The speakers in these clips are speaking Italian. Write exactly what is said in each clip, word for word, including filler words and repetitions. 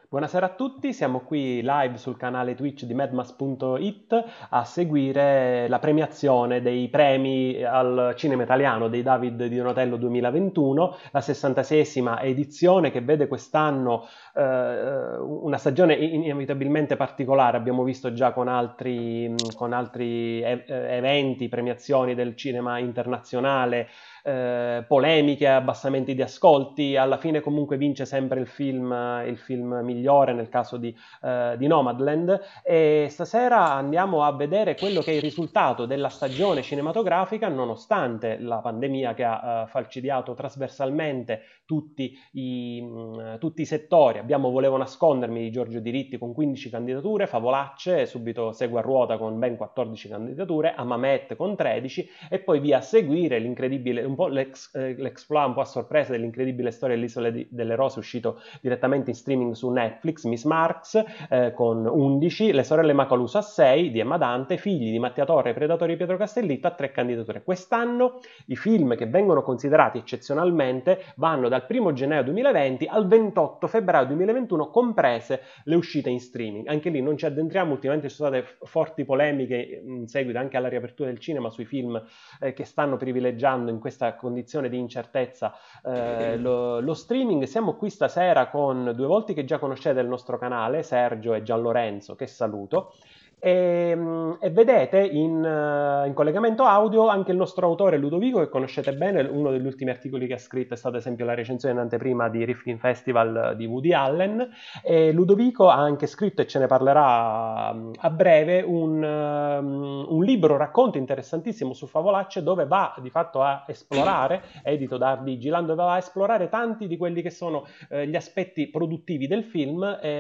Buonasera a tutti, siamo qui live sul canale Twitch di madmas punto it a seguire la premiazione dei premi al cinema italiano dei David di Donatello duemilaventuno, la sessantaseiesima edizione che vede quest'anno eh, una stagione inevitabilmente particolare. Abbiamo visto già con altri, con altri e- eventi, premiazioni del cinema internazionale, eh, polemiche, abbassamenti di ascolti. Alla fine comunque vince sempre il film, il film migliore nel caso di, eh, di Nomadland, e stasera andiamo a vedere quello che è il risultato della stagione cinematografica nonostante la pandemia che ha eh, falcidiato trasversalmente tutti i, mh, tutti i settori. Abbiamo Volevo nascondermi di Giorgio Diritti con quindici candidature, Favolacce subito segue a ruota con ben quattordici candidature, Amamet con tredici e poi via a seguire l'incredibile, un po' l'ex, eh, l'exploit un po' a sorpresa dell'incredibile storia dell'Isola di, delle Rose, uscito direttamente in streaming su Netflix, Miss Marx eh, con undici, Le sorelle Macaluso a sei di Emma Dante, Figli di Mattia Torre e Predatori di Pietro Castellitto a tre candidature. Quest'anno i film che vengono considerati eccezionalmente vanno dal primo gennaio duemilaventi al ventotto febbraio duemilaventuno, comprese le uscite in streaming. Anche lì non ci addentriamo, ultimamente ci sono state forti polemiche in seguito anche alla riapertura del cinema sui film eh, che stanno privilegiando in questa condizione di incertezza eh, lo, lo streaming. Siamo qui stasera con due volti che già conoscete il nostro canale, Sergio e Gian Lorenzo, che saluto. E, e vedete in, uh, in collegamento audio anche il nostro autore Ludovico, che conoscete bene. Uno degli ultimi articoli che ha scritto è stata ad esempio la recensione in anteprima di Rifkin Festival di Woody Allen, e Ludovico ha anche scritto, e ce ne parlerà um, a breve, un, um, un libro racconto interessantissimo su Favolacce, dove va di fatto a esplorare, edito da Art Digiland, dove va a esplorare tanti di quelli che sono eh, gli aspetti produttivi del film,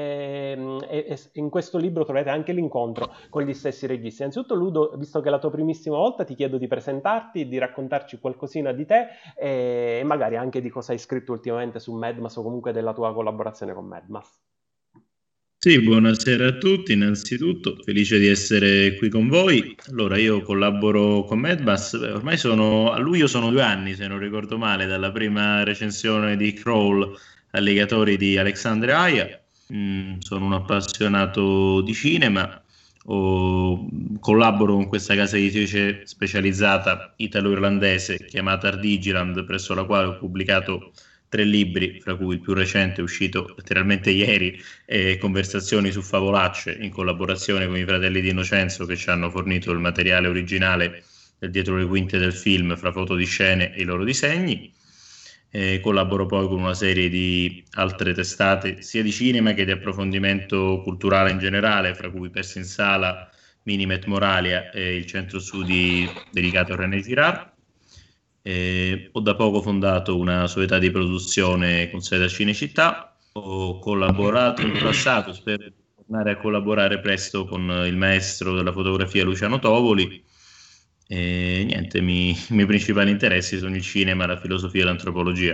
e, e, e in questo libro troverete anche l'incontro con gli stessi registi. Innanzitutto, Ludo, visto che è la tua primissima volta, ti chiedo di presentarti, di raccontarci qualcosina di te e magari anche di cosa hai scritto ultimamente su Madmas o comunque della tua collaborazione con Madmas. Sì, buonasera a tutti. Innanzitutto, felice di essere qui con voi. Allora, io collaboro con Madmas, beh, ormai sono a luglio sono due anni, se non ricordo male, dalla prima recensione di Crawl, Allegatori di Alexandre Aja. Mm, sono un appassionato di cinema, ho- collaboro con questa casa editrice specializzata italo-irlandese chiamata Ardigiland, presso la quale ho pubblicato tre libri, fra cui il più recente è uscito letteralmente ieri, eh, Conversazioni su Favolacce, in collaborazione con i fratelli di Innocenzo, che ci hanno fornito il materiale originale del dietro le quinte del film, fra foto di scene e i loro disegni. Eh, collaboro poi con una serie di altre testate, sia di cinema che di approfondimento culturale in generale, fra cui Persi in Sala, Minimet Moralia e il centro studi dedicato a René Girard. Eh, ho da poco fondato una società di produzione con sede a Cinecittà. Ho collaborato in passato, spero di tornare a collaborare presto con il maestro della fotografia Luciano Tovoli. E niente, mi, i miei principali interessi sono il cinema, la filosofia e l'antropologia.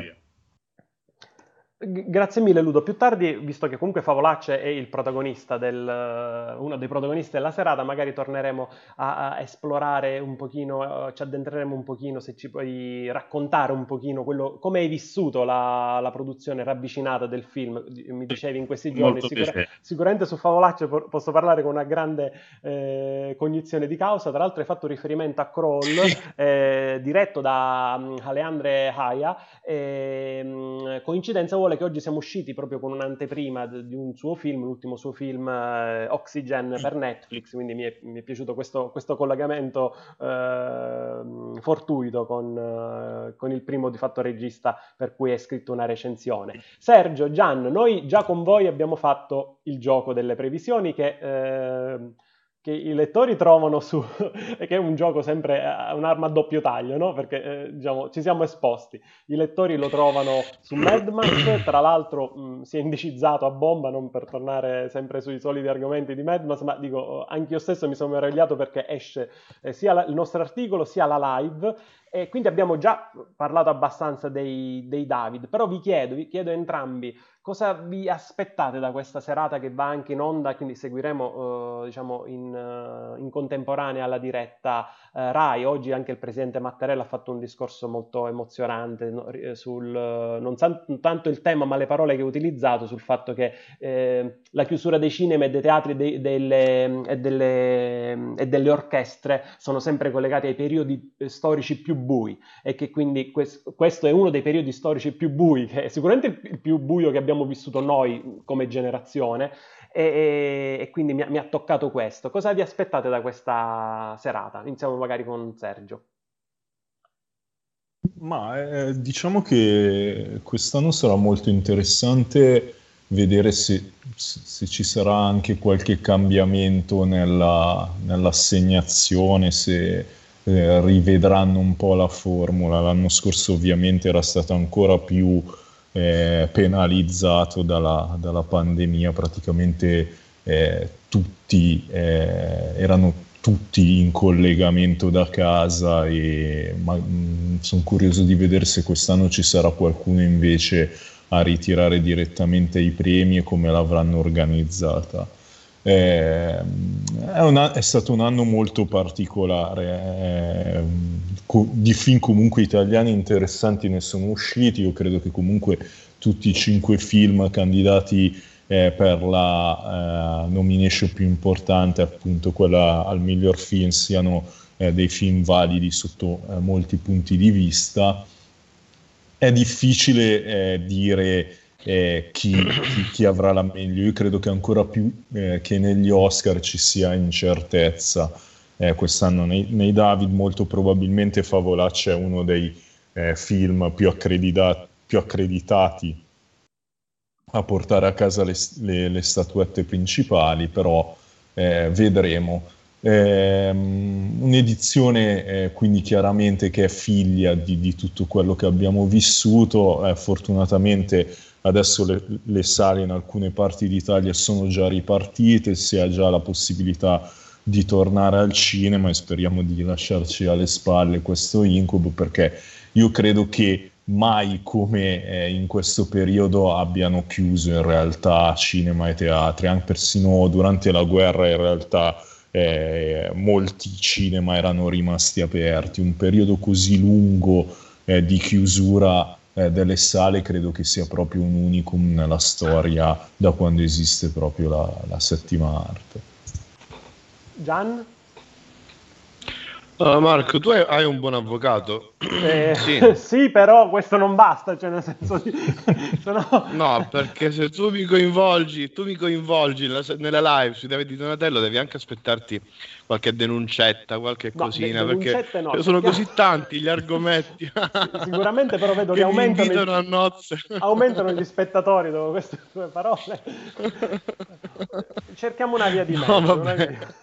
G- Grazie mille Ludo. Più tardi, visto che comunque Favolacce è il protagonista del, eh, uno dei protagonisti della serata, magari torneremo a, a esplorare un pochino, eh, ci addentreremo un pochino, se ci puoi raccontare un pochino quello, come hai vissuto la, la produzione ravvicinata del film. Di- mi dicevi in questi giorni. Molto Sicura- piacere. sicuramente su Favolacce po- posso parlare con una grande eh, cognizione di causa. Tra l'altro hai fatto riferimento a Crawl, eh, diretto da um, Alejandre Haia. E, mh, coincidenza vuole che oggi siamo usciti proprio con un'anteprima d- di un suo film, l'ultimo suo film, eh, Oxygen, per Netflix, quindi mi è, mi è piaciuto questo, questo collegamento eh, fortuito con, eh, con il primo di fatto regista per cui hai scritto una recensione. Sergio, Gian, noi già con voi abbiamo fatto il gioco delle previsioni che... eh, che i lettori trovano su, che è un gioco sempre, eh, un'arma a doppio taglio, no? Perché eh, diciamo, ci siamo esposti. I lettori lo trovano su Madmas, tra l'altro mh, si è indicizzato a bomba, non per tornare sempre sui soliti argomenti di Madmas, ma dico, anche io stesso mi sono meravigliato perché esce eh, sia la- il nostro articolo sia la live, e quindi abbiamo già parlato abbastanza dei, dei David, però vi chiedo, vi chiedo entrambi cosa vi aspettate da questa serata che va anche in onda, quindi seguiremo eh, diciamo in, eh, in contemporanea alla diretta eh, Rai. Oggi anche il presidente Mattarella ha fatto un discorso molto emozionante no, ri- sul eh, non san- tanto il tema ma le parole che ha utilizzato sul fatto che eh, la chiusura dei cinema e dei teatri dei- delle, e, delle, e delle orchestre sono sempre collegati ai periodi eh, storici più bui e che quindi quest- questo è uno dei periodi storici più bui, che è sicuramente il, il più buio che abbiamo vissuto noi come generazione e, e- e quindi mi ha, mi ha toccato questo. Cosa vi aspettate da questa serata? Iniziamo magari con Sergio. Ma eh, diciamo che quest'anno sarà molto interessante vedere se, se- se ci sarà anche qualche cambiamento nella, nell'assegnazione, se eh, rivedranno un po' la formula. L'anno scorso ovviamente era stato ancora più eh, penalizzato dalla, dalla pandemia, praticamente eh, tutti eh, erano tutti in collegamento da casa e sono curioso di vedere se quest'anno ci sarà qualcuno invece a ritirare direttamente i premi e come l'avranno organizzata. Eh, è, una- è stato un anno molto particolare, eh, co- di film comunque italiani interessanti ne sono usciti. Io credo che comunque tutti i cinque film candidati eh, per la eh, nomination più importante, appunto quella al miglior film, siano eh, dei film validi sotto eh, molti punti di vista. È difficile eh, dire eh, chi, chi- chi avrà la meglio. Io credo che ancora più eh, che negli Oscar ci sia incertezza. Eh, quest'anno nei, nei David molto probabilmente Favolacci è uno dei eh, film più accredita- più accreditati a portare a casa le, le- le statuette principali, però eh, vedremo. Ehm, un'edizione eh, quindi chiaramente che è figlia di, di tutto quello che abbiamo vissuto. Eh, fortunatamente adesso le, le sale in alcune parti d'Italia sono già ripartite, si ha già la possibilità di tornare al cinema e speriamo di lasciarci alle spalle questo incubo, perché io credo che mai come eh, in questo periodo abbiano chiuso in realtà cinema e teatri. Anche persino durante la guerra in realtà eh, molti cinema erano rimasti aperti. Un periodo così lungo eh, di chiusura eh, delle sale credo che sia proprio un unicum nella storia da quando esiste proprio la, la settima arte. Gian? Uh, Marco, tu hai, hai un buon avvocato? Eh, Sì. sì, però questo non basta, cioè nel senso di... sono- No, perché se tu mi coinvolgi, tu mi coinvolgi nella, nella live sui David di Donatello, devi anche aspettarti qualche denuncetta, qualche No, de- cosina, perché denuncette no, cioè, sono cerchiamo- così tanti gli argomenti Sì, sicuramente però vedo che che mi aumentano, i- invitano a nozze. aumentano gli spettatori dopo queste tue parole. Cerchiamo una via di No, mezzo. una vabbè. via-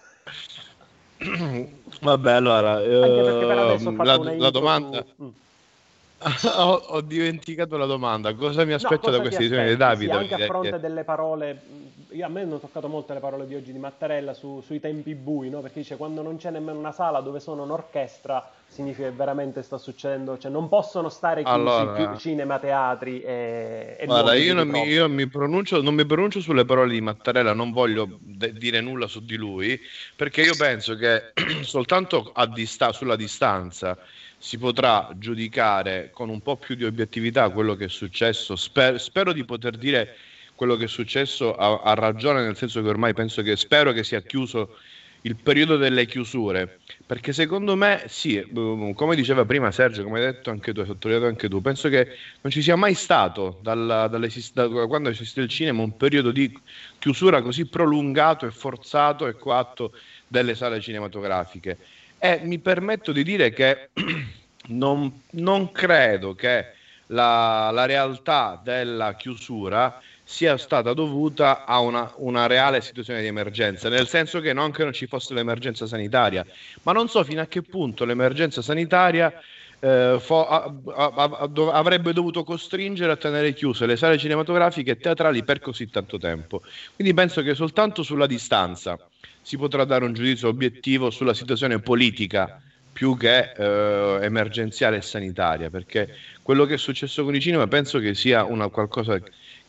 Vabbè, allora, Anche perché per adesso ho ehm, fatto la, una la intro domanda... su... Mm. ho, ho dimenticato la domanda. Cosa mi No, aspetto da cosa ti questa edizione di aspetti? Sì, Davide? anche a Che- fronte che- delle parole, mh, io- a me hanno toccato molto le parole di oggi di Mattarella su- sui tempi bui, no? Perché dice quando non c'è nemmeno una sala dove suona un'orchestra, significa che veramente sta succedendo, cioè non possono stare chiusi Allora, chi- cinema, teatri e, e guarda, luoghi io di non mi, ritrovo. io mi pronuncio, non mi pronuncio sulle parole di Mattarella, non voglio de- dire nulla su di lui, perché io penso che soltanto a dista- sulla distanza si potrà giudicare con un po' più di obiettività quello che è successo. Sper- spero di poter dire quello che è successo a, a ragione, nel senso che ormai penso che spero che sia chiuso il periodo delle chiusure, perché secondo me sì, eh, come diceva prima Sergio, come hai detto anche tu, hai sottolineato anche tu, penso che non ci sia mai stato dalla- dall'esist- da quando esiste il cinema un periodo di chiusura così prolungato e forzato e coatto delle sale cinematografiche. E mi permetto di dire che non, non credo che la, la realtà della chiusura sia stata dovuta a una, una reale situazione di emergenza, nel senso che non che non ci fosse l'emergenza sanitaria, ma non so fino a che punto l'emergenza sanitaria eh, fo- a- a- a- dov- avrebbe dovuto costringere a tenere chiuse le sale cinematografiche e teatrali per così tanto tempo. Quindi penso che soltanto sulla distanza si potrà dare un giudizio obiettivo sulla situazione politica più che eh, emergenziale e sanitaria, perché quello che è successo con i cinema penso che sia una qualcosa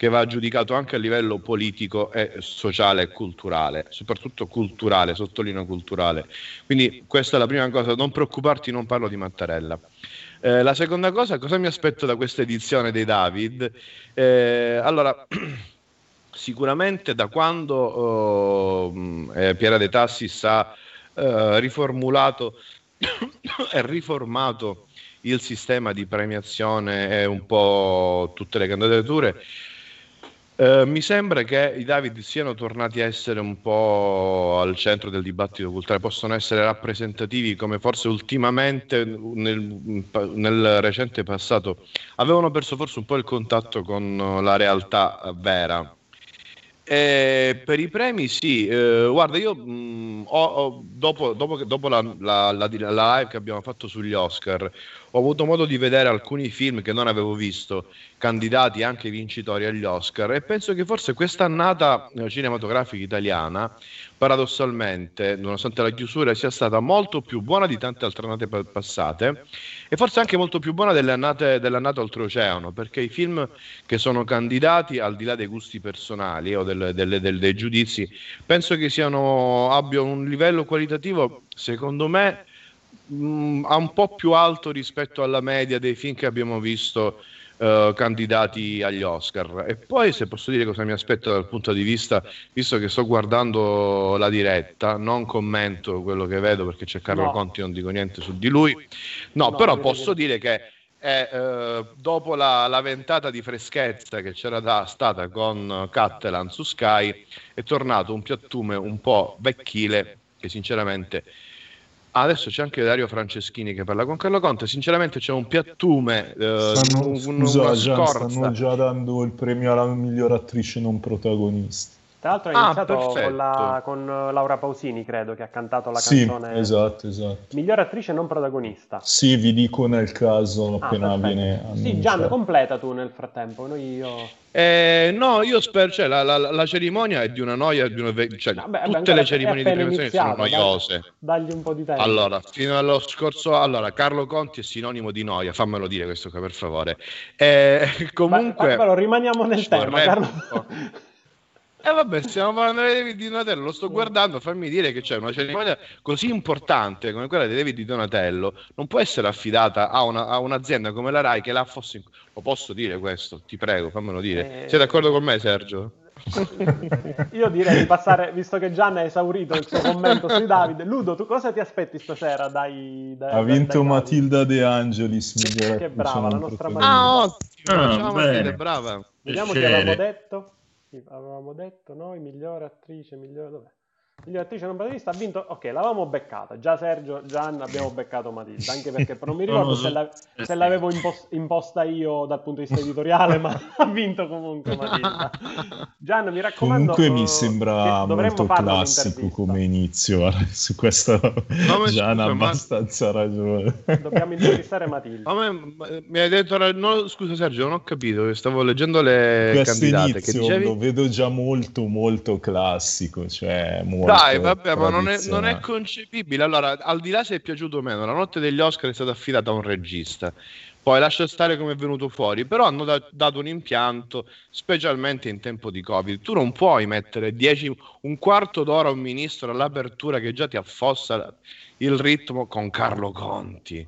che va giudicato anche a livello politico e sociale e culturale, soprattutto culturale, sottolineo culturale. Quindi questa è la prima cosa, non preoccuparti, non parlo di Mattarella. Eh, la seconda cosa, cosa mi aspetto da questa edizione dei David? Eh, allora, sicuramente da quando eh, Piera De Tassis ha eh, riformulato e riformato il sistema di premiazione e un po' tutte le candidature, Uh, mi sembra che i David siano tornati a essere un po' al centro del dibattito culturale, possono essere rappresentativi come forse ultimamente nel, nel recente passato avevano perso forse un po' il contatto con la realtà vera. E per i premi sì, eh, guarda io mh, ho, ho, dopo, dopo, dopo la, la, la, la live che abbiamo fatto sugli Oscar ho avuto modo di vedere alcuni film che non avevo visto, candidati anche vincitori agli Oscar, e penso che forse quest'annata cinematografica italiana, paradossalmente, nonostante la chiusura, sia stata molto più buona di tante altre annate passate, e forse anche molto più buona delle annate, dell'annata oltreoceano, perché i film che sono candidati, al di là dei gusti personali o del, del, del, dei giudizi, penso che siano, abbiano un livello qualitativo, secondo me, mh, a un po' più alto rispetto alla media dei film che abbiamo visto Uh, candidati agli Oscar. E poi, se posso dire cosa mi aspetto dal punto di vista, visto che sto guardando la diretta, non commento quello che vedo perché c'è Carlo no. Conti, non dico niente su di lui, no, no però posso dire che è, uh, dopo la, la ventata di freschezza che c'era da, stata con Catalan su Sky, è tornato un piattume un po' vecchile che sinceramente... Adesso c'è anche Dario Franceschini che parla con Carlo Conte. Sinceramente c'è un piattume, eh, stanno, un, scusa, una Gian, scorza. Stanno già dando il premio alla miglior attrice non protagonista. Tra l'altro è ah, iniziato perfetto. con, la, con Laura Pausini, credo, che ha cantato la sì, canzone esatto, esatto. miglior attrice non protagonista. Sì, vi dico nel caso ah, appena perfetto. viene annunciato. Sì, Gian, completa tu nel frattempo. Noi io... Eh, no, io spero, cioè, la, la, la cerimonia è di una noia, di una, cioè, no, beh, tutte le cerimonie di premiazione sono noiose. Dagli, dagli un po' di tempo. Allora, fino allo scorso, allora, Carlo Conti è sinonimo di noia, fammelo dire questo qua, per favore. Eh, comunque, ma, ma, però rimaniamo nel tema, Carlo. E eh vabbè, stiamo parlando di David Di Donatello, lo sto guardando, fammi dire che c'è una cerimonia così importante come quella di David Di Donatello, non può essere affidata a, una, a un'azienda come la Rai che la fosse... In... Lo posso dire questo? Ti prego, fammelo dire. Eh... Sei d'accordo con me, Sergio? Io direi di passare, visto che Gian ha esaurito il suo commento sui David. Ludo, tu cosa ti aspetti stasera dai, dai ha vinto dai Matilda De Angelis, che, che brava la nostra Matilda. Ah, ottimo, ah, ciao Matilda, brava. Vediamo che avevamo detto avevamo detto noi migliore attrice, migliore dov'è? Migliore attrice non protagonista ha vinto, ok, l'avevamo beccata già Sergio, Gian abbiamo beccato Matilda, anche perché non mi ricordo se, la, se l'avevo impos- imposta io dal punto di vista editoriale, ma ha vinto comunque Matilda. Gian, mi raccomando, comunque mi sembra molto classico come inizio, su questo Gian ha abbastanza ma... ragione. Dobbiamo intervistare Matilda. Ma me, mi hai detto, no, scusa Sergio, non ho capito, stavo leggendo le questo candidate inizio che dicevi... lo vedo già molto molto classico, cioè molto dai, vabbè, ma non è, non è concepibile. Allora, al di là se è piaciuto o meno, la notte degli Oscar è stata affidata a un regista. Poi lascia stare come è venuto fuori, però hanno da- dato un impianto, specialmente in tempo di Covid. Tu non puoi mettere dieci, un quarto d'ora a un ministro all'apertura che già ti affossa il ritmo con Carlo Conti.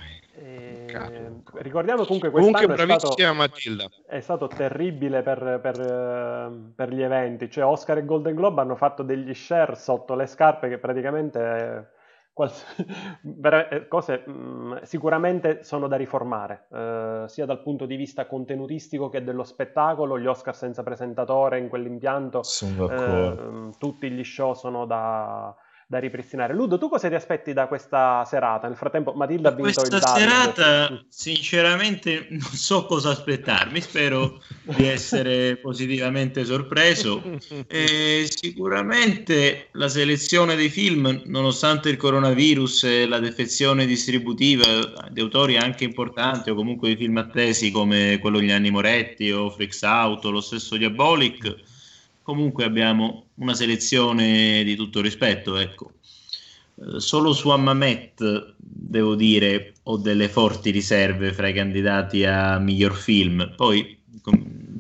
Eh, ricordiamo comunque quest'anno comunque bravissima è stato, Matilda. È stato terribile per, per, per gli eventi, cioè Oscar e Golden Globe hanno fatto degli share sotto le scarpe che praticamente quals- cose mh, sicuramente sono da riformare, eh, sia dal punto di vista contenutistico che dello spettacolo. Gli Oscar senza presentatore in quell'impianto, eh, tutti gli show sono da da ripristinare. Ludo, tu cosa ti aspetti da questa serata? Nel frattempo Matilda ha vinto il David. Questa serata sinceramente non so cosa aspettarmi, spero di essere positivamente sorpreso. E sicuramente la selezione dei film, nonostante il coronavirus e la defezione distributiva di autori anche importanti o comunque di film attesi come quello di Gianni Moretti o Freaks Out o lo stesso Diabolic, comunque abbiamo una selezione di tutto rispetto, ecco. Eh, solo su Hammamet, devo dire, ho delle forti riserve fra i candidati a miglior film. Poi com-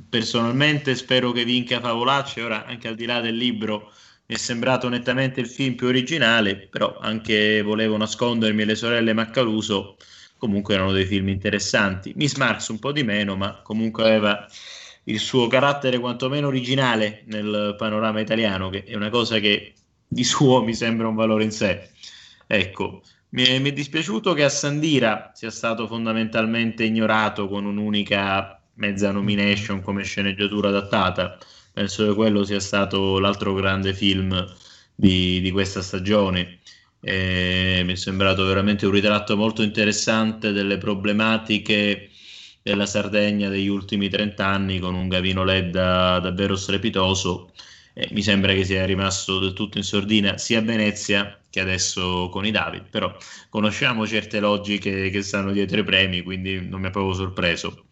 personalmente spero che vinca Favolacci. Ora, anche al di là del libro, mi è sembrato nettamente il film più originale, però anche Volevo nascondermi e Le sorelle Maccaluso comunque erano dei film interessanti. Miss Marx un po' di meno, ma comunque aveva il suo carattere quantomeno originale nel panorama italiano, che è una cosa che di suo mi sembra un valore in sé. Ecco, mi è, mi è dispiaciuto che a Sandira sia stato fondamentalmente ignorato con un'unica mezza nomination come sceneggiatura adattata. Penso che quello sia stato l'altro grande film di, di questa stagione. Eh, mi è sembrato veramente un ritratto molto interessante delle problematiche della Sardegna degli ultimi trent'anni, con un Gavino Ledda davvero strepitoso. Eh, mi sembra che sia rimasto del tutto in sordina sia a Venezia che adesso con i David, però conosciamo certe logiche che stanno dietro i premi, quindi non mi ha proprio sorpreso.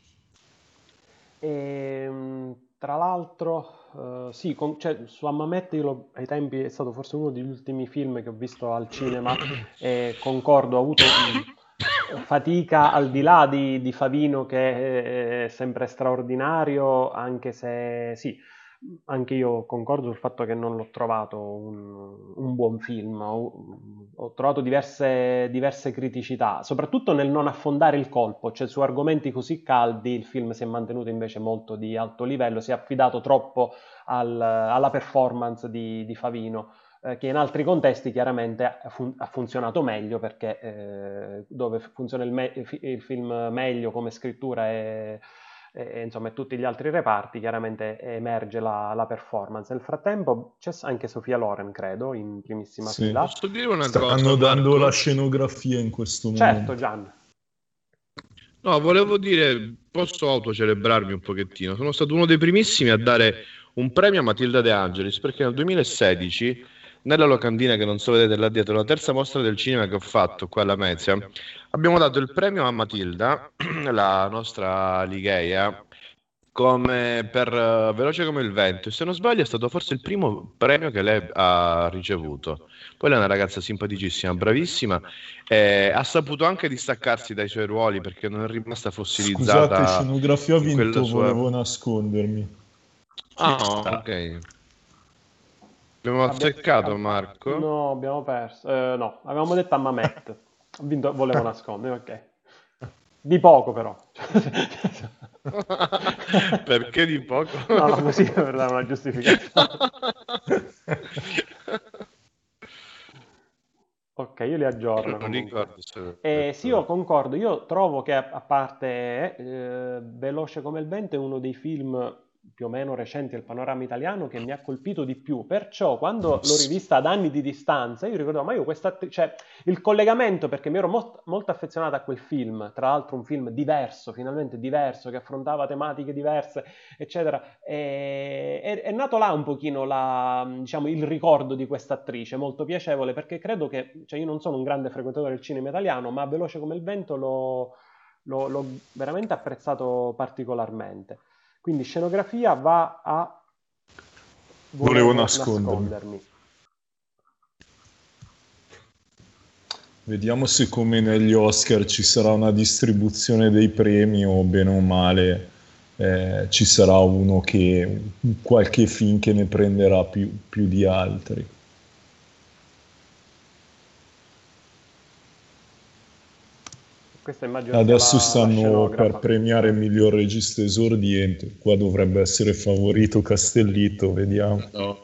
E, tra l'altro, uh, sì, con, cioè, su Hammamet io lo, ai tempi è stato forse uno degli ultimi film che ho visto al cinema e concordo, ho avuto um, fatica al di là di, di Favino, che è sempre straordinario, anche se sì, anche io concordo sul fatto che non l'ho trovato un, un buon film. Ho, ho trovato diverse, diverse criticità, soprattutto nel non affondare il colpo, cioè su argomenti così caldi il film si è mantenuto invece molto di alto livello, si è affidato troppo al, alla performance di, di Favino, eh, che in altri contesti chiaramente ha, fun- ha funzionato meglio, perché eh, dove funziona il, me- il film meglio come scrittura e e insomma tutti gli altri reparti, chiaramente emerge la, la performance. Nel frattempo c'è anche Sofia Loren, credo, in primissima Sì. fila. Posso dire una Stanno cosa, dando Marco? la scenografia in questo momento. Certo, Gian. No, volevo dire, posso autocelebrarmi un pochettino. Sono stato uno dei primissimi a dare un premio a Matilda De Angelis, perché nel duemilasedici, nella locandina che non so vedete là dietro, la terza mostra del cinema che ho fatto qua alla Mezia, abbiamo dato il premio a Matilda, la nostra Ligheia, come per uh, Veloce come il vento. E se non sbaglio è stato forse il primo premio che lei ha ricevuto. Poi lei è una ragazza simpaticissima, bravissima, e ha saputo anche distaccarsi dai suoi ruoli, perché non è rimasta fossilizzata. Scusate, scenografia ha in vinto quella sua- Volevo nascondermi. Ah, sta. ok. Abbiamo azzeccato, Marco. No, abbiamo perso. Eh, no, avevamo detto a Mamet. Ha vinto, volevo nascondere, ok. Di poco però. Perché di poco? No, no, così per dare una giustificazione. Ok, io li aggiorno Non comunque. ricordo se... Eh, sì, io concordo, io trovo che a a parte eh, Veloce come il vento è uno dei film più o meno recenti del panorama italiano che mi ha colpito di più, perciò quando l'ho rivista ad anni di distanza io ricordavo, ma io questa attrice, cioè il collegamento, perché mi ero molto, molto affezionato a quel film, tra l'altro un film diverso, finalmente diverso, che affrontava tematiche diverse, eccetera, e, è, è nato là un pochino la, diciamo, il ricordo di questa attrice, molto piacevole, perché credo che, cioè io non sono un grande frequentatore del cinema italiano, ma Veloce come il vento l'ho, l'ho, l'ho veramente apprezzato particolarmente. Quindi scenografia va a Volevo nascondermi. nascondermi. Vediamo se come negli Oscar ci sarà una distribuzione dei premi o bene o male eh, ci sarà uno che qualche film che ne prenderà più, più di altri. Questa immagino Adesso sia la- la stanno scenografa. per premiare il miglior regista esordiente. Qua dovrebbe essere favorito Castellitto, vediamo. No.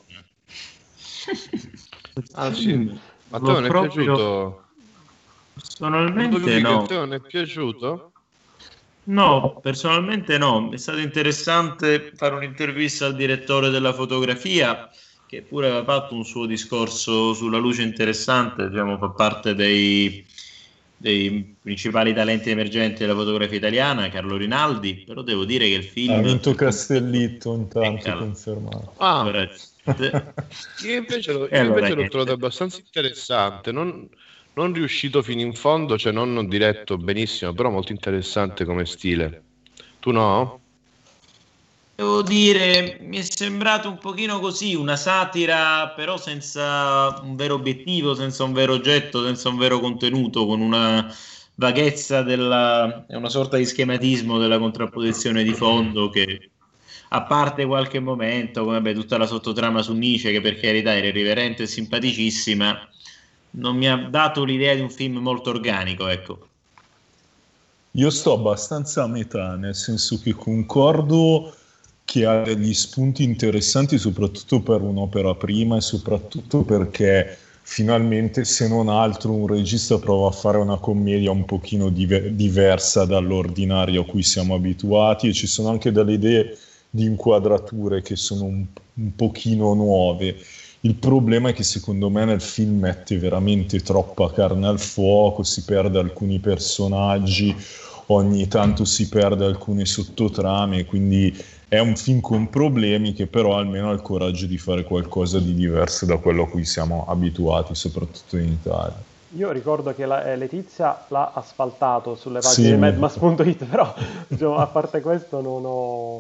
Ah sì, ma a te L'ho non è proprio- piaciuto? Personalmente Ludovico, no. a te non è piaciuto? No, personalmente no. È stato interessante fare un'intervista al direttore della fotografia, che pure aveva fatto un suo discorso sulla luce interessante, diciamo, fa parte dei, dei principali talenti emergenti della fotografia italiana, Carlo Rinaldi, però devo dire che il film... Ha vinto Castellitto, intanto Eccolo. confermato. Ah, Allora, io invece l'ho, io E allora invece l'ho niente. trovato abbastanza interessante, non, non riuscito fino in fondo, cioè non diretto benissimo, però molto interessante come stile. Tu no? Devo dire, mi è sembrato un pochino così, una satira, però senza un vero obiettivo, senza un vero oggetto, senza un vero contenuto, con una vaghezza della, è una sorta di schematismo della contrapposizione di fondo che a parte qualche momento, come beh, tutta la sottotrama su Nietzsche, che per carità era irriverente e simpaticissima, non mi ha dato l'idea di un film molto organico, ecco. Io sto abbastanza a metà, nel senso che concordo che ha degli spunti interessanti, soprattutto per un'opera prima e soprattutto perché finalmente, se non altro, un regista prova a fare una commedia un pochino diver- diversa dall'ordinario a cui siamo abituati, e ci sono anche delle idee di inquadrature che sono un, un pochino nuove. Il problema è che secondo me nel film mette veramente troppa carne al fuoco, si perde alcuni personaggi, ogni tanto si perde alcune sottotrame, quindi è un film con problemi che però almeno ha il coraggio di fare qualcosa di diverso da quello a cui siamo abituati, soprattutto in Italia. Io ricordo che la, eh, Letizia l'ha asfaltato sulle pagine Sì, di madmas punto it, però diciamo, a parte questo non ho...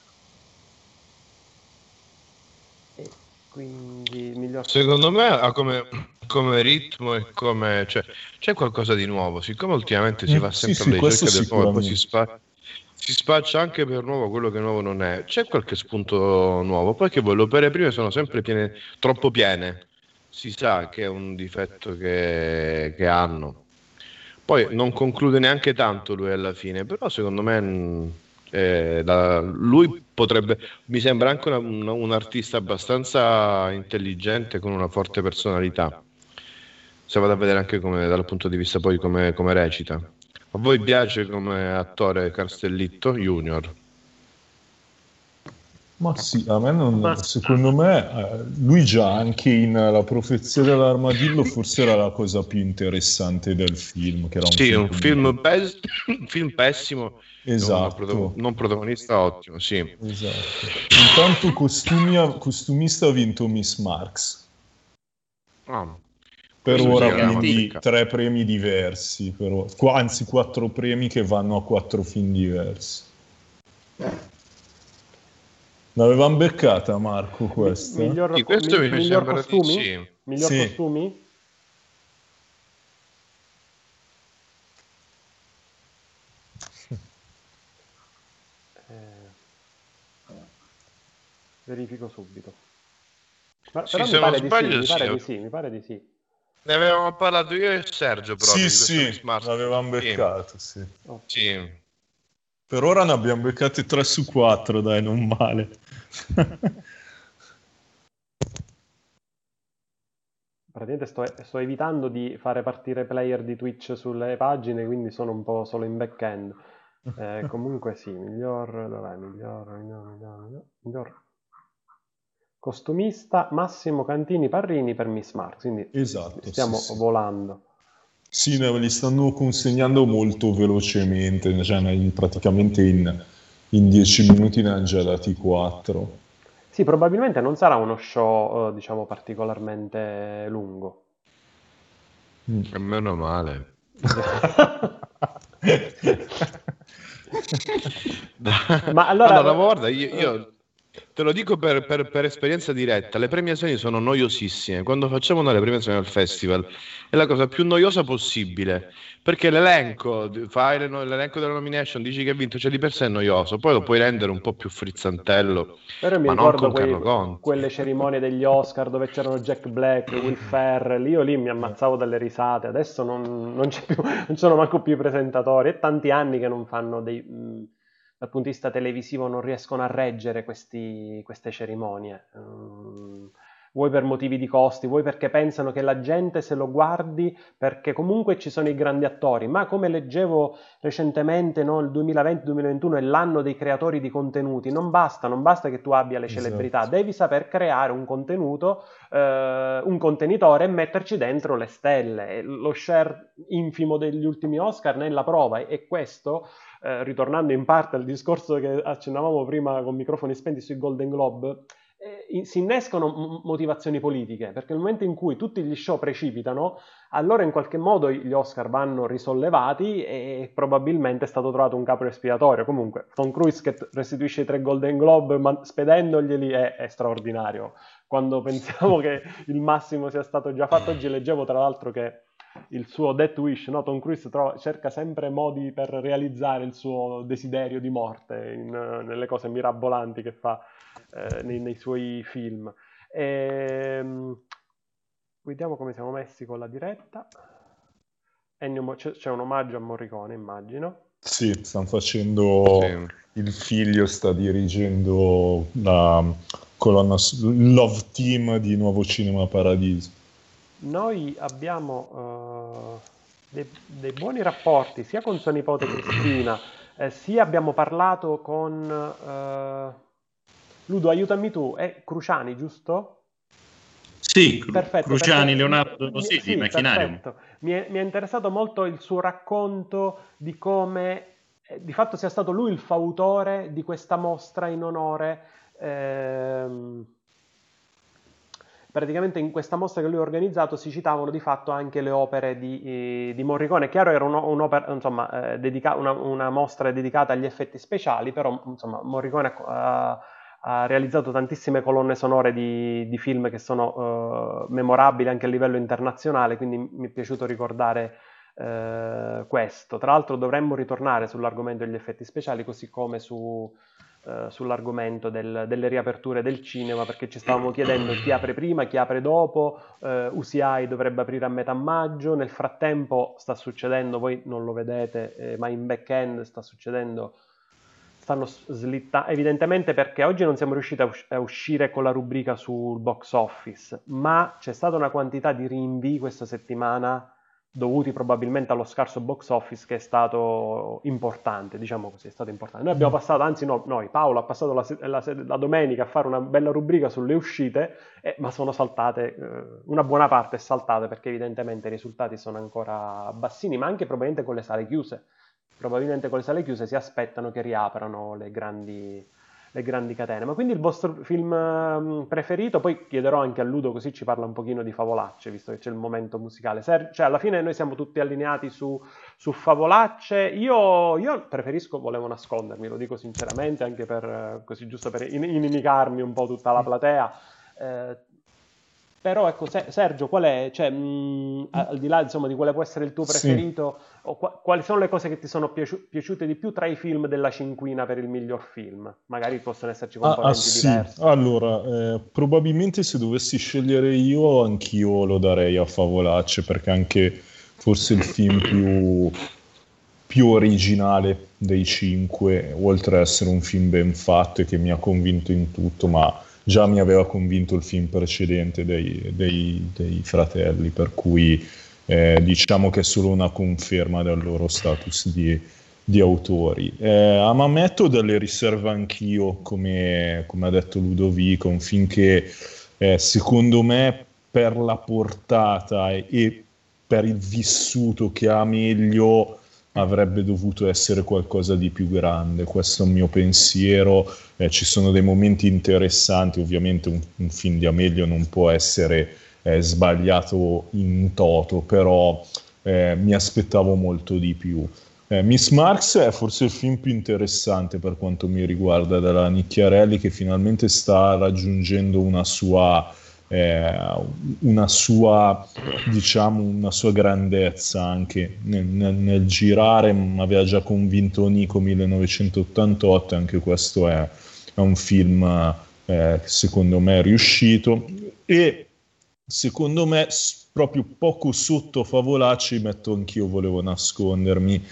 E quindi miglior... Secondo me ha come, come ritmo e come... Cioè, c'è qualcosa di nuovo, siccome ultimamente si va Mm, sì, sempre sì, alla questo ricerca del nuovo e poi si, sicuramente. spa- si spaccia anche per nuovo quello che nuovo non è. C'è qualche spunto nuovo, poi che voi le opere prime sono sempre piene, troppo piene. Si sa che è un difetto che, che hanno. Poi non conclude neanche tanto lui alla fine, però secondo me mh, eh, da- lui potrebbe, mi sembra anche una- una- un artista abbastanza intelligente con una forte personalità. Se vado a vedere anche come, dal punto di vista poi come, come recita. A voi piace come attore Castellitto Junior? Ma sì, a me non, Ma secondo me eh, lui già anche in La profezia dell'armadillo forse era la cosa più interessante del film, che era un Sì, è film un comunque... film, pes- un film pessimo e un protagon- Esatto, non protagonista ottimo, sì. esatto. Intanto costumi ha- costumista ha vinto Miss Marx, Ah, per questo sì ora che era una quindi pecca. tre premi diversi, per ora. Qua- anzi quattro premi che vanno a quattro film diversi. L'avevamo beccata Marco Mi- questa? miglior, Sì, co- questo mi- mi miglior sembra di costumi? sì. Miglior Sì, costumi? Eh, verifico subito. Ma, Sì, però mi se non pare di sì, sbaglio mi sì. pare di sì, mi pare di sì. Ne avevamo parlato io e Sergio sì, proprio di questo Miss sì, Marx. l'avevamo Sì, beccato, sì. Ottimo. sì. Per ora ne abbiamo beccate tre su quattro, dai, non male. Praticamente sto, sto evitando di fare partire player di Twitch sulle pagine, quindi sono un po' solo in back-end. Eh, comunque sì, miglior, dov'è? Miglior, miglior, miglior, miglior, miglior costumista Massimo Cantini Parrini per Miss Marx, quindi Esatto, sì, stiamo sì. volando. Sì, ne- li stanno consegnando molto velocemente, cioè ne- praticamente in, in dieci minuti ne hanno già dati quattro. Sì, probabilmente non sarà uno show, eh, diciamo, particolarmente lungo. Mm. E meno male. Ma allora, Allora, guarda, io, eh, io te lo dico per, per- per esperienza diretta, le premiazioni sono noiosissime. Quando facciamo noi le premiazioni al festival è la cosa più noiosa possibile, perché l'elenco, fai le no- l'elenco della nomination, dici che hai vinto, cioè di per sé è noioso, poi lo puoi rendere un po' più frizzantello, però io mi ma non ricordo con quei- Carlo Conti. quelle cerimonie degli Oscar dove c'erano Jack Black, Will Ferrell, io lì mi ammazzavo dalle risate, adesso non, non c'è più, non ci sono manco più i presentatori, è tanti anni che non fanno dei... mh, dal punto di vista televisivo non riescono a reggere questi- queste cerimonie. Mm, vuoi per motivi di costi, vuoi perché pensano che la gente se lo guardi perché comunque ci sono i grandi attori, ma come leggevo recentemente, no, il duemilaventi-duemilaventuno è l'anno dei creatori di contenuti, non basta, non basta che tu abbia le celebrità, Esatto. devi saper creare un contenuto, eh, un contenitore e metterci dentro le stelle. E lo share infimo degli ultimi Oscar ne è la prova, e questo, eh, ritornando in parte al discorso che accennavamo prima con microfoni spenti sui Golden Globe, eh, si innescono m- motivazioni politiche, perché nel momento in cui tutti gli show precipitano, allora in qualche modo gli Oscar vanno risollevati e probabilmente è stato trovato un capro espiatorio. Comunque, Tom Cruise che restituisce i tre Golden Globe ma spedendoglieli è, è straordinario. Quando pensiamo che il massimo sia stato già fatto, oggi leggevo tra l'altro che il suo Death Wish, no? Tom Cruise trova- cerca sempre modi per realizzare il suo desiderio di morte in, eh, nelle cose mirabolanti che fa eh, nei, nei suoi film. Ehm, vediamo come siamo messi con la diretta. Ennio Mo- c'è, c'è un omaggio a Morricone, immagino. Sì, stanno facendo, Sì. il figlio sta dirigendo la colonna, s- il Love Team di Nuovo Cinema Paradiso. Noi abbiamo eh, dei, dei buoni rapporti sia con sua nipote Cristina, eh, sia abbiamo parlato con eh, Ludo, aiutami tu, è Cruciani, giusto? Sì, Cru- Perfetto, Cruciani, perché Leonardo, mi- sì, di sì, Machinarium. perfetto. Mi è, mi è interessato molto il suo racconto di come eh, di fatto sia stato lui il fautore di questa mostra in onore. ehm, Praticamente in questa mostra che lui ha organizzato si citavano di fatto anche le opere di, eh, di Morricone. Chiaro, era uno- un'opera, insomma, eh, dedica- una, una mostra dedicata agli effetti speciali, però insomma, Morricone ha, ha realizzato tantissime colonne sonore di, di film che sono eh, memorabili anche a livello internazionale, quindi mi è piaciuto ricordare eh, questo. Tra l'altro dovremmo ritornare sull'argomento degli effetti speciali, così come su eh, sull'argomento del- delle riaperture del cinema, perché ci stavamo chiedendo chi apre prima, chi apre dopo. eh, U C I dovrebbe aprire a metà maggio, nel frattempo sta succedendo, voi non lo vedete, eh, ma in back-end sta succedendo, stanno slittando, evidentemente perché oggi non siamo riusciti a, us- a uscire con la rubrica sul box office, ma c'è stata una quantità di rinvii questa settimana dovuti probabilmente allo scarso box office che è stato importante, diciamo così, è stato importante. Noi abbiamo passato, anzi no, noi, Paolo ha passato la, se- la se- la domenica a fare una bella rubrica sulle uscite, eh, ma sono saltate, eh, una buona parte è saltata perché evidentemente i risultati sono ancora bassini, ma anche probabilmente con le sale chiuse. Probabilmente con le sale chiuse si aspettano che riaprano le grandi, le grandi catene. Ma quindi il vostro film ehm, preferito? Poi chiederò anche a Ludo così ci parla un pochino di favolacce, visto che c'è il momento musicale. Ser- cioè, alla fine noi siamo tutti allineati su, su favolacce. Io, io preferisco Volevo nascondermi, lo dico sinceramente, anche per, eh, così giusto per in- inimicarmi un po' tutta la platea. Eh, però ecco, Se- Sergio, qual è, cioè, mh, al di là insomma di quale può essere il tuo Sì. preferito, o qua- quali sono le cose che ti sono piaciu- piaciute di più tra i film della cinquina per il miglior film? Magari possono esserci Ah, ah, componenti sì, diverse. allora, eh, probabilmente se dovessi scegliere io, anch'io lo darei a Favolacce, perché anche forse il film più, più originale dei cinque, oltre ad essere un film ben fatto e che mi ha convinto in tutto, ma già mi aveva convinto il film precedente dei, dei- dei fratelli, per cui eh, diciamo che è solo una conferma del loro status di, di autori. Eh, a Mametto delle riserve anch'io, come, come ha detto Ludovico, un film che eh, secondo me per la portata e, e per il vissuto che ha meglio avrebbe dovuto essere qualcosa di più grande. Questo è un mio pensiero. Eh, ci sono dei momenti interessanti, ovviamente un, un film di Amelio non può essere eh, sbagliato in toto, però eh, mi aspettavo molto di più. Eh, Miss Marx è forse il film più interessante per quanto mi riguarda della Nicchiarelli, che finalmente sta raggiungendo una sua, eh, una sua, diciamo, una sua grandezza anche nel, nel- nel girare. Mi aveva già convinto Nico millenovecentottantotto, anche questo è, è un film eh, che secondo me è riuscito. E secondo me, s- proprio poco sotto Favolacci, metto anch'io Volevo nascondermi,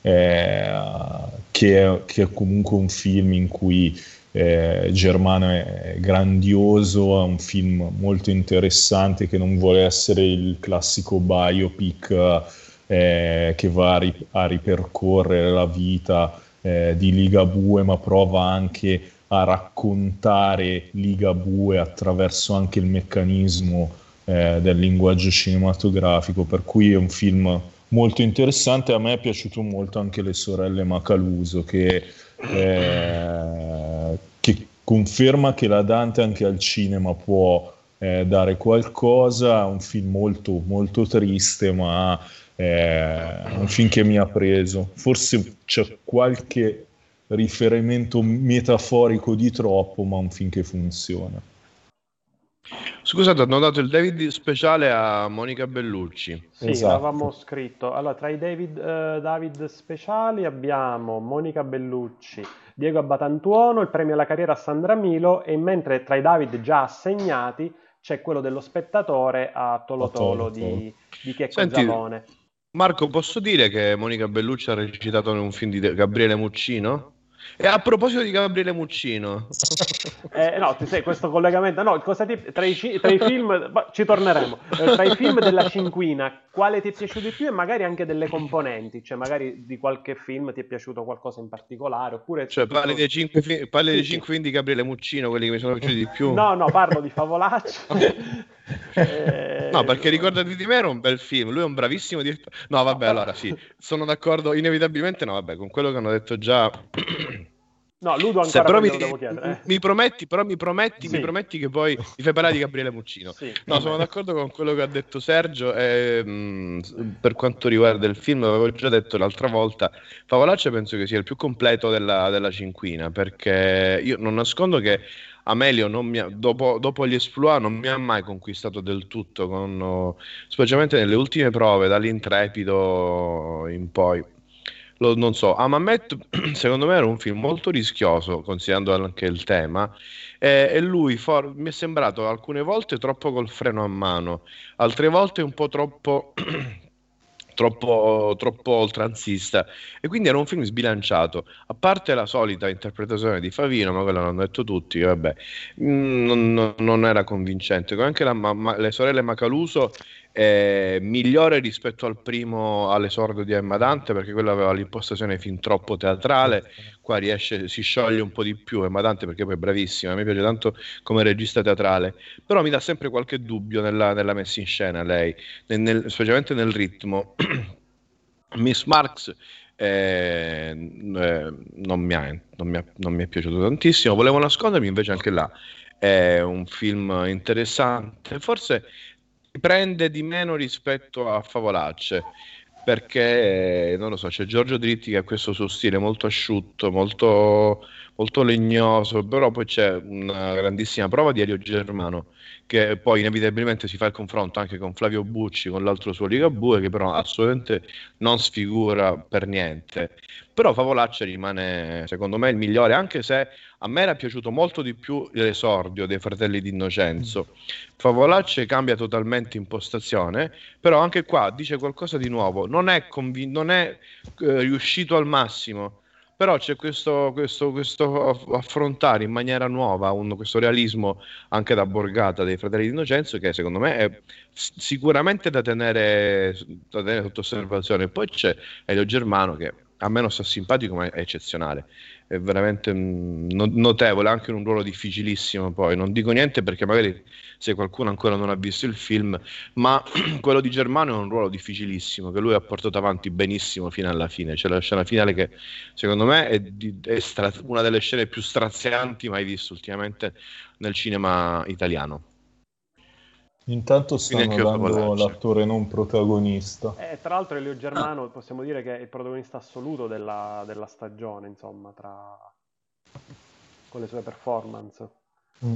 eh, che, è, che è comunque un film in cui eh, Germano è grandioso, è un film molto interessante che non vuole essere il classico biopic eh, che va a, ri- a ripercorrere la vita eh, di Ligabue, ma prova anche a raccontare Ligabue attraverso anche il meccanismo eh, del linguaggio cinematografico, per cui è un film molto interessante. A me è piaciuto molto anche Le sorelle Macaluso, che, eh, che conferma che la Dante anche al cinema può eh, dare qualcosa. È un film molto, molto triste, ma eh, è un film che mi ha preso. Forse c'è qualche riferimento metaforico di troppo, ma un film che funziona. Scusate, hanno dato il David speciale a Monica Bellucci. Sì, Esatto. l'avevamo scritto. Allora, tra i David, eh, David speciali abbiamo Monica Bellucci, Diego Abbatantuono, il premio alla carriera a Sandra Milo, e mentre tra i David già assegnati c'è quello dello spettatore a Tolo A Tolo, Tolo Tolo. di, di Checco Senti, Zalone. Marco, posso dire che Monica Bellucci ha recitato in un film di De- Gabriele Muccino? E a proposito di Gabriele Muccino, Eh, no, ti sei questo collegamento. No, cosa ti- tra, i, ci- tra i film, ma ci torneremo. Eh, tra i film della cinquina, quale ti è piaciuto di più e magari anche delle componenti? Cioè, magari di qualche film ti è piaciuto qualcosa in particolare? Oppure cioè tutto... parli dei cinque, fi- parli Sì, dei sì. cinque film di Gabriele Muccino, quelli che mi sono piaciuti di più? No, no, parlo di Favolacci. Eh, No, perché Ricordati di me era un bel film, lui è un bravissimo direttore. No, vabbè, però- allora sì, sono d'accordo inevitabilmente, no, vabbè, con quello che hanno detto già. No, Ludo Se ancora però poi mi, te lo devo chiedere. eh. mi prometti, però mi prometti, Sì. mi prometti che poi mi fai parlare di Gabriele Muccino. Sì, No, va sono bene. d'accordo con quello che ha detto Sergio. E, mh, per quanto riguarda il film, avevo già detto l'altra volta, Favolaccia penso che sia il più completo della, della cinquina, perché io non nascondo che Amelio non mi ha- dopo, dopo gli Esploit non mi ha mai conquistato del tutto, con, oh, specialmente nelle ultime prove, dall'Intrepido in poi. Lo- non so, a Mamet secondo me era un film molto rischioso, considerando anche il tema, e, e lui for- mi è sembrato alcune volte troppo col freno a mano, altre volte un po' troppo, troppo, troppo oltranzista, e quindi era un film sbilanciato, a parte la solita interpretazione di Favino, ma quello l'hanno detto tutti, vabbè, mm, non, non- non era convincente, come anche la ma- ma- le sorelle Macaluso, eh, migliore rispetto al primo, all'esordio di Emma Dante, perché quello aveva l'impostazione fin troppo teatrale, qua riesce, si scioglie un po' di più Emma Dante, perché poi è bravissima, a me piace tanto come regista teatrale, però mi dà sempre qualche dubbio nella, nella messa in scena lei, nel- nel- specialmente nel ritmo. Miss Marx, eh, n- eh, non mi ha- non mi ha- non mi è piaciuto tantissimo, volevo nascondermi, invece anche là è un film interessante, forse prende di meno rispetto a Favolacce, perché eh, non lo so, c'è Giorgio Dritti che ha questo suo stile molto asciutto, molto, molto legnoso, però poi c'è una grandissima prova di Elio Germano, che poi inevitabilmente si fa il confronto anche con Flavio Bucci, con l'altro suo Ligabue, che però assolutamente non sfigura per niente. Però Favolaccia rimane secondo me il migliore, anche se a me era piaciuto molto di più l'esordio dei Fratelli d'Innocenzo. Favolacce cambia totalmente impostazione, però anche qua dice qualcosa di nuovo, non è, convin- non è eh, riuscito al massimo, però c'è questo, questo, questo aff- affrontare in maniera nuova un- questo realismo anche da Borgata dei Fratelli d'Innocenzo, che secondo me è s- sicuramente da tenere, da tenere sotto osservazione. Poi c'è Elio Germano, che a me non sta simpatico, ma è eccezionale, è veramente mm, no- notevole, anche in un ruolo difficilissimo. Poi non dico niente perché magari se qualcuno ancora non ha visto il film, ma quello di Germano è un ruolo difficilissimo che lui ha portato avanti benissimo fino alla fine. C'è la scena finale che secondo me è, di- è stra- una delle scene più strazianti mai viste ultimamente nel cinema italiano. Intanto Quindi stanno anche io dando Favolacci. l'attore non protagonista. Eh, tra l'altro Elio Germano possiamo dire che è il protagonista assoluto della, della stagione, insomma, tra... con le sue performance. Mm.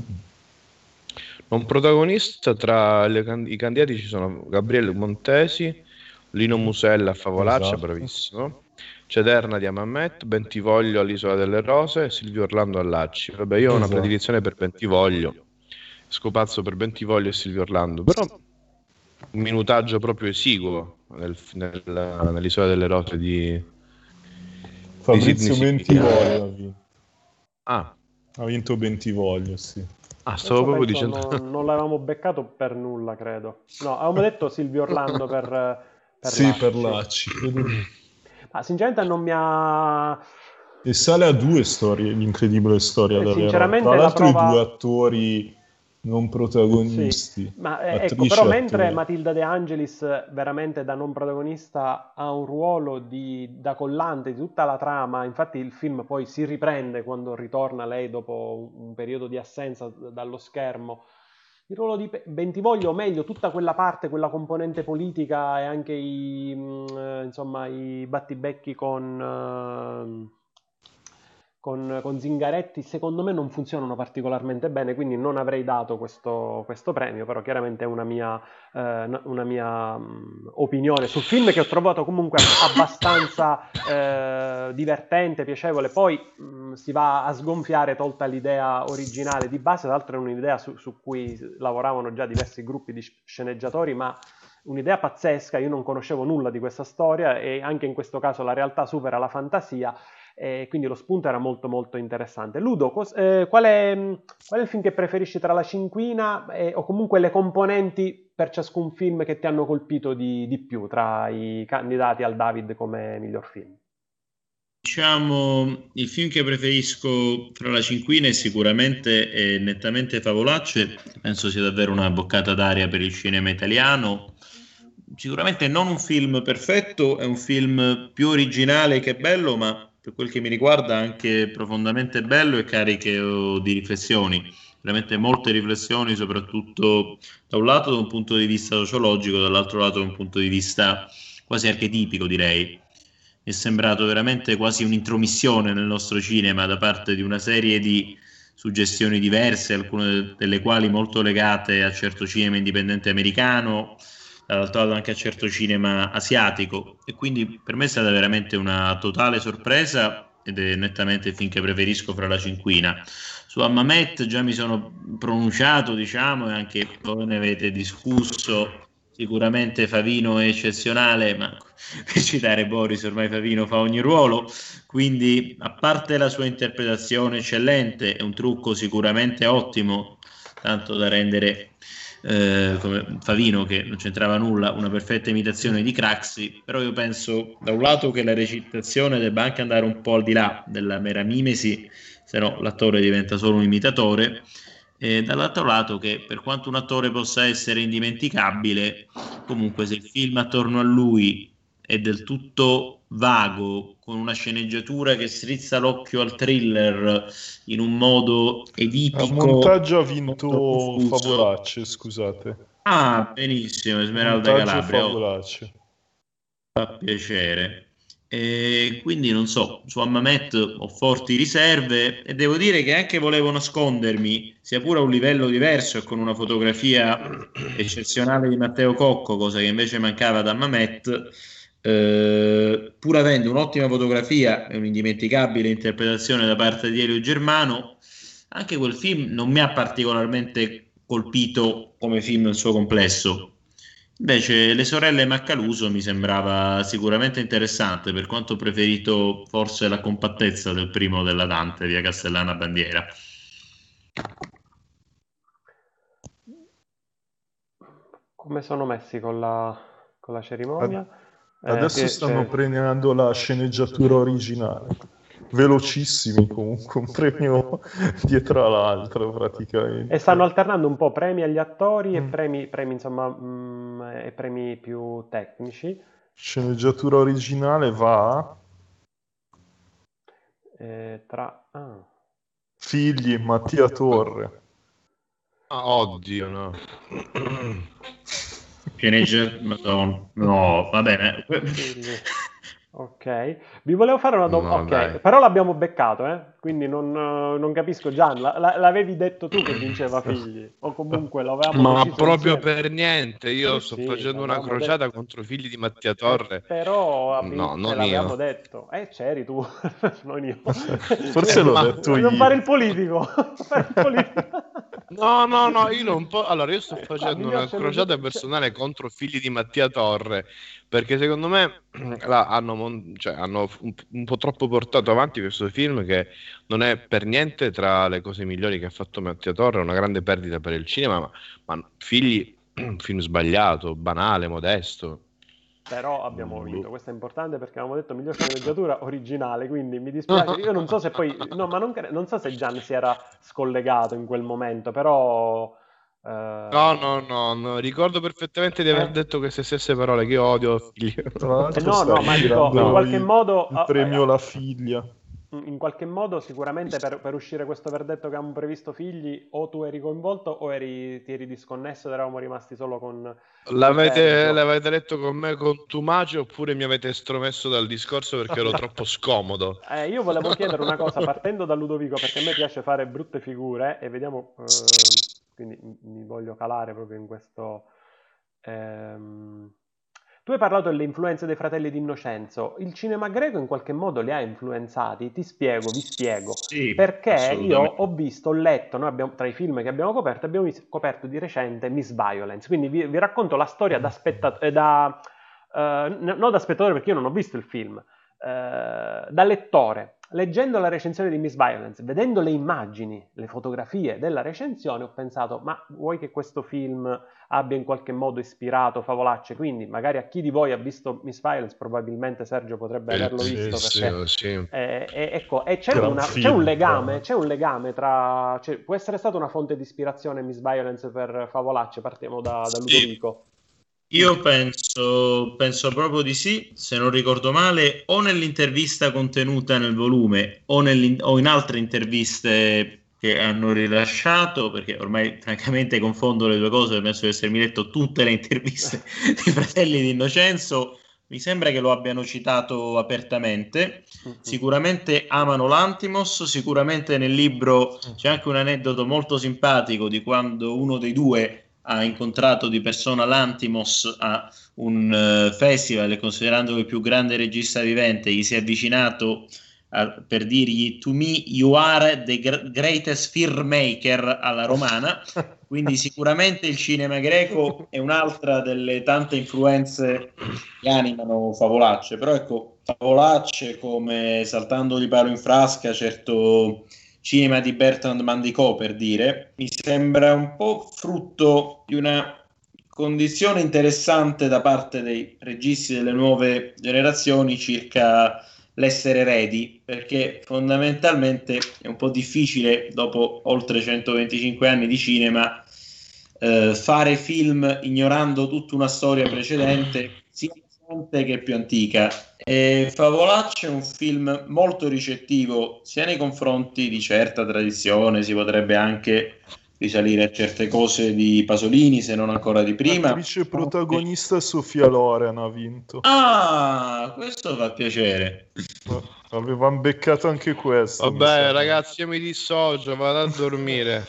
Non protagonista tra le can- i candidati ci sono Gabriele Montesi, Lino Musella a Favolaccia, Esatto. bravissimo. Cederna di Amamet, Bentivoglio all'Isola delle Rose e Silvio Orlando a Lacci. Vabbè, io ho una Esatto. predilizione per Bentivoglio, scopazzo per Bentivoglio e Silvio Orlando, però un minutaggio proprio esiguo nel- nel- nell'Isola delle Rose di, Fabrizio Sidney Bentivoglio ha vinto. Ah, Ha vinto Bentivoglio, sì. ah, stavo Questo proprio penso dicendo... non, non l'avevamo beccato per nulla, credo. No, avevamo detto Silvio Orlando per, per Sì, Lacci. per Lacci, credo di- Ma sinceramente non mi ha... E sale a due storie, l'incredibile storia Eh, delle Rose. sinceramente Tra la l'altro prova- i due attori non protagonisti. Sì, ma eh, ecco, Attrice però e mentre attore. Matilda De Angelis veramente da non protagonista ha un ruolo di, da collante di tutta la trama, infatti il film poi si riprende quando ritorna lei dopo un, un periodo di assenza dallo schermo. Il ruolo di Pe- Bentivoglio, o meglio, tutta quella parte, quella componente politica e anche i, mh, eh, insomma, i battibecchi con, con, con Zingaretti secondo me non funzionano particolarmente bene, quindi non avrei dato questo, questo premio, però chiaramente è una mia, eh, una mia mh, opinione sul film, che ho trovato comunque abbastanza eh, divertente, piacevole. Poi mh, si va a sgonfiare tolta l'idea originale di base, tra l'altro è un'idea su, su cui lavoravano già diversi gruppi di sceneggiatori, ma un'idea pazzesca, io non conoscevo nulla di questa storia e anche in questo caso la realtà supera la fantasia, e quindi lo spunto era molto molto interessante. Ludo, cos- eh, qual, è, qual è il film che preferisci tra La Cinquina e, o comunque le componenti per ciascun film che ti hanno colpito di, di più tra i candidati al David come miglior film? Diciamo, il film che preferisco fra La Cinquina è sicuramente è nettamente Favolacce, penso sia davvero una boccata d'aria per il cinema italiano. Sicuramente non un film perfetto, è un film più originale che bello, ma per quel che mi riguarda anche profondamente bello e carico di riflessioni, veramente molte riflessioni, soprattutto da un lato da un punto di vista sociologico, dall'altro lato da un punto di vista quasi archetipico, direi. Mi è sembrato veramente quasi un'intromissione nel nostro cinema da parte di una serie di suggestioni diverse, alcune delle quali molto legate a certo cinema indipendente americano, dall'altro lato anche a certo cinema asiatico, e quindi per me è stata veramente una totale sorpresa ed è nettamente il film che preferisco fra La Cinquina. Su Hammamet già mi sono pronunciato, diciamo, e anche voi ne avete discusso. Sicuramente Favino è eccezionale, ma per citare Boris, ormai Favino fa ogni ruolo, quindi a parte la sua interpretazione eccellente, è un trucco sicuramente ottimo, tanto da rendere eh, come Favino, che non c'entrava nulla, una perfetta imitazione di Craxi. Però io penso da un lato che la recitazione debba anche andare un po' al di là della mera mimesi, se no l'attore diventa solo un imitatore, e dall'altro lato che per quanto un attore possa essere indimenticabile, comunque se il film attorno a lui è del tutto vago, con una sceneggiatura che strizza l'occhio al thriller in un modo edipico. A montaggio ha vinto Favolacce, scusate. Ah, benissimo, Esmeralda Calabria. Favolacce. Fa piacere. E quindi non so, su Hammamet ho forti riserve e devo dire che anche volevo nascondermi, sia pure a un livello diverso e con una fotografia eccezionale di Matteo Cocco, cosa che invece mancava ad Hammamet, eh, pur avendo un'ottima fotografia e un'indimenticabile interpretazione da parte di Elio Germano, anche quel film non mi ha particolarmente colpito come film nel suo complesso. Invece Le sorelle Maccaluso mi sembrava sicuramente interessante, per quanto ho preferito forse la compattezza del primo della Dante, via Castellana Bandiera. Come sono messi con la, con la cerimonia? Adesso eh, stanno c'è... premiando la sceneggiatura originale. Velocissimi comunque, un premio dietro all'altro praticamente. E stanno alternando un po' premi agli attori e Mm. premi, premi insomma, mm, e premi più tecnici. Sceneggiatura originale va Eh, tra... ah. Figli, Mattia Torre. Ah, oddio, no. Sceneggiatura, Madonna, no, va bene. Quindi, ok, vi volevo fare una domanda, No, ok, dai. però l'abbiamo beccato, eh? Quindi non, eh, non capisco, Gian, la- la- l'avevi detto tu che vinceva Figli, o comunque l'avevamo Ma deciso proprio insieme. per niente, io Sì, sto sì, facendo una l'avevamo crociata detto. contro Figli di Mattia Eh, Torre. però ha No, vinto, non te l'avevamo io. detto, eh c'eri tu, non io. Forse l'ho Ma- detto Non io. fare il politico, fare il politico. No, no, no, io non po- Allora, io sto Eh, qua, facendo miglior una crociata sceneggiatore- personale contro Figli di Mattia Torre, perché secondo me la- hanno, mon- cioè, hanno un, un po' troppo portato avanti questo film, che non è per niente tra le cose migliori che ha fatto Mattia Torre, è una grande perdita per il cinema, ma, ma Figli, un film sbagliato, banale, modesto. Però abbiamo Mm, vinto, boh. questo è importante perché avevamo detto miglior sceneggiatura originale, quindi mi dispiace, io non so se poi, no, ma non, cre- non so se Gian si era scollegato in quel momento, però... eh, No, no, no, no, ricordo perfettamente di aver Eh? detto queste stesse parole, che io odio Figli. Tra l'altro Eh, no, sta no, ma dico, girando in qualche il, modo... il ah, premio eh, La Figlia. in qualche modo sicuramente per, per uscire questo verdetto che avevamo previsto figli, o tu eri coinvolto o eri, ti eri disconnesso ed eravamo rimasti solo con... L'avete, l'avete letto con me contumace oppure mi avete estromesso dal discorso perché ero troppo scomodo? Eh, io volevo chiedere una cosa, partendo da Ludovico, perché a me piace fare brutte figure e vediamo, eh, quindi mi voglio calare proprio in questo... Ehm... Tu hai parlato delle influenze dei fratelli di Innocenzo. Il cinema greco in qualche modo li ha influenzati? Ti spiego, vi spiego. Sì, Perché io ho visto, ho letto, noi abbiamo, tra i film che abbiamo coperto, abbiamo coperto di recente Miss Violence. Quindi vi, vi racconto la storia da spettatore, da, eh, non da spettatore perché io non ho visto il film, eh, da lettore. Leggendo la recensione di Miss Violence, vedendo le immagini, le fotografie della recensione, ho pensato, ma vuoi che questo film abbia in qualche modo ispirato Favolacce? Quindi magari a chi di voi ha visto Miss Violence, probabilmente Sergio potrebbe averlo sì, visto. Sì, perché, sì. eh, eh, ecco, e c'è, una, film, c'è un legame, c'è un legame tra... Cioè, può essere stata una fonte di ispirazione Miss Violence per Favolacce? Partiamo da, da Ludovico. Io penso, penso proprio di sì, se non ricordo male, o nell'intervista contenuta nel volume o, o in altre interviste che hanno rilasciato, perché ormai francamente confondo le due cose, penso di essermi letto tutte le interviste dei fratelli di Innocenzo, mi sembra che lo abbiano citato apertamente. Sicuramente amano l'Antimos, sicuramente nel libro c'è anche un aneddoto molto simpatico di quando uno dei due ha incontrato di persona l'Antimos a un uh, festival, considerandolo il più grande regista vivente, gli si è avvicinato a, per dirgli "to me you are the greatest filmmaker" alla romana. Quindi sicuramente il cinema greco è un'altra delle tante influenze che animano Favolacce, però ecco, Favolacce, come saltando di palo in frasca, certo cinema di Bertrand Mandicot, per dire, mi sembra un po' frutto di una condizione interessante da parte dei registi delle nuove generazioni circa l'essere ready, perché fondamentalmente è un po' difficile dopo oltre centoventicinque anni di cinema eh, fare film ignorando tutta una storia precedente, sia recente che più antica. E Favolacce è un film molto ricettivo sia nei confronti di certa tradizione, si potrebbe anche risalire a certe cose di Pasolini, se non ancora di prima. L'attrice protagonista Sofia Loren ha vinto. Ah, questo fa piacere. Avevamo beccato anche questo. Vabbè, ragazzi, io mi dissocio, vado a dormire.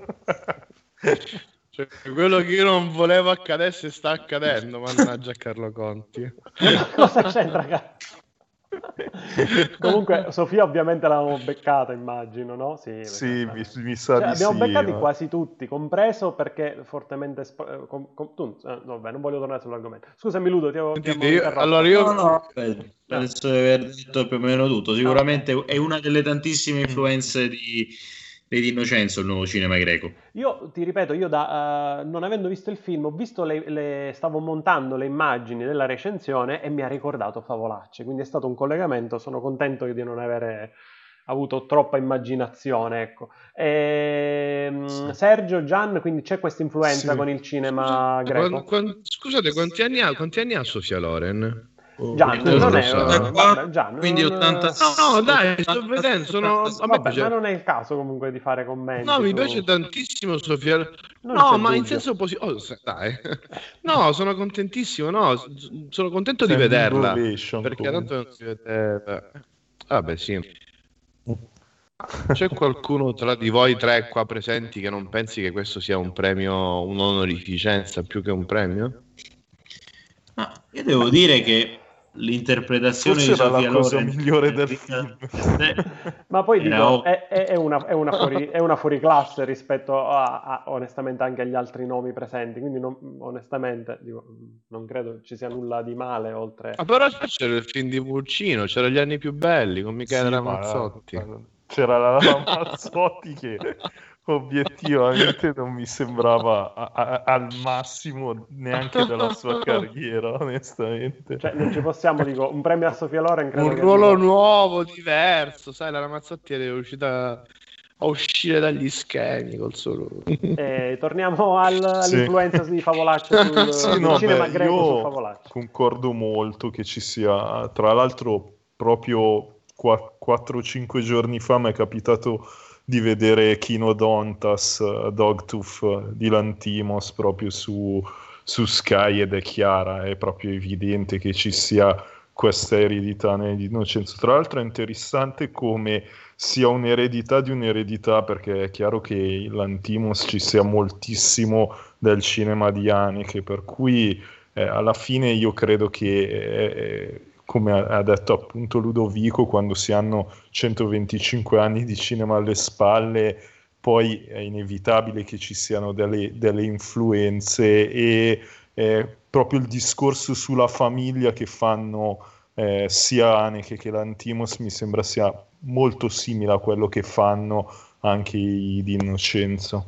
Cioè, quello che io non volevo accadesse sta accadendo, mannaggia a Carlo Conti. Cosa c'entra, ragazzi? Comunque Sofia ovviamente l'avevamo beccata, immagino, no? Sì, sì mi, mi sa cioè, di abbiamo sì, beccati ma... quasi tutti, compreso perché fortemente sp- com- com- tu, eh, vabbè, non voglio tornare sull'argomento. Scusami Ludo, ti avevo, ti avevo io, allora io no, no, penso di aver detto più o meno tutto. Sicuramente okay. È una delle tantissime influenze di di Innocenzo il nuovo cinema greco. Io ti ripeto, io da, uh, non avendo visto il film, ho visto le, le, stavo montando le immagini della recensione e mi ha ricordato Favolacce, quindi è stato un collegamento, sono contento di non avere avuto troppa immaginazione, ecco. E, sì. Sergio, Gian, quindi c'è questa influenza sì. con il cinema Scusa, greco? Quando, quando, scusate, quanti anni ha, quanti anni ha Sofia Loren? Gian, non, non è uh, vabbè, Gian, quindi non, ottanta no, no, dai, sto vedendo, sono a me vabbè, ma non è il caso comunque di fare commenti. No, su... mi piace tantissimo Sofia. Non no, ma dubbio. In senso positivo. Oh, dai. No, sono contentissimo, no, sono contento Sei di vederla perché tanto non si vede. Vabbè, sì. C'è qualcuno tra di voi tre qua presenti che non pensi che questo sia un premio, un'onorificenza più che un premio? Ah, io devo dire che l'interpretazione forse di era Sofia la cosa Loren migliore del film. Ma poi dico, è, è, una, è, una fuori, è una fuoriclasse rispetto a, a onestamente anche agli altri nomi presenti, quindi non, onestamente dico, non credo ci sia nulla di male oltre... Ah, però c'era il film di Pulcino, c'era Gli anni più belli con Michele sì, Ramazzotti. Ma, c'era la Ramazzotti che obiettivamente non mi sembrava a, a, al massimo neanche della sua carriera, onestamente. Cioè non ci possiamo, dico, un premio a Sofia Loren credo un che ruolo dico... nuovo, diverso, sai, la Ramazzotti è riuscita a uscire dagli schemi col solo eh, torniamo al, all'influenza sì. di Favolacce sul, sì, sul no, cinema beh, greco io su Favolacce. Concordo molto che ci sia, tra l'altro proprio qua quattro o cinque giorni fa mi è capitato di vedere Kinodontas, Dogtooth di Lanthimos proprio su, su Sky, ed è chiara, è proprio evidente che ci sia questa eredità nell'innocenza. Tra l'altro è interessante come sia un'eredità di un'eredità, perché è chiaro che in Lanthimos ci sia moltissimo del cinema di Haneke, per cui eh, alla fine io credo che eh, come ha detto appunto Ludovico, quando si hanno centoventicinque anni di cinema alle spalle, poi è inevitabile che ci siano delle, delle influenze, e eh, proprio il discorso sulla famiglia che fanno eh, sia Haneke che Lanthimos mi sembra sia molto simile a quello che fanno anche i di Innocenza.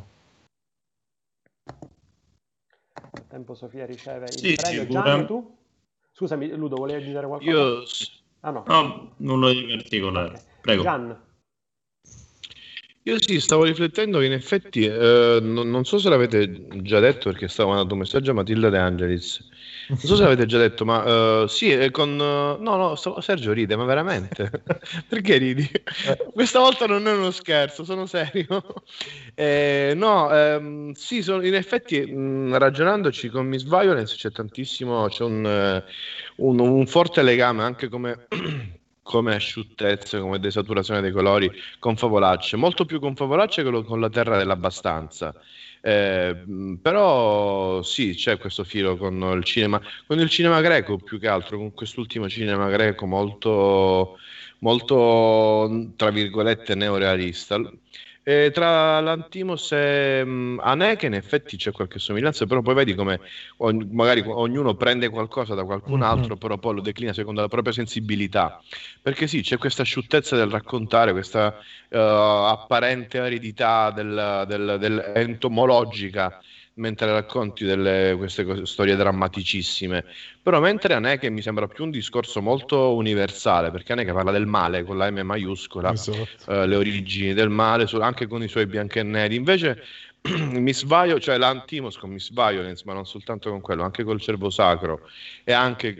Nel tempo Sofia riceve il Sì, premio. sì, Gian, pure- tu? Scusami, Ludo, volevi aggiungere qualcosa? Io Ah no. no, nulla di particolare. Ok. Prego. Gian, Io sì, stavo riflettendo che in effetti, eh, non, non so se l'avete già detto, perché stavo mandando un messaggio a Matilda De Angelis. Non so se l'avete già detto, ma eh, sì, è con... eh, no, no, stavo- Sergio ride, ma veramente? Perché ridi? Questa volta non è uno scherzo, sono serio. Eh, no, ehm, sì, sono- in effetti, mh, ragionandoci con Miss Violence c'è tantissimo, c'è un, eh, un, un forte legame anche come... come asciuttezza, come desaturazione dei colori con Favolacce, molto più con Favolacce che lo- con La Terra dell'Abbastanza. Eh, mh, però sì, c'è questo filo con il cinema, con il cinema greco più che altro, con quest'ultimo cinema greco molto, molto tra virgolette neorealista. E tra Lanthimos e mh, Haneke in effetti c'è qualche somiglianza, però poi vedi come ogn- magari ognuno prende qualcosa da qualcun altro, però poi lo declina secondo la propria sensibilità. Perché sì, c'è questa asciuttezza del raccontare, questa eh, apparente aridità del, del, del- entomologica mentre racconti delle, queste cose- storie drammaticissime. Però mentre Haneke mi sembra più un discorso molto universale, perché Haneke parla del male con la M maiuscola, Esatto. eh, le origini del male, su- anche con i suoi bianchi e neri. Invece Miss Violence, cioè l'Antimos con Miss Violence, ma non soltanto con quello, anche col Cervo Sacro e anche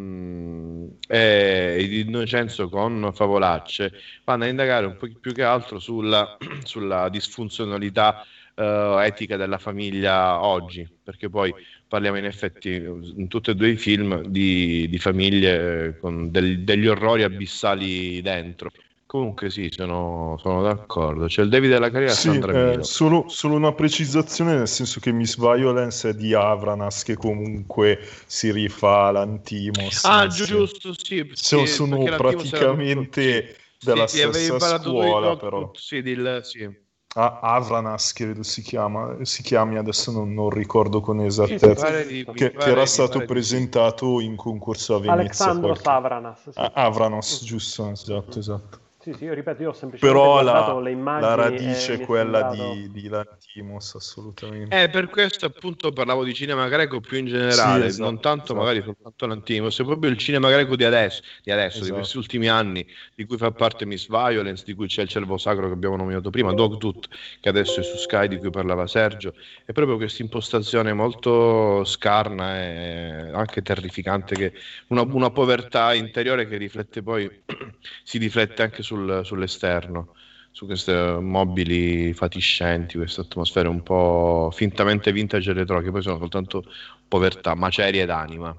ehm, e di Innocenzo con Favolacce, vanno a indagare un po' più che altro sulla, sulla disfunzionalità eh, etica della famiglia oggi, perché poi parliamo in effetti in tutti e due i film di, di famiglie eh, con del- degli orrori abissali dentro. Comunque sì, sono, sono d'accordo. C'è il Davide della carriera e Sì, Sandra eh, Milo. solo, solo una precisazione, nel senso che Miss Violence è di Avranas, che comunque si rifà a Lanthimos. Ah, nel giu- sen- giusto, sì, so- sì, sono perché l'Antimos era tutto, sì, praticamente della sì, avevi stessa parlato tu di scuola, Dog però. Tooth, sì, del, sì. Ah, Avranas credo si chiama, si chiami, adesso non, non ricordo con sì, sì, Mi esattezza, pare sì, di, giusto. mi che, che pare, era mi stato pare di sì. presentato in concorso a Venezia Alexandro qualche... Savranas, sì. Ah, Avranos, Mm. giusto, esatto, Mhm. esatto. Sì, sì, io ripeto, io ho semplicemente Però guardato la, le la immagini e radice mi è è quella sembrato... di, di Lanthimos, assolutamente. Eh, per questo appunto parlavo di cinema greco più in Sì, generale, non esatto, tanto magari esatto, soltanto l'Antimos, è proprio il cinema greco di adesso, di adesso, di questi esatto. ultimi anni, di cui fa parte Miss Violence, di cui c'è il Cervo Sacro che abbiamo nominato prima, Dogtooth, che adesso è su Sky, di cui parlava Sergio, è proprio questa impostazione molto scarna e anche terrificante, che una, una povertà interiore che riflette poi, si riflette anche sul- sull'esterno, su queste mobili fatiscenti, queste atmosfere un po' fintamente vintage e retro, che poi sono soltanto povertà, macerie d'anima.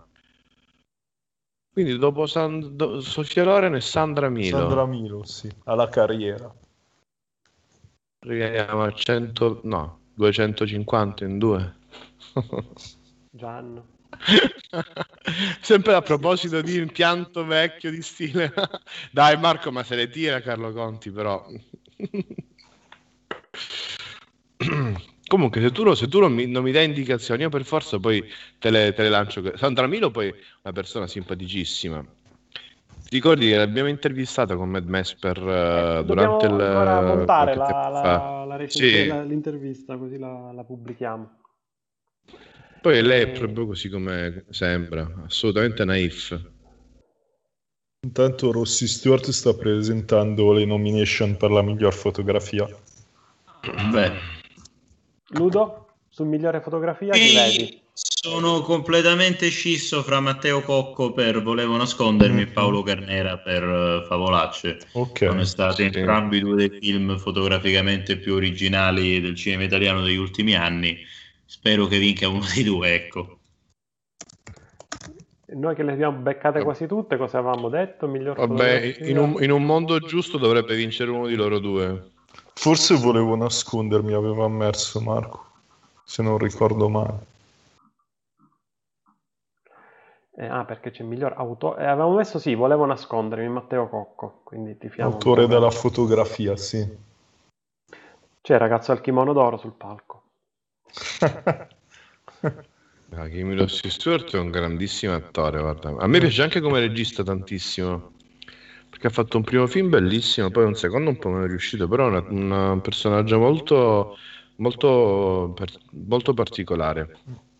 Quindi dopo San- do- Sofia Loren e Sandra Sandra Milo, Milo, sì, alla carriera. arriviamo a cento, no, duecentocinquanta in due. Gian. Sempre a proposito di impianto vecchio di stile. Dai Marco, ma se le tira Carlo Conti, però. Comunque, se tu, lo- se tu non, mi, non mi dai indicazioni, io per forza poi te le, te le lancio. Sandra Milo poi è una persona simpaticissima. Ti ricordi che l'abbiamo intervistata con Mad Mesper Eh, eh, durante dobbiamo ancora il montare qualche la, tempo fa? la, la recensione- Sì, la- l'intervista, così la, la pubblichiamo. poi lei è E... proprio così come sembra, assolutamente naif. Intanto Rossi Stewart sta presentando le nomination per la miglior fotografia. Beh, Ludo, su migliore fotografia chi qui vedi? Sono completamente scisso fra Matteo Cocco per Volevo nascondermi mm-hmm. e Paolo Carnera per uh, Favolacce. Okay. Sono stati entrambi due dei film fotograficamente più originali del cinema italiano degli ultimi anni. Spero che vinca uno dei due, ecco. Noi che le abbiamo beccate quasi tutte, cosa avevamo detto? Miglior Vabbè, in un, in un mondo giusto dovrebbe vincere uno di loro due. Forse Volevo nascondermi, aveva ammesso Marco, se non ricordo male. Eh, ah, perché c'è miglior autore. Eh, avevamo messo sì, Volevo nascondermi, Matteo Cocco. Quindi ti fiamo. Autore della fotografia, sì. C'è il ragazzo al kimono d'oro sul palco. Ah, Camillo Stewart è un grandissimo attore, guarda. A me piace anche come regista tantissimo, perché ha fatto un primo film bellissimo, poi un secondo un po' meno riuscito, però è una, un personaggio molto molto molto particolare.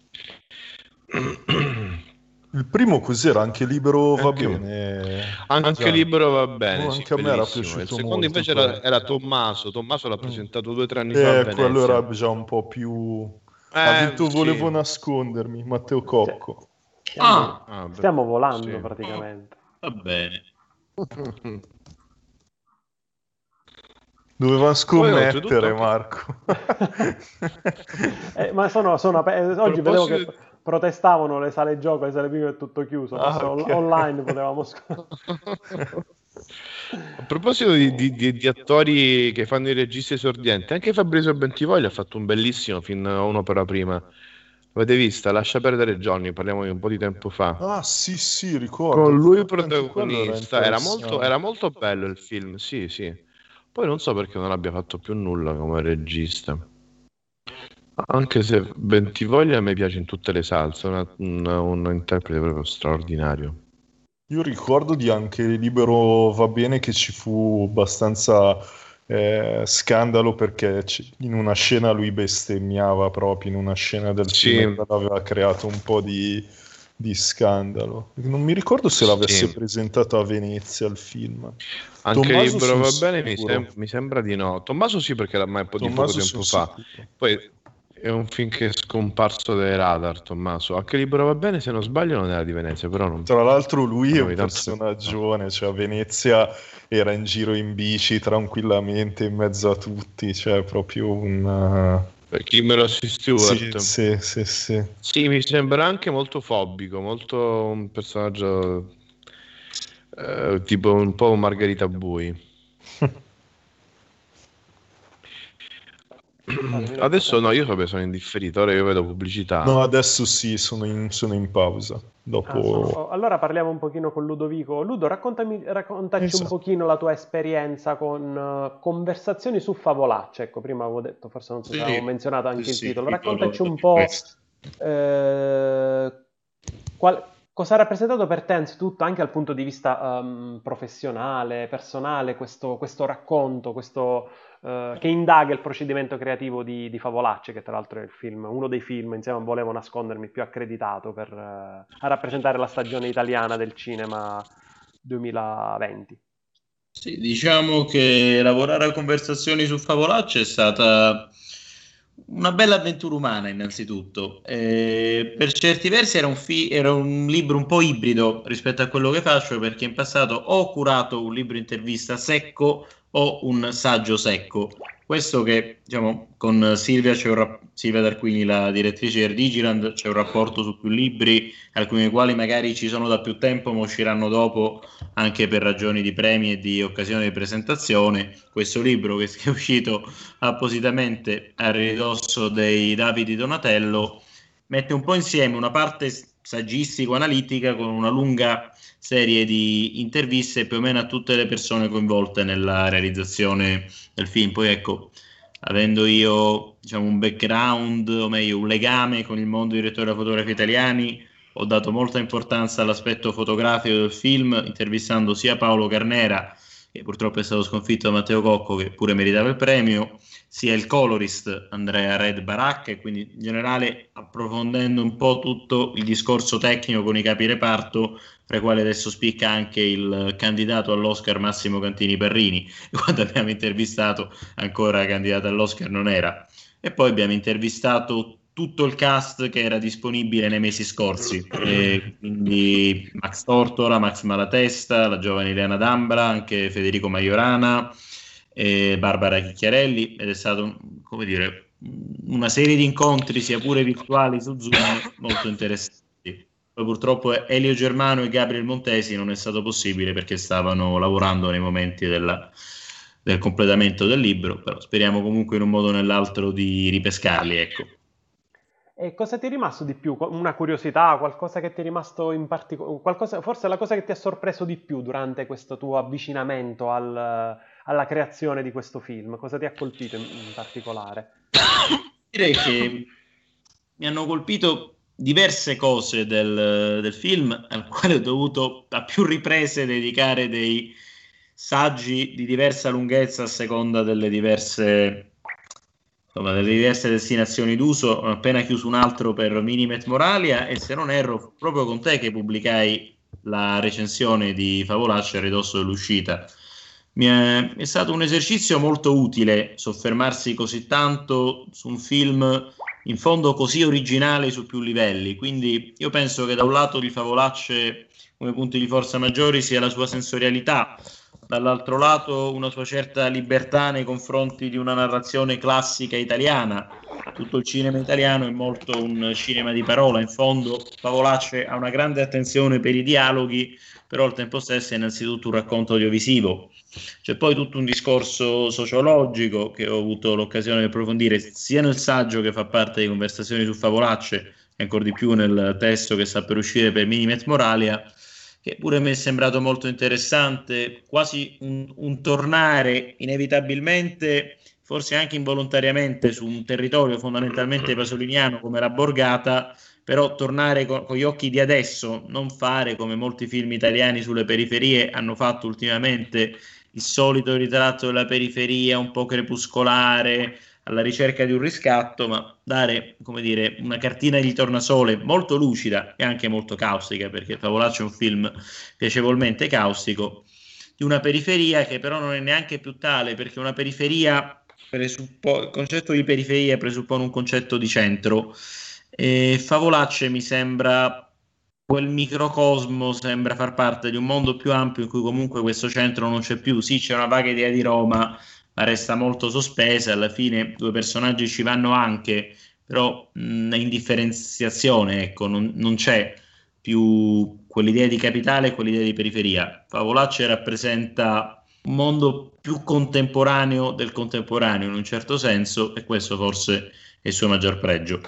Il primo cos'era? Anche Libero va anche, bene. Anche Già. Libero va bene. Oh, sì, anche a me era piaciuto Il secondo molto, invece era, era Tommaso. Tommaso l'ha presentato due o tre anni eh, fa a Venezia. Quello era già un po' più... Eh, ha detto sì. Volevo nascondermi, Matteo Cocco. Stiamo, Ah, stiamo volando sì. praticamente. Va bene. Doveva scommettere oltretutto... Marco. eh, ma sono, sono oggi vedevo che protestavano le sale gioco, le sale prime è tutto chiuso, Ah, okay. online potevamo A proposito di, di, di, di attori che fanno i registi esordienti, anche Fabrizio Bentivoglia ha fatto un bellissimo film, un'opera prima. L'avete vista? Lascia perdere Johnny, parliamo di un po' di tempo fa. Ah sì sì, ricordo. Con lui Anche protagonista, era, era, molto, era molto bello il film, sì sì. Poi non so perché non abbia fatto più nulla come regista. Anche se Bentivoglia a me piace in tutte le salse, è una, una, un interprete proprio straordinario. Io ricordo di Anche Libero va bene che ci fu abbastanza eh, scandalo perché in una scena lui bestemmiava proprio, in una scena del sì. film che aveva creato un po' di, di scandalo. Non mi ricordo se l'avesse sì. presentato a Venezia il film. Anche Tommaso Libero va sicuro. bene, mi, sem- mi sembra di no. Tommaso sì, perché ormai un po' di poco tempo fa. Sicuro. Poi è un film che è scomparso dai radar, Tommaso. Anche Libero va bene, se non sbaglio non era di Venezia, però non... Tra l'altro lui è un tanto... personaggione, cioè a Venezia era in giro in bici tranquillamente in mezzo a tutti, cioè proprio un... Per chi me lo Stewart. Sì, sì, sì, sì. Sì, mi sembra anche molto fobico, molto un personaggio eh, tipo un po' Margherita Bui. Adesso no, io vabbè, sono indifferito, ora io vedo pubblicità. No, adesso sì, sono in, sono in pausa. Dopo... Ah, sono... Allora parliamo un pochino con Ludovico. Ludo, raccontami, raccontaci esatto. un pochino la tua esperienza con uh, conversazioni su Favolacce. Ecco, prima avevo detto, forse non so se sì, avevo menzionato anche sì, il titolo. Sì, raccontaci un po' eh, qual... cosa ha rappresentato per te, anzitutto, anche dal punto di vista um, professionale, personale, questo, questo racconto, questo... Uh, che indaga il procedimento creativo di, di Favolacce, che tra l'altro è il film, uno dei film, insieme a Volevo nascondermi, più accreditato per, uh, a rappresentare la stagione italiana del cinema duemilaventi. Sì, diciamo che lavorare a Conversazioni su Favolacce è stata una bella avventura umana, innanzitutto. Eh, per certi versi era un, fi- era un libro un po' ibrido rispetto a quello che faccio, perché in passato ho curato un libro intervista secco o un saggio secco. Questo che, diciamo, con Silvia, c'è un rap- Silvia D'Arquini, la direttrice del Digiland, c'è un rapporto su più libri, alcuni dei quali magari ci sono da più tempo, ma usciranno dopo anche per ragioni di premi e di occasione di presentazione. Questo libro che è uscito appositamente a ridosso dei Davidi Donatello mette un po' insieme una parte saggistico-analitica con una lunga serie di interviste più o meno a tutte le persone coinvolte nella realizzazione del film. Poi ecco, avendo io diciamo un background, o meglio un legame con il mondo dei direttori della fotografia italiani, ho dato molta importanza all'aspetto fotografico del film, intervistando sia Paolo Carnera, che purtroppo è stato sconfitto da Matteo Cocco, che pure meritava il premio, sia il colorist Andrea Red Baracca, e quindi in generale approfondendo un po' tutto il discorso tecnico con i capi reparto, tra i quali adesso spicca anche il candidato all'Oscar Massimo Cantini Parrini, e quando abbiamo intervistato ancora candidato all'Oscar non era. E poi abbiamo intervistato tutto il cast che era disponibile nei mesi scorsi, e quindi Max Tortora, Max Malatesta, la giovane Ileana D'Ambra, anche Federico Majorana e Barbara Chicchiarelli, ed è stato, come dire, una serie di incontri sia pure virtuali su Zoom molto interessanti. Poi purtroppo Elio Germano e Gabriel Montesi non è stato possibile perché stavano lavorando nei momenti della, del completamento del libro, però speriamo comunque in un modo o nell'altro di ripescarli, ecco. E cosa ti è rimasto di più? Una curiosità, qualcosa che ti è rimasto in particolare, qualcosa, forse la cosa che ti ha sorpreso di più durante questo tuo avvicinamento al, alla creazione di questo film? Cosa ti ha colpito in, in particolare? Direi che mi hanno colpito diverse cose del, del film, al quale ho dovuto a più riprese dedicare dei saggi di diversa lunghezza a seconda delle diverse... Insomma, delle diverse destinazioni d'uso. Ho appena chiuso un altro per Minimet Moralia e, se non erro, proprio con te che pubblicai la recensione di Favolacci a ridosso dell'uscita. Mi è, è stato un esercizio molto utile soffermarsi così tanto su un film in fondo così originale su più livelli, quindi io penso che da un lato di Favolacci come punti di forza maggiori sia la sua sensorialità, dall'altro lato una sua certa libertà nei confronti di una narrazione classica italiana. Tutto il cinema italiano è molto un cinema di parola, in fondo Favolacci ha una grande attenzione per i dialoghi, però al tempo stesso è innanzitutto un racconto audiovisivo. C'è poi tutto un discorso sociologico che ho avuto l'occasione di approfondire sia nel saggio che fa parte di Conversazioni su Favolacci e ancora di più nel testo che sta per uscire per Minimet Moralia, che pure mi è sembrato molto interessante, quasi un, un tornare inevitabilmente, forse anche involontariamente, su un territorio fondamentalmente pasoliniano come la Borgata, però tornare con, con gli occhi di adesso, non fare come molti film italiani sulle periferie hanno fatto ultimamente, il solito ritratto della periferia un po' crepuscolare, alla ricerca di un riscatto, ma dare, come dire, una cartina di tornasole molto lucida e anche molto caustica, perché Favolacci è un film piacevolmente caustico, di una periferia che però non è neanche più tale, perché una periferia, presuppo- il concetto di periferia presuppone un concetto di centro, e Favolacci mi sembra quel microcosmo, sembra far parte di un mondo più ampio in cui comunque questo centro non c'è più. Sì, c'è una vaga idea di Roma, ma resta molto sospesa. Alla fine due personaggi ci vanno anche, però mh, in differenziazione, ecco, non, non c'è più quell'idea di capitale e quell'idea di periferia. Favolacci rappresenta un mondo più contemporaneo del contemporaneo in un certo senso, e questo forse è il suo maggior pregio.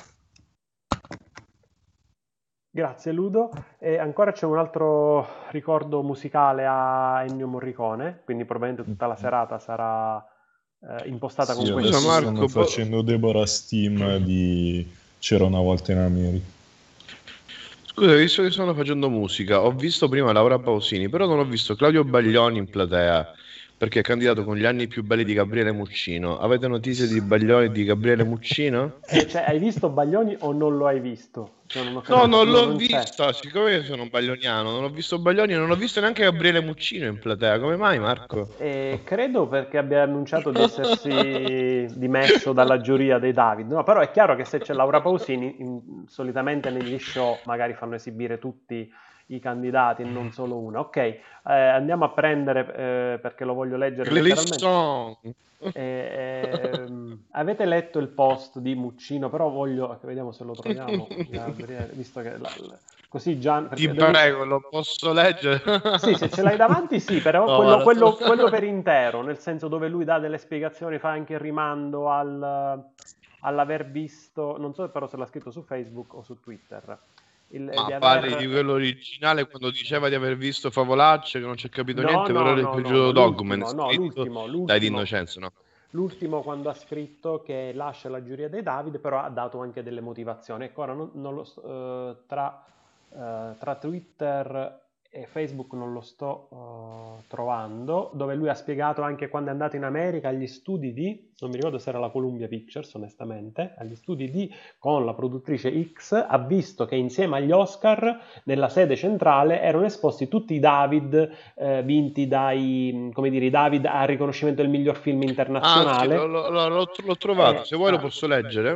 Grazie Ludo. E ancora c'è un altro ricordo musicale a Ennio Morricone, quindi probabilmente tutta la serata sarà eh, impostata Sì, con adesso questo. Marco, stanno po- facendo Deborah Steam di C'era una volta in America. Scusa, visto che stanno facendo musica, ho visto prima Laura Pausini, però non ho visto Claudio Baglioni in platea, perché è candidato con gli anni più belli di Gabriele Muccino. Avete notizie di Baglioni e di Gabriele Muccino? Eh, cioè, hai visto Baglioni o non lo hai visto? Cioè, non ho No, capito. non l'ho non c'è. vista, siccome io sono baglioniano, non ho visto Baglioni e non ho visto neanche Gabriele Muccino in platea. Come mai, Marco? E credo perché abbia annunciato di essersi dimesso dalla giuria dei David. No, però è chiaro che se c'è Laura Pausini, in- solitamente negli show magari fanno esibire tutti i candidati e non solo uno. Ok, eh, andiamo a prendere, eh, perché lo voglio leggere letteralmente. Song. Eh, ehm, avete letto il post di Muccino, però voglio, vediamo se lo troviamo, Gabriele, visto che la- la- così già... Ti perché devi- prego, lo posso leggere? Sì, se ce l'hai davanti sì, però No, quello, guarda, quello- sto- quello per intero, nel senso dove lui dà delle spiegazioni, fa anche il rimando al, all'aver visto, non so però se l'ha scritto su Facebook o su Twitter, il, Ma di parli aver... di quello originale quando diceva di aver visto Favolacci, che non ci ha capito No, niente, no, però era il no, no, piaciuto no, Dogman, l'ultimo, no, scritto l'ultimo, dai l'ultimo. D'Innocenzo, no? L'ultimo quando ha scritto che lascia la giuria dei David, però ha dato anche delle motivazioni. Ecco, ora non, non lo so, eh, tra, eh, tra Twitter e Facebook non lo sto eh, trovando, dove lui ha spiegato anche quando è andato in America agli studi di, non mi ricordo se era la Columbia Pictures, onestamente, agli studi di, con la produttrice X, ha visto che insieme agli Oscar, nella sede centrale, erano esposti tutti i David eh, vinti dai, come dire, i David al riconoscimento del miglior film Ah, sì, internazionale. l'ho, l'ho- l'ho- l'ho trovato, Eh, se vuoi lo ah, posso leggere.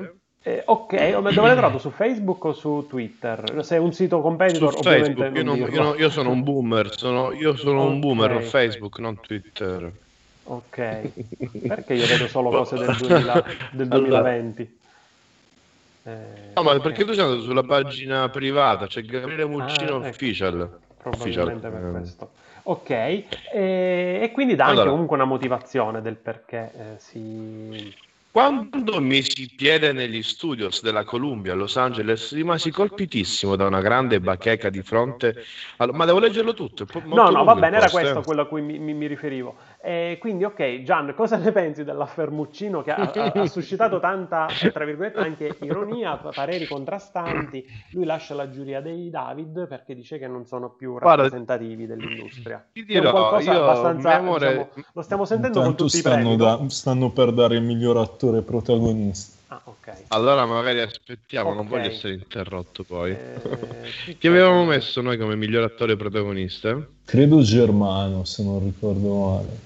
Eh, ok, ma dove l'hai trovato? Su Facebook o su Twitter? Se è un sito competitor, Su ovviamente Facebook, io, non non- io dirlo. non- io sono un boomer, sono, io sono un boomer, ho Ok, Facebook, non Twitter. ok. Perché io vedo solo cose del duemila del Allora, duemilaventi. Eh, no, ma perché ok. tu sei andato sulla pagina privata, c'è Gabriele Muccino Ah, ecco, Official. Official. probabilmente per ehm. questo. Ok, e, e quindi dà anche Allora, comunque una motivazione del perché eh, si... quando misi piede negli studios della Columbia a Los Angeles, rimasi colpitissimo da una grande bacheca di fronte. al- Ma devo leggerlo tutto, è po- No, molto no, va lungo il bene, era post. questo eh. a quello a cui mi, mi- mi riferivo. E quindi, ok, Gian, cosa ne pensi dell'affermuccino che ha, ha- ha suscitato tanta, eh, tra virgolette, anche ironia, pa- pareri contrastanti? Lui lascia la giuria dei David perché dice che non sono più Guarda, rappresentativi dell'industria. ti Che è un dirò, qualcosa io abbastanza, memore. diciamo, lo stiamo sentendo con Intanto tutti i premi, stanno, da- no? stanno per dare il miglior attore protagonista. Ah, ok. Allora magari aspettiamo, non Ok. voglio essere interrotto poi. Eh, chi Chi c'è avevamo che- messo noi come miglior attore protagonista? Credo Germano, se non ricordo male.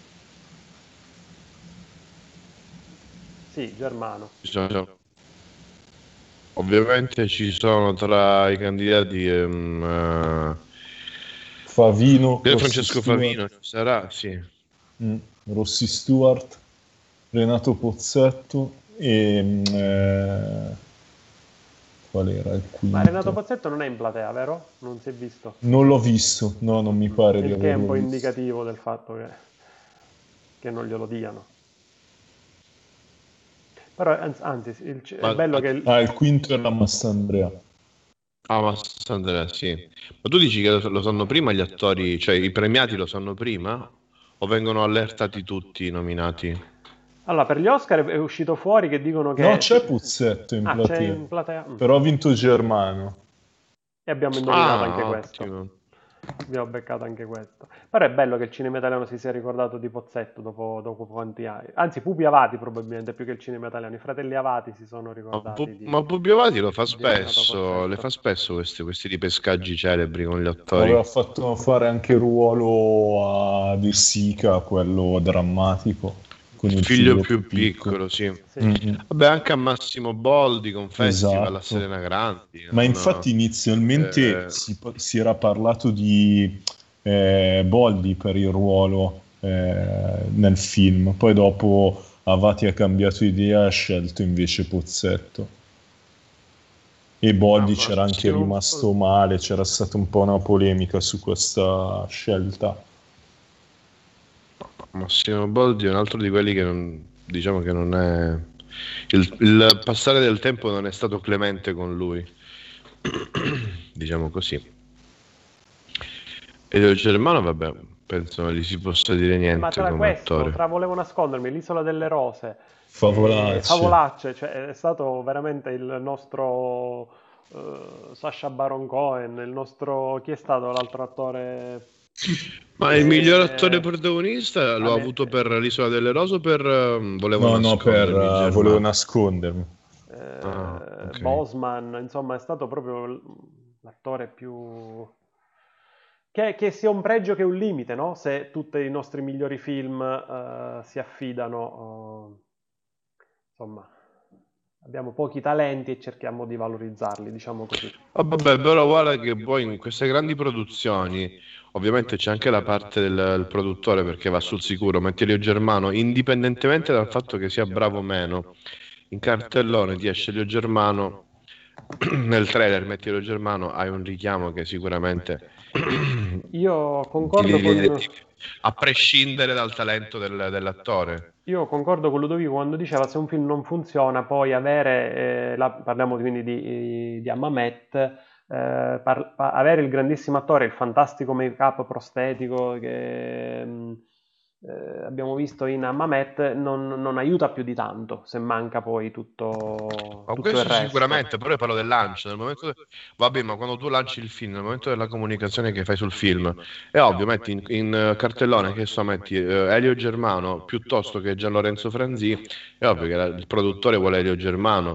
Sì, Germano. Ci sono- Ovviamente ci sono tra i candidati ehm, eh, Favino, Pier Rossi Francesco Stewart, Favino, ci sarà, sì. mm, Rossi Stewart, Renato Pozzetto e mm, eh, qual era il Ma Renato quinto? Pozzetto non è in platea, vero? Non si è visto. Non l'ho visto, no, non mi pare di Il che è un averlo po' visto. indicativo del fatto che, che non glielo diano. Però, anzi, anzi, il- è Ma, bello che... il- Ah, il quinto era Mastandrea. ah, ma Sandra, sì. Ma tu dici che lo, lo sanno prima gli attori, cioè i premiati lo sanno prima? O vengono allertati tutti i nominati? Allora, per gli Oscar è uscito fuori che dicono che... No, c'è Pozzetto in Ah, c'è platea, in platea? Mm. però ha vinto Germano. E abbiamo indovinato anche Ah, questo. ottimo. Abbiamo beccato anche questo. Però è bello che il cinema italiano si sia ricordato di Pozzetto dopo, dopo quanti anni. Anzi, Pupi Avati probabilmente più che il cinema italiano. I fratelli Avati si sono Ma, ricordati Pu- di, ma Pubbio Avati lo fa di Renato spesso, Pozzetto. le fa spesso questi, questi ripescaggi celebri con gli Aveva attori. fatto fare anche il ruolo a De Sica, quello drammatico, con il Figlio più piccolo, sì. Sì. Mm-mm. Vabbè, anche a Massimo Boldi con Festival, a Esatto. Serena Grandi. Ma non- infatti inizialmente eh, si, si era parlato di eh, Boldi per il ruolo eh, nel film, poi dopo Avati ha cambiato idea e ha scelto invece Pozzetto. E Boldi Ah, ma c'era anche Massimo rimasto male, c'era stata un po' una polemica su questa scelta. Massimo Boldi è un altro di quelli che non, diciamo che non è il, il passare del tempo non è stato clemente con lui, diciamo così. E del Germano, vabbè, penso non gli si possa dire niente Ma tra come questo, attore. tra Volevo nascondermi, l'Isola delle Rose, Favolacce. e Favolacce, cioè è stato veramente il nostro eh, Sacha Baron Cohen, il nostro... chi è stato l'altro attore? Ma il Eh, miglior attore protagonista lo a ha me- avuto per l'Isola delle Rose o per um, Volevo No, no, per nascondermi, eh, Germano? volevo nascondermi. eh, Ah, ok. Bosman, insomma è stato proprio l- l'attore più... Che, che sia un pregio che un limite, no? Se tutti i nostri migliori film eh, si affidano, eh, insomma, abbiamo pochi talenti e cerchiamo di valorizzarli, diciamo così. Ah, vabbè, però guarda che poi in queste grandi produzioni, ovviamente c'è anche la parte del, del produttore perché va sul sicuro, metti Elio Germano, indipendentemente dal fatto che sia bravo o meno, in cartellone ti esce Elio Germano, nel trailer metti Elio Germano, hai un richiamo che sicuramente Io ti concordo devi- con, a prescindere dal talento del- dell'attore. io concordo con Ludovico quando diceva se un film non funziona, poi avere, eh, la- parliamo quindi di, di Hammamet, eh, par- pa- avere il grandissimo attore, il fantastico make-up prostetico che mh, eh, abbiamo visto in Hammamet non, non aiuta più di tanto se manca poi tutto, Ma tutto il questo resto. sicuramente, però io parlo del lancio, nel momento vabbè, ma quando tu lanci il film, nel momento della comunicazione che fai sul film, è ovvio, metti in, in, eh, cartellone, che so, metti eh, Elio Germano piuttosto che Gian Lorenzo Franzì, è ovvio che la- il produttore vuole Elio Germano,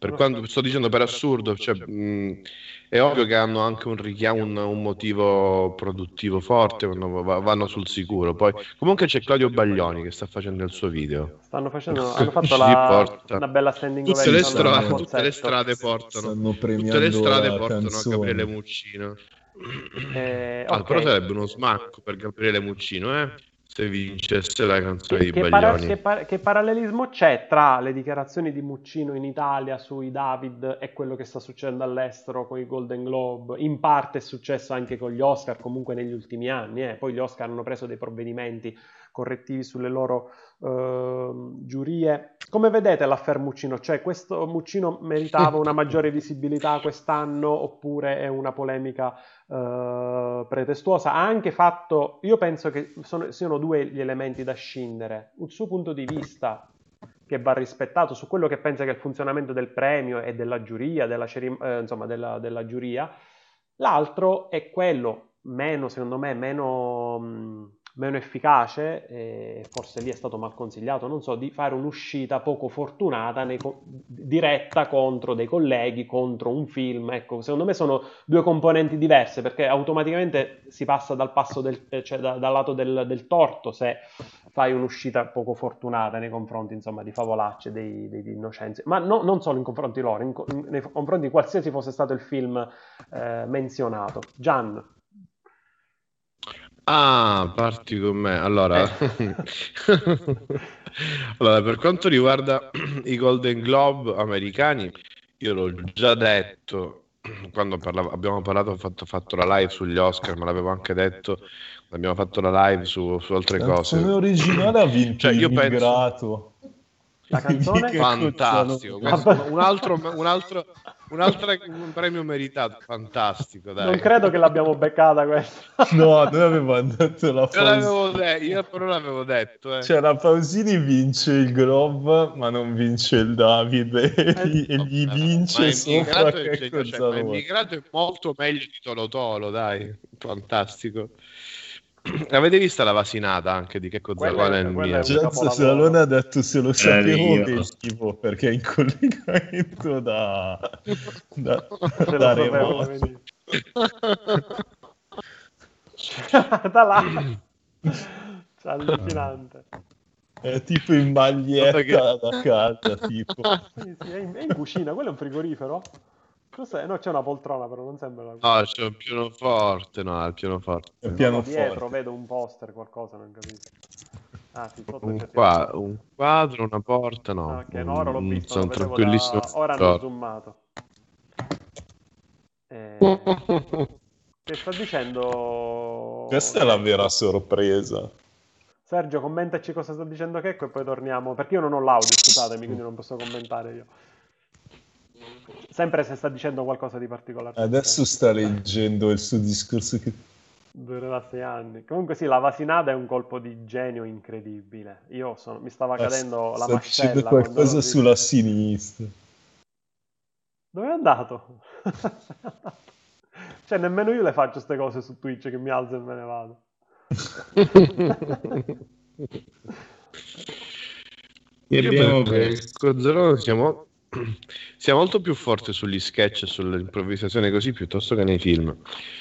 Per quanto sto dicendo per assurdo, cioè, mh, è ovvio che hanno anche un richiamo, un, un motivo produttivo forte, vanno sul sicuro. Poi comunque c'è Claudio Baglioni che sta facendo il suo video. Stanno facendo, hanno fatto la, una bella standing tutte le, ovation. stra- tutte le strade portano, stanno tutte le strade portano canzone. a Gabriele Muccino. Eh, ah, okay. Però sarebbe uno smacco per Gabriele Muccino, eh? Se vincesse la canzone che, di che Baglioni. Para- che, par- che parallelismo c'è tra le dichiarazioni di Muccino in Italia sui David e quello che sta succedendo all'estero con i Golden Globe? In parte è successo anche con gli Oscar, comunque negli ultimi anni. Eh. Poi gli Oscar hanno preso dei provvedimenti correttivi sulle loro eh, giurie. Come vedete l'affair Muccino? Cioè, questo Muccino meritava una maggiore visibilità quest'anno oppure è una polemica Uh, pretestuosa? Ha anche fatto, io penso che sono, siano due gli elementi da scindere: il suo punto di vista che va rispettato su quello che pensa che è il funzionamento del premio e della giuria, della, cerim- eh, insomma della, della giuria. L'altro è quello meno, secondo me, meno, mh, meno efficace, e forse lì è stato mal consigliato, non so, di fare un'uscita poco fortunata nei, diretta contro dei colleghi, contro un film. Ecco, secondo me sono due componenti diverse, perché automaticamente si passa dal passo del, cioè da, dal lato del, del torto se fai un'uscita poco fortunata nei confronti, insomma, di favolacce, dei, dei, dei innocenzi, ma no, non solo in confronti loro, in, in, nei confronti di qualsiasi fosse stato il film eh, menzionato. Gian. Ah, parti con me. Allora, eh. allora, per quanto riguarda i Golden Globe americani, io l'ho già detto quando parlavo, abbiamo parlato, ho fatto, fatto la live sugli Oscar, ma l'avevo anche detto quando abbiamo fatto la live su, su altre la cose. La canzone originale ha vinto cioè, io Immigrato. Penso... La canzone? Fantastico, questo, un altro, un altro, un altro un premio meritato, fantastico, dai. Non credo che l'abbiamo beccata questa. No, noi avevamo detto la Pausini. Io, l'avevo de- io però l'avevo detto. Eh. Cioè la Pausini vince il Globe, ma non vince il David e, eh, e gli vince sopra che è, cioè, ma Immigrato è molto meglio di Tolo Tolo, dai, fantastico. Avete vista la vasinata anche di Checco Zalone nel mio? Gianza Salone ha detto se lo sapevo venivo perché è in collegamento da da, da remoto. Da là. C'è allucinante. È tipo in maglietta che... da casa, tipo. Sì, sì, è in, è in cucina, quello è un frigorifero? Cos'è? No, c'è una poltrona, però non sembra la No, c'è un pianoforte, no, il pianoforte. È il pianoforte. Dietro vedo un poster, qualcosa, non capisco. Ah, sì, sotto un, qua, un quadro, una porta, no. Ah, ok, no, ora l'ho visto, sono lo tranquillissimo. Da... Ora hanno zoomato. Eh... Che sta dicendo... Questa è la vera sorpresa. Sergio, commentaci cosa sta dicendo Checco e poi torniamo, perché io non ho l'audio, scusatemi, quindi non posso commentare io. Sempre se sta dicendo qualcosa di particolare. Adesso sta leggendo il suo discorso che... Durerà sei anni. Comunque sì, la vasinata è un colpo di genio incredibile. Io sono... mi stava cadendo sta la mascella. Sta dicendo qualcosa sulla sinistra. Dove è andato? Cioè, nemmeno io le faccio queste cose su Twitch che mi alzo e me ne vado. Io abbiamo con Zero siamo, siamo molto più forti sugli sketch e sull'improvvisazione così piuttosto che nei film.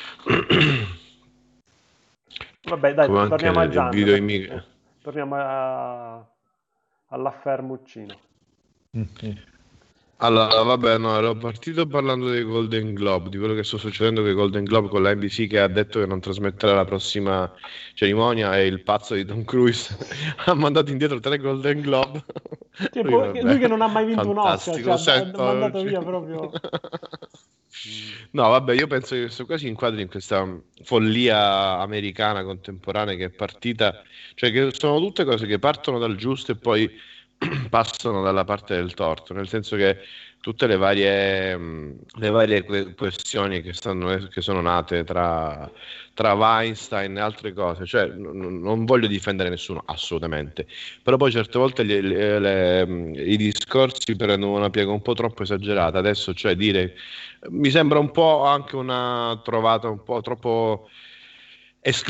Vabbè, dai, come torniamo a Gian. Video immig- torniamo a... all'affair Muccino. Mm-hmm. Allora, vabbè, no, ero partito parlando dei Golden Globe, di quello che sta succedendo con i Golden Globe, con la N B C che ha detto che non trasmetterà la prossima cerimonia e il pazzo di Tom Cruise ha mandato indietro tre Golden Globe. Che lui, vabbè, lui che non ha mai vinto un Oscar, cioè, ha mandato oggi. via proprio... No, vabbè, io penso che questo qua si inquadri in questa follia americana contemporanea che è partita, cioè che sono tutte cose che partono dal giusto e poi passano dalla parte del torto, nel senso che tutte le varie, le varie questioni che, stanno, che sono nate tra, tra Weinstein e altre cose, cioè n- non voglio difendere nessuno assolutamente, però poi certe volte le, le, le, i discorsi prendono una piega un po' troppo esagerata. Adesso, cioè, dire mi sembra un po' anche una trovata un po' troppo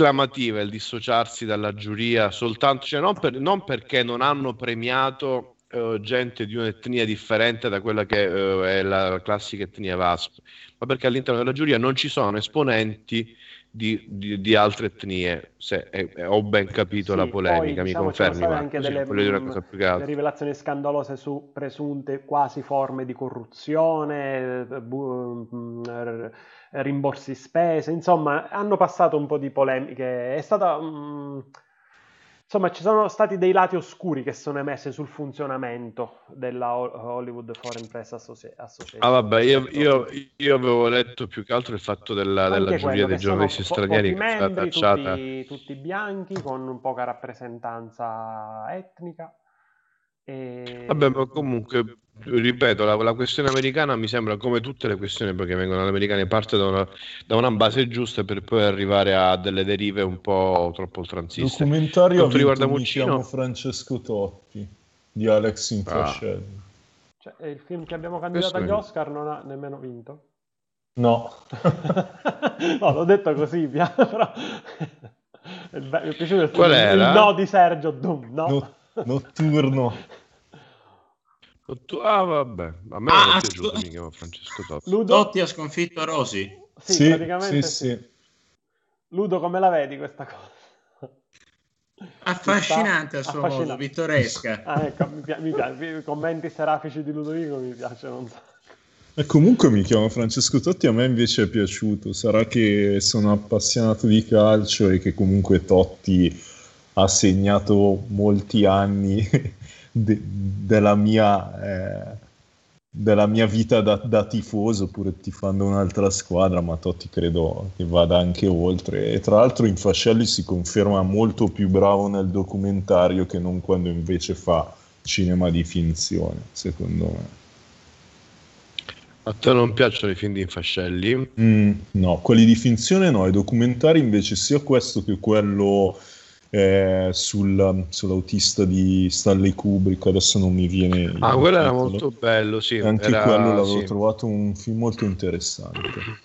esclamativa il dissociarsi dalla giuria soltanto, cioè non, per, non perché non hanno premiato uh, gente di un'etnia differente da quella che uh, è la classica etnia Vasco, ma perché all'interno della giuria non ci sono esponenti di, di, di altre etnie, se eh, ho ben capito Sì, la polemica, poi, mi diciamo, ci sono confermi? state Ma anche così delle, non voglio dire una mh, cosa più che delle altro. rivelazioni scandalose su presunte quasi forme di corruzione, eh, bu- mh, r- rimborsi spese, insomma, hanno passato un po' di polemiche. È stata, mh, insomma, ci sono stati dei lati oscuri che sono emersi sul funzionamento della Ho- Hollywood Foreign Press Associ- Ah, Association vabbè, io, rispetto. io- io avevo letto più che altro il fatto della, della Anche giuria quello, dei che sono giornalisti po- stranieri pochi che è stata membri, tacciata. tutti, tutti bianchi, con poca rappresentanza etnica. Vabbè, E... ma comunque, ripeto, la, la questione americana mi sembra come tutte le questioni che vengono alle americane, parte da una, da una base giusta per poi arrivare a delle derive un po' troppo oltranziste. Per Documentario ha quanto vinto riguarda Mi chiamo Muccino, Francesco Totti di Alex ah, Infascelli. Cioè, è il film che abbiamo candidato questo agli mi... Oscar non ha nemmeno vinto. No, No, l'ho detto così, via, però... è be- mi è piaciuto Qual il, il no era? di Sergio, dum, no. no- Notturno. Tu- Ah, vabbè, a me non Ah, è ha piaciuto, sc- mi chiamo Francesco Totti. Ludo? Totti ha sconfitto Rossi. Sì, Sì, sì, praticamente sì. sì. Ludo, come la vedi questa cosa? Affascinante a Ci sta? suo modo, Affascinante. pittoresca. Ah, ecco, mi, pi- mi piace. I commenti serafici di Ludovico mi piacciono un sacco. E comunque Mi chiamo Francesco Totti, a me invece è piaciuto. Sarà che sono appassionato di calcio e che comunque Totti ha segnato molti anni de- della mia, eh, della mia vita da, da tifoso, pur tifando un'altra squadra, ma Totti credo che vada anche oltre. E tra l'altro Infascelli si conferma molto più bravo nel documentario che non quando invece fa cinema di finzione, secondo me. A te non piacciono i film di Infascelli? Mm, no, quelli di finzione no, i documentari invece sia questo che quello eh, sul- sull'autista di Stanley Kubrick, adesso non mi viene il Ah, quello era titolo. molto bello, sì. E anche Era, quello l'avevo sì. trovato un film molto interessante.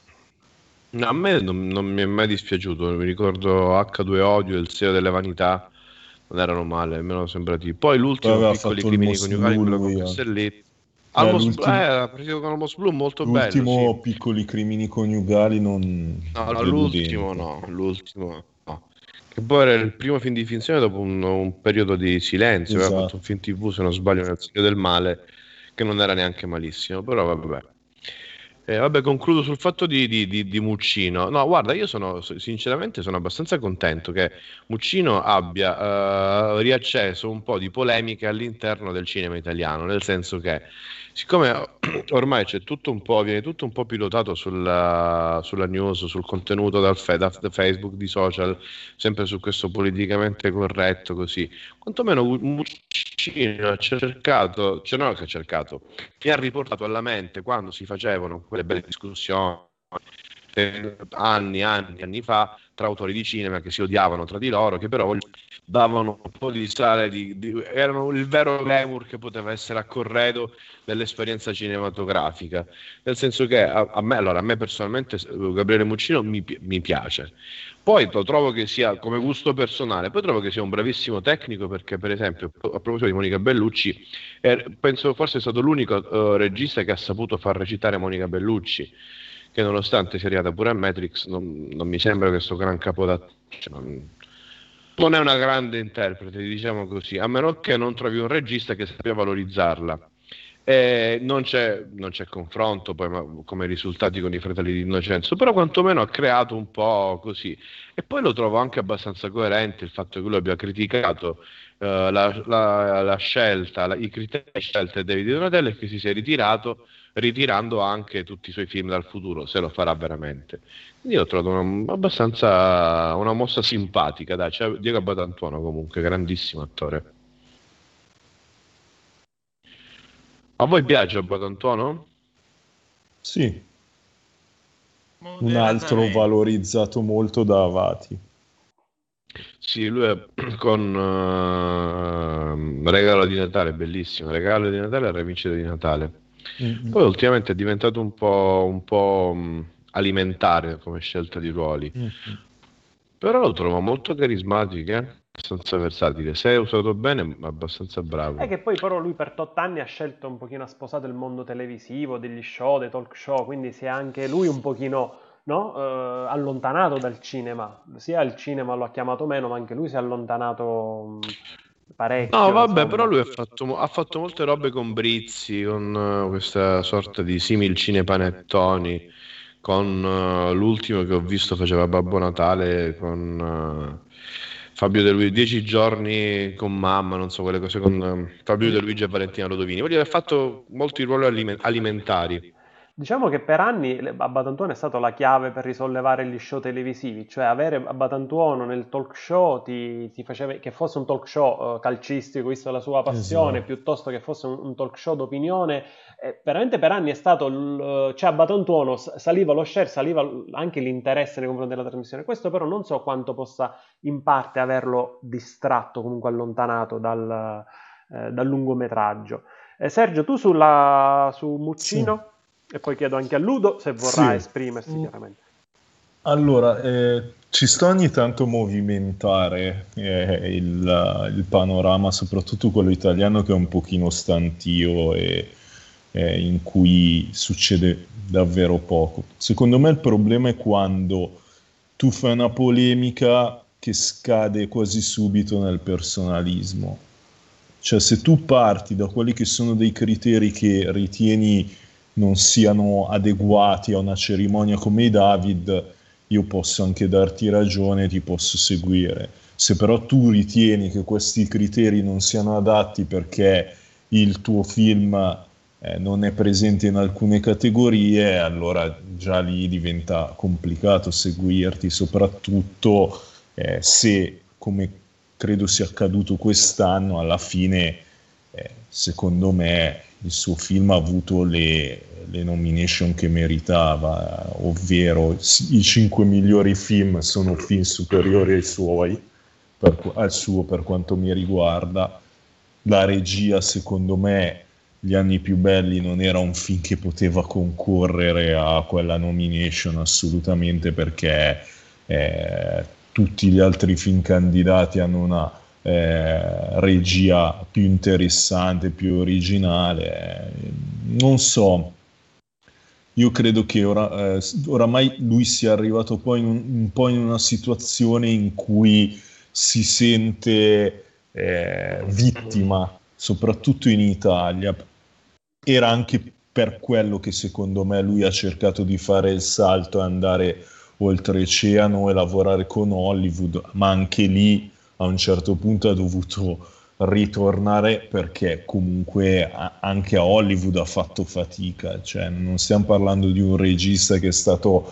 No, a me non, non mi è mai dispiaciuto. Mi ricordo acca due Odio e Il seno delle vanità. Non erano male, me lo sembrati. Poi Poi l'ultimo, aveva Piccoli fatto il crimini Mos coniugali, Blu quello con lui, eh. Castelletti. Eh, Al Mos Blu, l'ultimo, eh, era partito con il Mos Blu, molto bello, l'ultimo sì. Piccoli crimini coniugali non No, no, l'ultimo deludente. no, l'ultimo no. Che poi era il primo film di finzione dopo un, un periodo di silenzio. Aveva fatto un Esatto. film tivù, se non sbaglio, nel segno del male, che non era neanche malissimo, però vabbè. Eh, vabbè, concludo sul fatto di, di, di, di Muccino. No, guarda, io sono sinceramente sono abbastanza contento che Muccino abbia eh, riacceso un po' di polemiche all'interno del cinema italiano, nel senso che siccome ormai c'è tutto un po', viene tutto un po' pilotato sulla, sulla news, sul contenuto dal fe- da, da Facebook, di social, sempre su questo politicamente corretto, così, quantomeno Muccino ha cercato, cioè non che ha cercato, mi ha riportato alla mente quando si facevano quelle belle discussioni eh, anni, anni, anni fa tra autori di cinema che si odiavano tra di loro, che però davano un po' di sale, di, di, erano il vero glamour che poteva essere a corredo dell'esperienza cinematografica, nel senso che a, a me, allora a me personalmente Gabriele Muccino mi, mi piace. Poi lo trovo che sia come gusto personale, poi trovo che sia un bravissimo tecnico perché per esempio a proposito di Monica Bellucci eh, penso forse è stato l'unico eh, regista che ha saputo far recitare Monica Bellucci, che nonostante sia arrivata pure a Matrix non, non mi sembra questo gran capodatto, cioè, non, non è una grande interprete, diciamo così, a meno che non trovi un regista che sappia valorizzarla. Eh, non, c'è, non c'è confronto poi ma, come risultati con i Fratelli di Innocenzo, però quantomeno ha creato un po' così. E poi lo trovo anche abbastanza coerente il fatto che lui abbia criticato eh, la, la, la scelta, la, i criteri di scelta di David Donatello e che si sia ritirato, ritirando anche tutti i suoi film dal futuro, se lo farà veramente. Quindi io ho trovato una, abbastanza una mossa simpatica, dai. Cioè, Diego Batantuono comunque, grandissimo attore. A voi piace Batantuono? Sì, un altro Moderatamente. valorizzato molto da Avati. Sì, lui è con uh, Regalo di Natale, bellissimo. Regalo di Natale e Rivincita di Natale. Mm-hmm. Poi ultimamente è diventato un po', un po' um, alimentare come scelta di ruoli. Mm-hmm. Però lo trovo molto carismatico. Eh? abbastanza versatile, se è usato bene, ma abbastanza bravo. È che poi però lui per tot anni ha scelto un pochino, ha sposato il mondo televisivo, degli show, dei talk show, quindi si è anche lui un pochino, no, eh, allontanato dal cinema. Sia il cinema lo ha chiamato meno, ma anche lui si è allontanato mh, parecchio, No, vabbè, insomma. però lui ha fatto, mo- ha fatto molte robe con Brizzi, con eh, questa sorta di simil cinepanettoni, con eh, l'ultimo che ho visto faceva Babbo Natale con eh, Fabio De Luigi, Dieci giorni con mamma, non so quelle cose con eh, Fabio De Luigi e Valentina Rodovini. Voglio dire, ha fatto molti ruoli alime- alimentari. Diciamo che per anni le- Abbatantuono è stato la chiave per risollevare gli show televisivi, cioè avere Abbatantuono nel talk show ti, ti faceva che fosse un talk show eh, calcistico, visto la sua passione, Esatto. piuttosto che fosse un, un talk show d'opinione. Eh, veramente per anni è stato, il, cioè Abbatantuono s- saliva lo share, saliva l- anche l'interesse nei confronti della trasmissione. Questo però non so quanto possa in parte averlo distratto, comunque allontanato dal, eh, dal lungometraggio. Eh, Sergio, tu sulla, su Sì. Muccino? E poi chiedo anche a Ludo se vorrà Sì. esprimersi Mm. chiaramente. Allora, eh, ci sto ogni tanto a movimentare eh, il, il panorama, soprattutto quello italiano, che è un pochino stantio e eh, in cui succede davvero poco. Secondo me il problema è quando tu fai una polemica che scade quasi subito nel personalismo. Cioè, se tu parti da quelli che sono dei criteri che ritieni non siano adeguati a una cerimonia come i David, io posso anche darti ragione, ti posso seguire. Se però tu ritieni che questi criteri non siano adatti perché il tuo film eh, non è presente in alcune categorie, allora già lì diventa complicato seguirti, soprattutto eh, se, come credo sia accaduto quest'anno, alla fine, eh, secondo me, il suo film ha avuto le, le nomination che meritava, ovvero i cinque migliori film sono film superiori ai suoi, per, al suo per quanto mi riguarda. La regia, secondo me, Gli anni più belli non era un film che poteva concorrere a quella nomination assolutamente, perché eh, tutti gli altri film candidati hanno una eh, regia più interessante, più originale. Non so, io credo che ora, eh, oramai lui sia arrivato poi in un, un po' in una situazione in cui si sente eh, vittima, soprattutto in Italia. Era anche per quello che secondo me lui ha cercato di fare il salto e andare oltreoceano e lavorare con Hollywood, ma anche lì a un certo punto ha dovuto ritornare perché comunque anche a Hollywood ha fatto fatica, cioè non stiamo parlando di un regista che è stato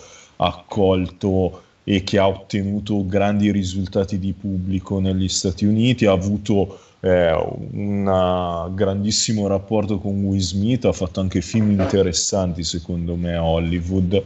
accolto e che ha ottenuto grandi risultati di pubblico negli Stati Uniti, ha avuto eh, un grandissimo rapporto con Will Smith, ha fatto anche film interessanti secondo me a Hollywood,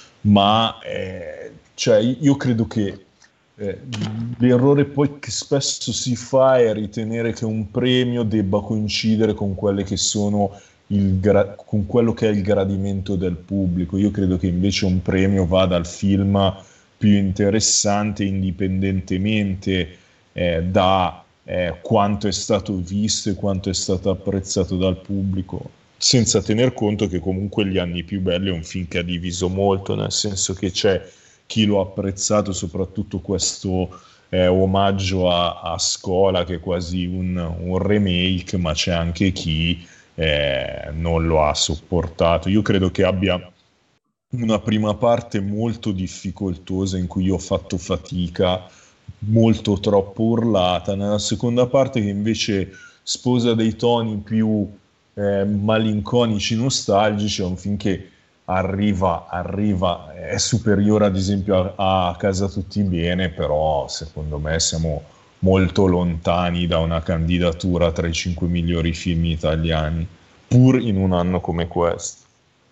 ma eh, cioè, io credo che Eh, l'errore poi che spesso si fa è ritenere che un premio debba coincidere con quelle che sono il gra- con quello che è il gradimento del pubblico. Io credo che invece un premio vada al film più interessante indipendentemente eh, da eh, quanto è stato visto e quanto è stato apprezzato dal pubblico, senza tener conto che comunque Gli anni più belli è un film che ha diviso molto, nel senso che c'è chi lo ha apprezzato, soprattutto questo eh, omaggio a, a Scola, che è quasi un, un remake, ma c'è anche chi eh, non lo ha sopportato. Io credo che abbia una prima parte molto difficoltosa in cui io ho fatto fatica, molto troppo urlata, nella seconda parte che invece sposa dei toni più eh, malinconici, nostalgici, è un film che arriva, arriva, è superiore ad esempio a, a Casa Tutti Bene, però secondo me siamo molto lontani da una candidatura tra i cinque migliori film italiani, pur in un anno come questo.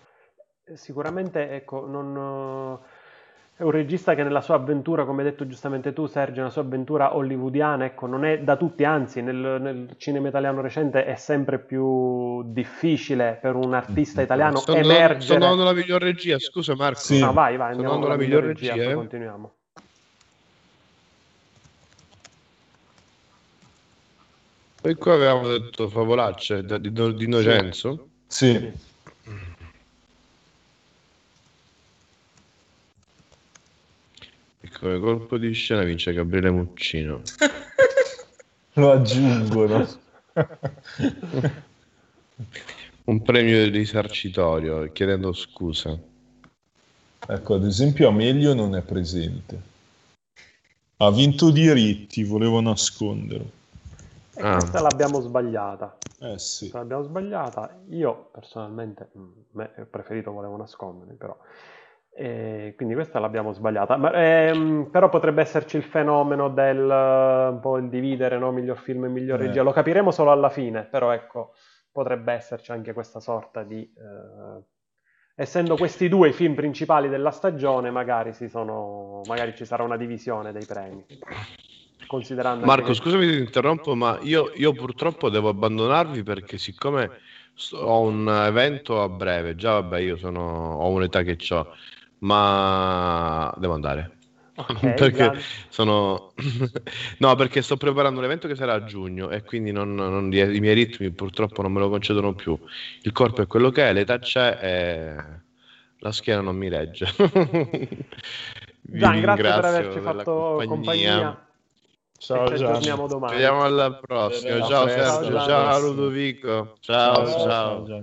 Sicuramente, ecco, non, è un regista che nella sua avventura, come hai detto giustamente tu, Sergio, nella sua avventura hollywoodiana, ecco, non è da tutti, anzi, nel, nel cinema italiano recente è sempre più difficile per un artista italiano sto emergere. Sto andando la miglior regia, scusa Marco. Sì. No, vai, vai, Sto andiamo andando con la la miglior miglior regia, regia, poi eh. continuiamo. Poi qua avevamo detto favolacce da- di, di Innocenzo. Sì, E come colpo di scena vince Gabriele Muccino. lo aggiungono. Un premio risarcitorio chiedendo scusa. Ecco, ad esempio Amelio non è presente. Ha vinto diritti, volevo nasconderlo. E Ah. questa l'abbiamo sbagliata. Eh sì. Questa l'abbiamo sbagliata. Io personalmente mm, me, ho preferito Volevo nascondermi, però. E quindi questa l'abbiamo sbagliata. Ma, ehm, però potrebbe esserci il fenomeno del eh, un po' il dividere, no? Miglior film e miglior Eh. regia. Lo capiremo solo alla fine, però ecco, potrebbe esserci anche questa sorta di... eh, essendo questi due i film principali della stagione, magari, si sono, magari ci sarà una divisione dei premi. Considerando Marco, anche che... scusami ti interrompo, ma io, io purtroppo devo abbandonarvi perché siccome sto- ho un evento a breve, già vabbè io sono, ho un'età che ho, ma devo andare. Ok, Perché grande. sono... No, perché sto preparando un evento che sarà a giugno e quindi non, non- i miei ritmi purtroppo non me lo concedono più. Il corpo è quello che è, l'età c'è e la schiena non mi regge. Vi Gian, grazie per averci ringrazio della fatto compagnia. compagnia e Ciao ci Gianni. aggiorniamo Ci domani. vediamo alla prossima. A Ciao presto, Sergio, Ciao, alla Gian. ciao prossima. Ludovico. Ciao, Ciao, ciao, ciao ciao. Gianni.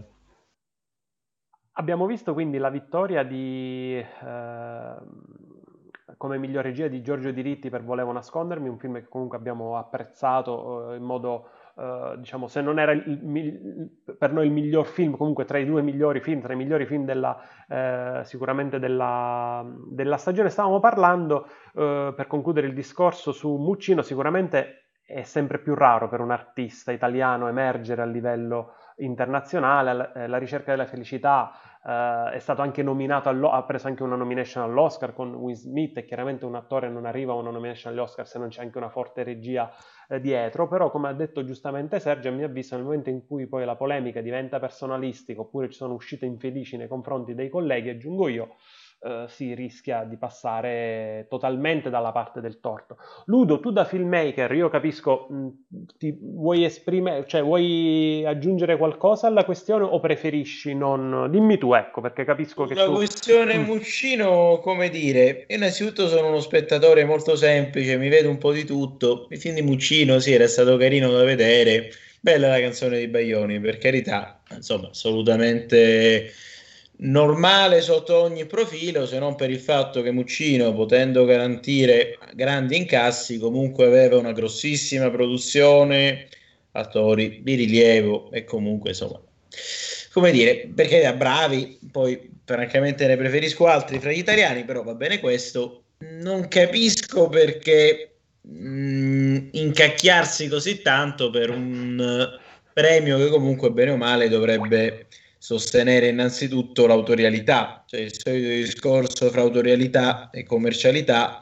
Abbiamo visto quindi la vittoria di, eh, come miglior regia di Giorgio Diritti per Volevo nascondermi, un film che comunque abbiamo apprezzato eh, in modo, eh, diciamo, se non era il, il, per noi il miglior film, comunque tra i due migliori film, tra i migliori film della, eh, sicuramente della, della stagione. Stavamo parlando, eh, per concludere il discorso, su Muccino. Sicuramente è sempre più raro per un artista italiano emergere a livello internazionale. La, la ricerca della felicità Uh, è stato anche nominato, ha preso anche una nomination all'Oscar con Will Smith, e chiaramente un attore non arriva a una nomination agli Oscar se non c'è anche una forte regia eh, dietro. Però, come ha detto giustamente Sergio, a mio avviso nel momento in cui poi la polemica diventa personalistica oppure ci sono uscite infelici nei confronti dei colleghi, aggiungo io, eh, si rischia di passare totalmente dalla parte del torto. Ludo, tu da filmmaker, io capisco, mh, ti vuoi esprimere, cioè vuoi aggiungere qualcosa alla questione o preferisci non... Dimmi tu, ecco, perché capisco che La tu... questione Mm. Muccino, come dire, io innanzitutto sono uno spettatore molto semplice, mi vedo un po' di tutto. Il film di Muccino, sì, era stato carino da vedere, bella la canzone di Baglioni, per carità, insomma, assolutamente normale sotto ogni profilo, se non per il fatto che Muccino, potendo garantire grandi incassi, comunque aveva una grossissima produzione, attori di rilievo e comunque, insomma, come dire, perché da bravi, poi francamente ne preferisco altri fra gli italiani, però va bene questo. Non capisco perché mh, incacchiarsi così tanto per un premio che comunque bene o male dovrebbe sostenere innanzitutto l'autorialità, cioè il solito discorso fra autorialità e commercialità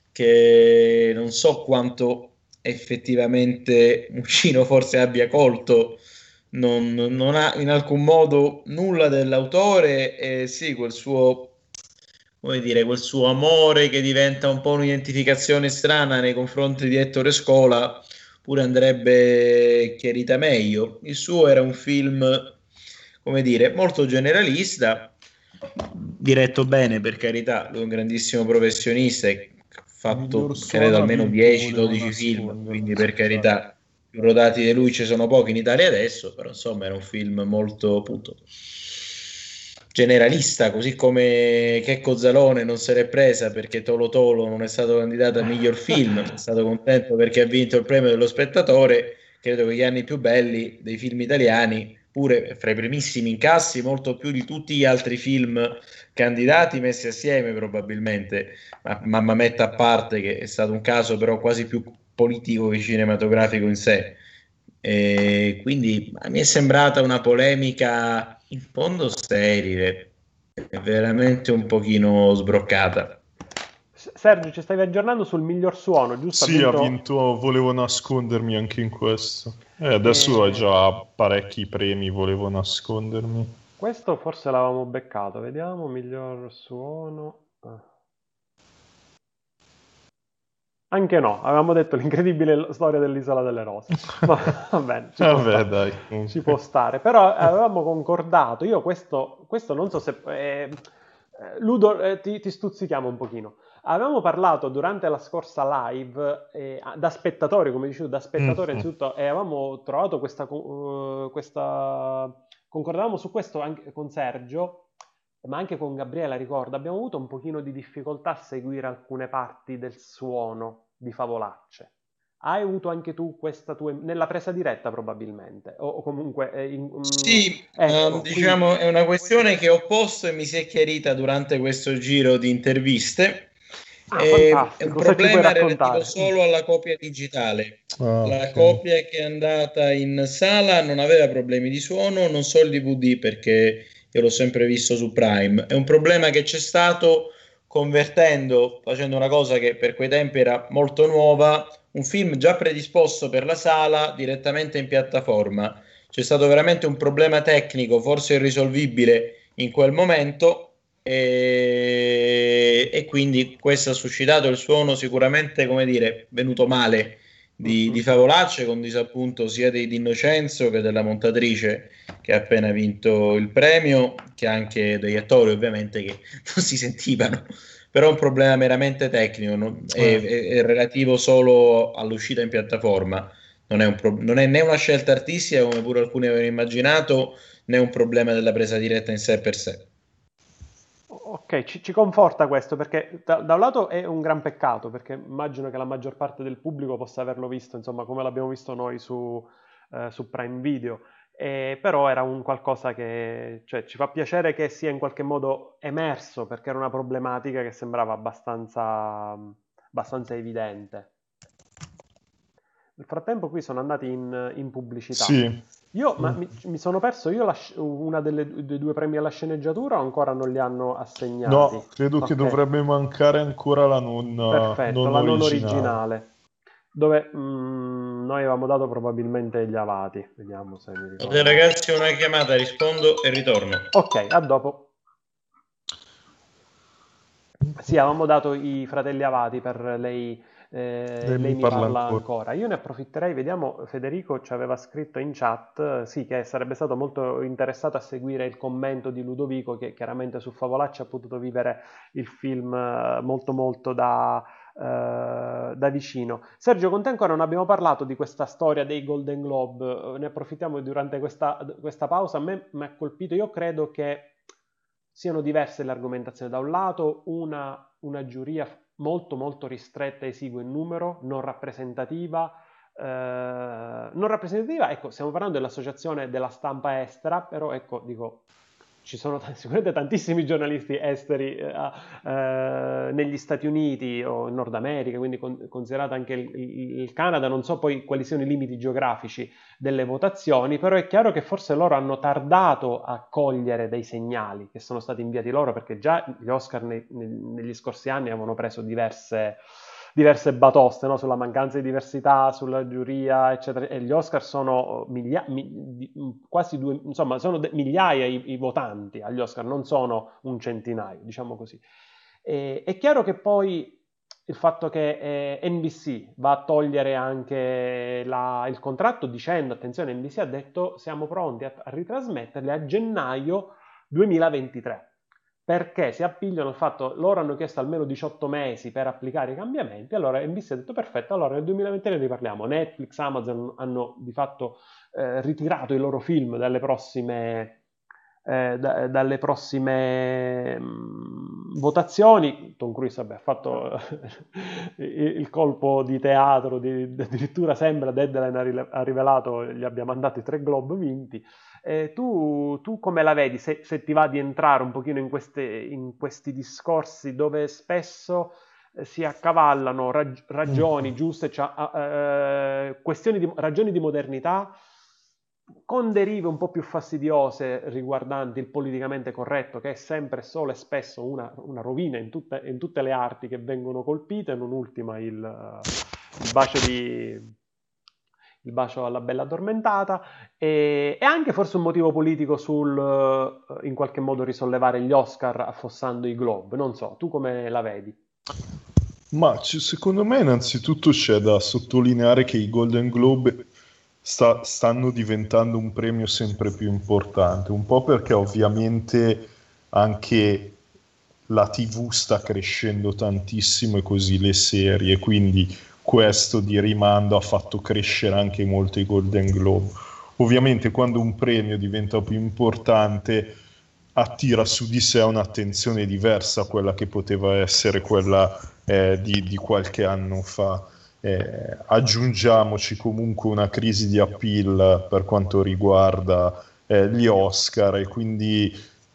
che non so quanto effettivamente Muccino forse abbia colto. Non, non ha in alcun modo nulla dell'autore e sì, quel suo, come dire, quel suo amore che diventa un po' un'identificazione strana nei confronti di Ettore Scola pure andrebbe chiarita meglio. Il suo era un film, come dire, molto generalista, diretto bene, per carità, lui è un grandissimo professionista e ha fatto, Miglior credo, suono ha almeno vinto dieci Volevo dodici film, nascondermi, quindi per scusate. carità, più rodati di lui ci sono pochi in Italia adesso, però insomma era un film molto, appunto, generalista, così come Checco Zalone non se l'è presa perché Tolo Tolo non è stato candidato a miglior film, è stato contento perché ha vinto il premio dello spettatore. Credo che gli anni più belli dei film italiani, pure fra i primissimi incassi, molto più di tutti gli altri film candidati messi assieme probabilmente, ma Mamma Metta a parte, che è stato un caso però quasi più politico che cinematografico in sé. E quindi a me è sembrata una polemica in fondo sterile, veramente un pochino sbroccata. Sergio, ci stavi aggiornando sul miglior suono, giusto? Sì, ha vinto Volevo nascondermi anche in questo. E adesso Eh, ha già parecchi premi, Volevo nascondermi. Questo forse l'avevamo beccato, vediamo, miglior suono. Ah. Anche no, avevamo detto l'incredibile storia dell'Isola delle Rose. Ma va bene, ci può Vabbè, stare. dai. Ci può stare. Però avevamo concordato, io questo, questo non so se... eh, eh, Ludo, eh, ti, ti stuzzichiamo un pochino. Avevamo parlato durante la scorsa live, eh, da spettatori, come dicevo, da spettatori Mm. innanzitutto, e avevamo trovato questa, co- eh, questa... Concordavamo su questo anche con Sergio, ma anche con Gabriela, ricordo, abbiamo avuto un pochino di difficoltà a seguire alcune parti del suono di Favolacce. Hai avuto anche tu questa tua... nella presa diretta probabilmente, o, o comunque... eh, in- mm, Sì, ecco, ehm, quindi... diciamo è una questione che ho posto e mi si è chiarita durante questo giro di interviste. Ah, Eh, è un fantastico, se ci puoi problema relativo raccontare. solo alla copia digitale. Ah, La ok. copia che è andata in sala non aveva problemi di suono, non so il D V D perché io l'ho sempre visto su Prime. È un problema che c'è stato convertendo, facendo una cosa che per quei tempi era molto nuova, un film già predisposto per la sala direttamente in piattaforma. C'è stato veramente un problema tecnico, forse irrisolvibile in quel momento, e, e quindi questo ha suscitato il suono sicuramente, come dire, venuto male di, di Favolacce, con disappunto sia di, di Innocenzo che della montatrice che ha appena vinto il premio, che anche degli attori ovviamente che non si sentivano. Però è un problema meramente tecnico, no? È, Eh. è- è relativo solo all'uscita in piattaforma. Non è, un pro- non è né una scelta artistica, come pure alcuni avevano immaginato, né un problema della presa diretta in sé per sé. Ok, ci, ci conforta questo perché da, da un lato è un gran peccato perché immagino che la maggior parte del pubblico possa averlo visto, insomma, come l'abbiamo visto noi su, eh, su Prime Video, e, però era un qualcosa che, cioè, ci fa piacere che sia in qualche modo emerso perché era una problematica che sembrava abbastanza, abbastanza evidente. Nel frattempo qui sono andati in, in pubblicità. Sì. Io ma mi, mi sono perso io la sc- una delle, dei due premi alla sceneggiatura o ancora non li hanno assegnati? No, credo che Ok, dovrebbe mancare ancora la non, perfetto, non la non originale. originale, dove mm, noi avevamo dato probabilmente gli avati. Vediamo se mi ricordo. Dei ragazzi, una chiamata, rispondo e ritorno. Ok, a dopo. Sì, avevamo dato i fratelli Avati per lei, eh, Lei lei mi mi parla parla ancora. ancora. Io ne approfitterei, vediamo, Federico ci aveva scritto in chat, eh, sì, che sarebbe stato molto interessato a seguire il commento di Ludovico, che chiaramente su Favolacci ha potuto vivere il film eh, molto molto da, eh, da vicino. Sergio, con te ancora non abbiamo parlato di questa storia dei Golden Globe, eh, ne approfittiamo durante questa, questa pausa. A me mi ha colpito, io credo che siano diverse le argomentazioni. Da un lato una, una giuria molto molto ristretta, esigua in numero, non rappresentativa. Eh, non rappresentativa, ecco, stiamo parlando dell'associazione della stampa estera, però ecco, dico, ci sono t- sicuramente tantissimi giornalisti esteri eh, eh, negli Stati Uniti o in Nord America, quindi con, considerato anche il, il, il Canada, non so poi quali siano i limiti geografici delle votazioni, però è chiaro che forse loro hanno tardato a cogliere dei segnali che sono stati inviati loro, perché già gli Oscar ne, ne, negli scorsi anni avevano preso diverse, diverse batoste, no? Sulla mancanza di diversità, sulla giuria, eccetera, e gli Oscar sono miglia- mi- quasi due, insomma, sono de- migliaia i, i votanti agli Oscar, non sono un centinaio, diciamo così. E, è chiaro che poi il fatto che eh, N B C va a togliere anche la, il contratto dicendo, attenzione, N B C ha detto siamo pronti a, a ritrasmetterli a gennaio duemilaventitré, perché si appigliano il fatto, loro hanno chiesto almeno diciotto mesi per applicare i cambiamenti, allora N B C ha detto perfetto, allora nel duemilaventitré ne riparliamo. Netflix, Amazon hanno di fatto eh, ritirato i loro film dalle prossime eh, da, dalle prossime mh, votazioni. Tom Cruise vabbè, ha fatto il, il colpo di teatro, di, addirittura sembra Deadline ha, rile- ha rivelato, gli abbia mandati tre Globe vinti. Eh, tu, tu come la vedi, se, se ti va di entrare un pochino in, queste, in questi discorsi dove spesso eh, si accavallano rag- ragioni giuste, cioè, eh, questioni di, ragioni di modernità con derive un po' più fastidiose riguardanti il politicamente corretto, che è sempre solo e spesso una, una rovina in tutte, in tutte le arti che vengono colpite, non ultima il, il bacio di... il bacio alla bella addormentata, e, e anche forse un motivo politico sul eh, in qualche modo risollevare gli Oscar affossando i Globe. Non so, tu come la vedi? Ma c- secondo me innanzitutto c'è da sottolineare che i Golden Globe sta- stanno diventando un premio sempre più importante, un po' perché ovviamente anche la T V sta crescendo tantissimo e così le serie, quindi questo di rimando ha fatto crescere anche molto i Golden Globe. Ovviamente quando un premio diventa più importante attira su di sé un'attenzione diversa a quella che poteva essere quella eh, di, di qualche anno fa. Eh, aggiungiamoci comunque una crisi di appeal per quanto riguarda eh, gli Oscar e quindi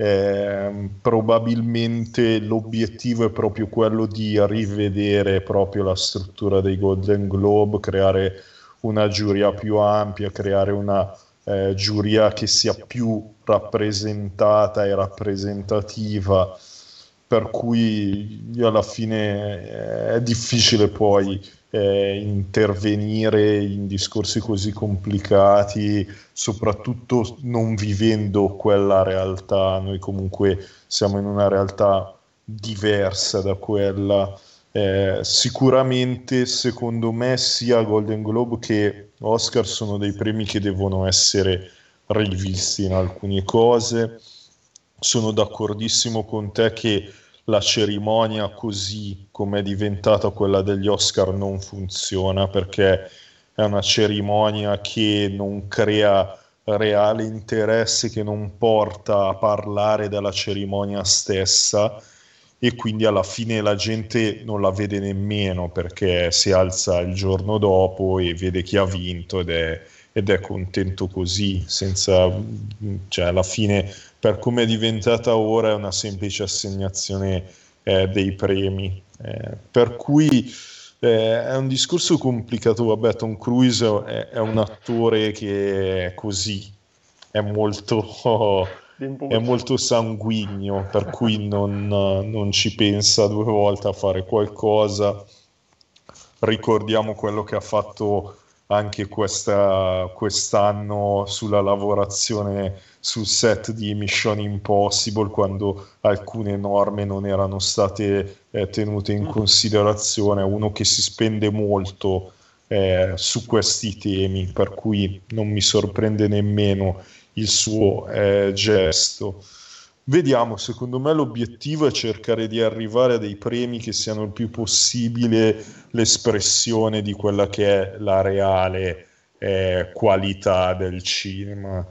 eh, probabilmente l'obiettivo è proprio quello di rivedere proprio la struttura dei Golden Globe, creare una giuria più ampia, creare una eh, giuria che sia più rappresentata e rappresentativa, per cui io alla fine eh, è difficile poi eh, intervenire in discorsi così complicati, soprattutto non vivendo quella realtà. Noi comunque siamo in una realtà diversa da quella. Eh, sicuramente, secondo me, sia Golden Globe che Oscar sono dei premi che devono essere rivisti in alcune cose. Sono d'accordissimo con te che la cerimonia così come è diventata quella degli Oscar non funziona, perché è una cerimonia che non crea reale interesse, che non porta a parlare della cerimonia stessa, e quindi alla fine la gente non la vede nemmeno, perché si alza il giorno dopo e vede chi ha vinto ed è, ed è contento così, senza, cioè alla fine per come è diventata ora è una semplice assegnazione eh, dei premi, eh, per cui eh, è un discorso complicato. Vabbè, Tom Cruise è, è un attore che è così, è molto oh, è molto sanguigno, per cui non, non ci pensa due volte a fare qualcosa. Ricordiamo quello che ha fatto anche questa, quest'anno sulla lavorazione sul set di Mission Impossible, quando alcune norme non erano state eh, tenute in considerazione. Uno che si spende molto eh, su questi temi, per cui non mi sorprende nemmeno il suo eh, gesto. Vediamo, secondo me l'obiettivo è cercare di arrivare a dei premi che siano il più possibile l'espressione di quella che è la reale eh, qualità del cinema.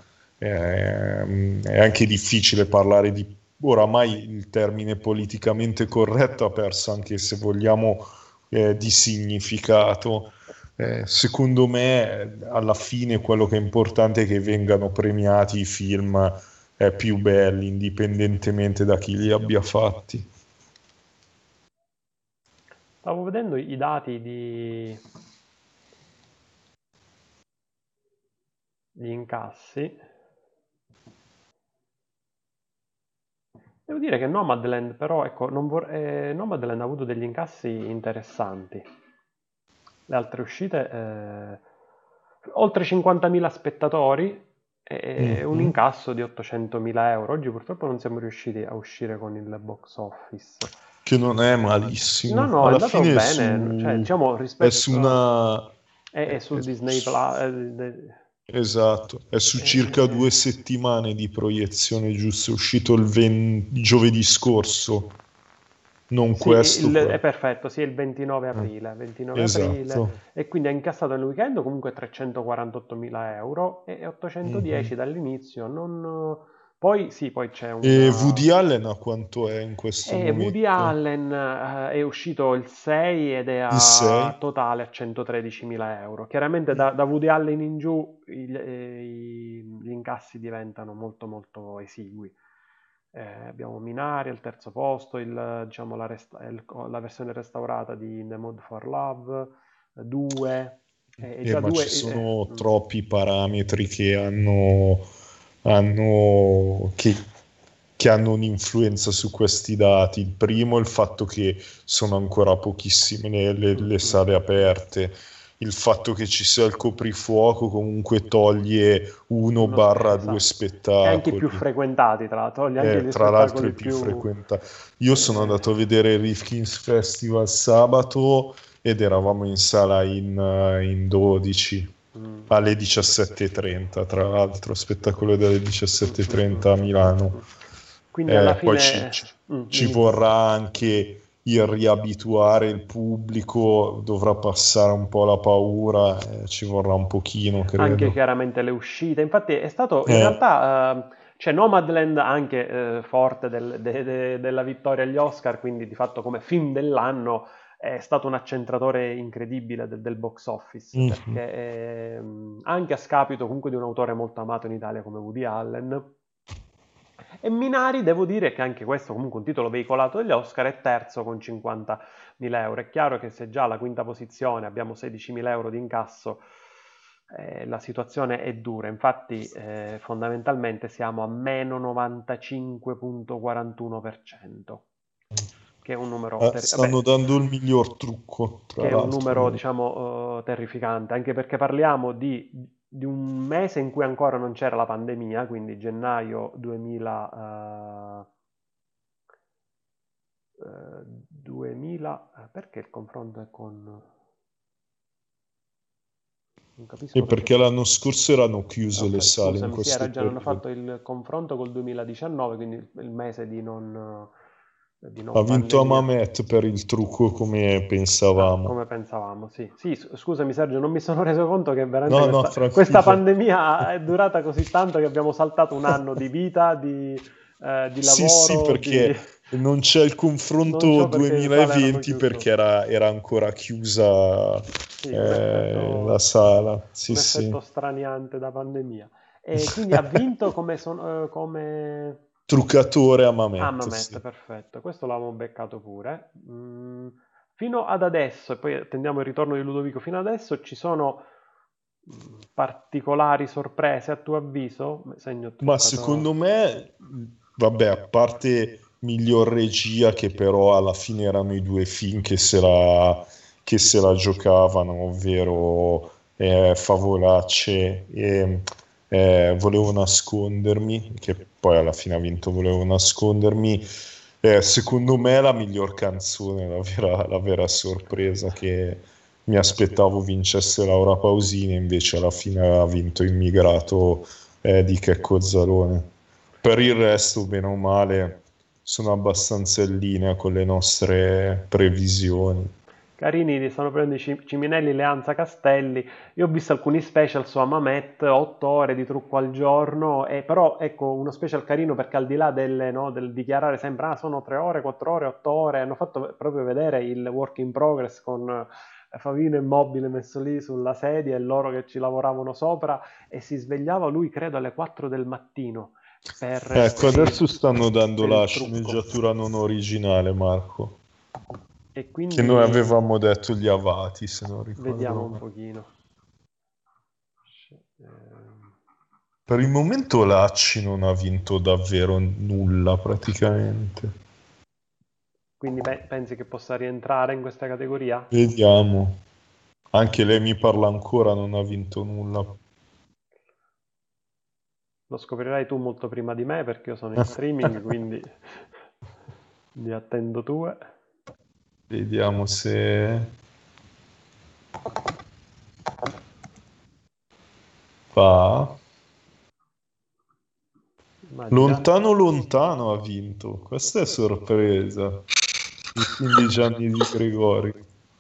Eh, è anche difficile parlare di, oramai il termine politicamente corretto ha perso, anche se vogliamo, eh, di significato. Eh, secondo me alla fine quello che è importante è che vengano premiati i film eh, più belli, indipendentemente da chi li abbia fatti. Stavo vedendo i dati di gli incassi. Devo dire che Nomadland, però, ecco, non vor- eh, Nomadland ha avuto degli incassi interessanti. Le altre uscite, eh, oltre cinquantamila spettatori e Mhm. un incasso di ottocentomila euro. Oggi purtroppo non siamo riusciti a uscire con il box office. Che non è malissimo. No, no, è Alla andato fine è bene, su, cioè, diciamo, è rispetto su una... è, è è- su è Disney su- Plus. eh, de- Esatto, è su circa eh, due settimane di proiezione, giusto? È uscito il ven- giovedì scorso, non Sì, questo il- è qua. perfetto, sì, il ventinove Eh, aprile, ventinove aprile, Esatto. e quindi ha incassato nel weekend comunque trecentoquarantottomila euro e Mhm. ottocentodieci dall'inizio. Non... Poi sì, poi c'è E una... Woody Allen a quanto è in questo E Woody momento? Allen eh, è uscito il sei ed è Il a sei? totale a centotredicimila euro. Chiaramente da, da Woody Allen in giù il- eh, i- gli incassi diventano molto molto esigui. Eh, abbiamo Minari al terzo posto, il, diciamo, la, resta- il- la versione restaurata di In the Mood for Love, due, e e Eh, già ma due... ci eh, eh, sono mm. troppi parametri che hanno, hanno, che, che hanno un'influenza su questi dati. Il primo è il fatto che sono ancora pochissime le, le- Mm, le mm. sale aperte. il fatto che ci sia il coprifuoco comunque toglie uno barra due spettacoli. E anche i più frequentati, tra l'altro. Toglie anche Eh, gli tra l'altro i spettacoli più più... frequentati. Io sono Eh. andato a vedere il Rifkin's Festival sabato ed eravamo in sala in, eh, in dodici Mm. alle diciassette e trenta, tra l'altro, spettacolo dalle diciassette e trenta a Milano. Quindi alla Eh, fine... poi ci, ci- Mm, ci dimmi. vorrà anche il riabituare il pubblico, dovrà passare un po' la paura, eh, ci vorrà un pochino, credo. Anche chiaramente le uscite. Infatti è stato in Eh. realtà eh, c'è Nomadland anche eh, forte del- de- de- della vittoria agli Oscar, quindi di fatto come film dell'anno è stato un accentratore incredibile del, del box office, Mhm. perché ehm, anche a scapito comunque di un autore molto amato in Italia come Woody Allen. E Minari, devo dire che anche questo comunque un titolo veicolato dagli Oscar, è terzo con cinquantamila euro. È chiaro che se già alla quinta posizione abbiamo sedicimila euro di incasso, eh, la situazione è dura. Infatti eh, fondamentalmente siamo a meno novantacinque virgola quarantuno per cento, che è un numero, Ah, ter- stanno vabbè, dando il miglior trucco, tra che è un l'altro. numero, diciamo, eh, terrificante, anche perché parliamo di, di un mese in cui ancora non c'era la pandemia, quindi gennaio duemila, eh, eh, duemila, eh, perché il confronto è con... Non capisco E perché l'anno scorso erano chiuse Ok, le sale in scusami, sì, questo hai ragione, hanno periodo. fatto il confronto col duemiladiciannove, quindi il, il mese di non, di non Ha vinto pandemia. Amamet per il trucco come Ah, pensavamo. come pensavamo, sì. Sì, s- scusami Sergio, non mi sono reso conto che veramente No, no, questa, tranquillo. questa pandemia è durata così tanto che abbiamo saltato un anno di vita, di, eh, di Sì, lavoro, sì, di... perché non c'è il Non confronto so perché le sale erano duemilaventi chiuse. perché era, era ancora chiusa Sì, un eh, effetto, la sala. Sì, un sì. effetto straniante da pandemia. E quindi ha vinto come... son- eh, come... Truccatore Ah, Amamet, Mamet, sì. perfetto, questo l'avevamo beccato pure. Mm, fino ad adesso, e poi attendiamo il ritorno di Ludovico, fino adesso ci sono mm, particolari sorprese a tuo avviso? Segno Ma truccatore. secondo me, vabbè, a parte miglior regia, che però alla fine erano i due film che se la, che se la giocavano, ovvero eh, Favolacce e eh, Volevo nascondermi, che poi alla fine ha vinto Volevo nascondermi. Eh, secondo me la miglior canzone, la vera, la vera sorpresa, che mi aspettavo vincesse Laura Pausini, invece alla fine ha vinto Immigrato eh, di Checco Zalone. Per il resto, bene o male, sono abbastanza in linea con le nostre previsioni. Carini li stanno prendendo i Ci- Ciminelli, Leanza, Castelli. Io ho visto alcuni special su Amamet, otto ore di trucco al giorno, e però ecco uno special carino perché al di là delle, no, del dichiarare sempre ah, sono tre ore, quattro ore, otto ore, hanno fatto proprio vedere il work in progress con eh, Favino immobile messo lì sulla sedia e loro che ci lavoravano sopra, e si svegliava lui credo alle quattro del mattino per, Ecco, per il- adesso stanno dando per il la trucco. sceneggiatura non originale, Marco, E quindi che noi avevamo detto gli avati, se non ricordo vediamo un male. pochino. Ehm, Per il momento Lacci non ha vinto davvero nulla praticamente. Quindi pe- pensi che possa rientrare in questa categoria? Vediamo. Anche lei mi parla ancora, non ha vinto nulla. Lo scoprirai tu molto prima di me perché io sono in streaming, quindi mi attendo tue. Vediamo se fa. Immagina. Lontano lontano ha vinto. Questa è sorpresa. Il film di Gianni Di Gregori.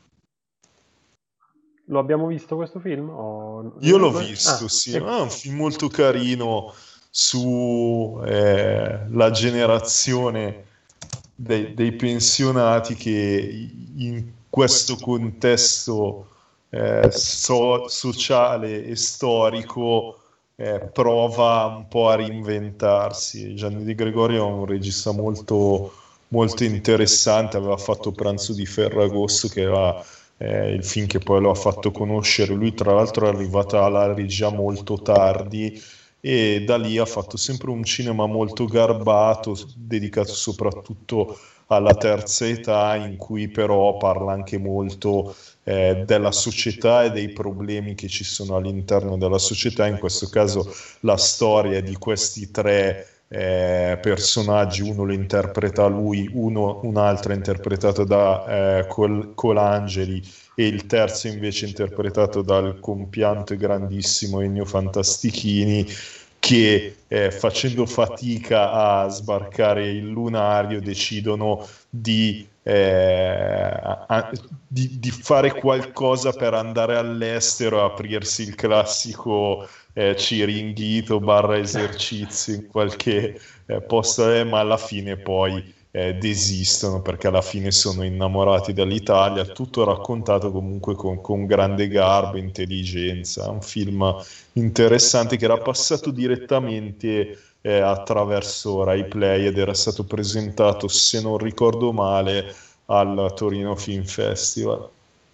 Lo abbiamo visto questo film? O... Io l'ho Noi- visto, ah, sì. e- Ma è un film molto carino su eh, la generazione dei, dei pensionati che in questo contesto eh, so- sociale e storico eh, prova un po' a reinventarsi. Gianni Di Gregorio è un regista molto, molto interessante, aveva fatto Pranzo di Ferragosto, che era eh, il film che poi lo ha fatto conoscere. Lui tra l'altro è arrivato alla regia molto tardi e da lì ha fatto sempre un cinema molto garbato, dedicato soprattutto alla terza età, in cui però parla anche molto eh, della società e dei problemi che ci sono all'interno della società. In questo caso la storia di questi tre eh, personaggi, uno lo interpreta lui, uno, un altro è interpretato da eh, Col- Colangeli e il terzo invece interpretato dal compianto e grandissimo Ennio Fantastichini, che eh, facendo fatica a sbarcare il lunario decidono di, eh, a, di, di fare qualcosa per andare all'estero e aprirsi il classico eh, ciringhito barra esercizio in qualche eh, posto, eh, ma alla fine poi eh, desistono perché alla fine sono innamorati dell'Italia. Tutto raccontato comunque con, con grande garbo e intelligenza. Un film interessante che era passato direttamente eh, attraverso Rai Play ed era stato presentato, se non ricordo male, al Torino Film Festival.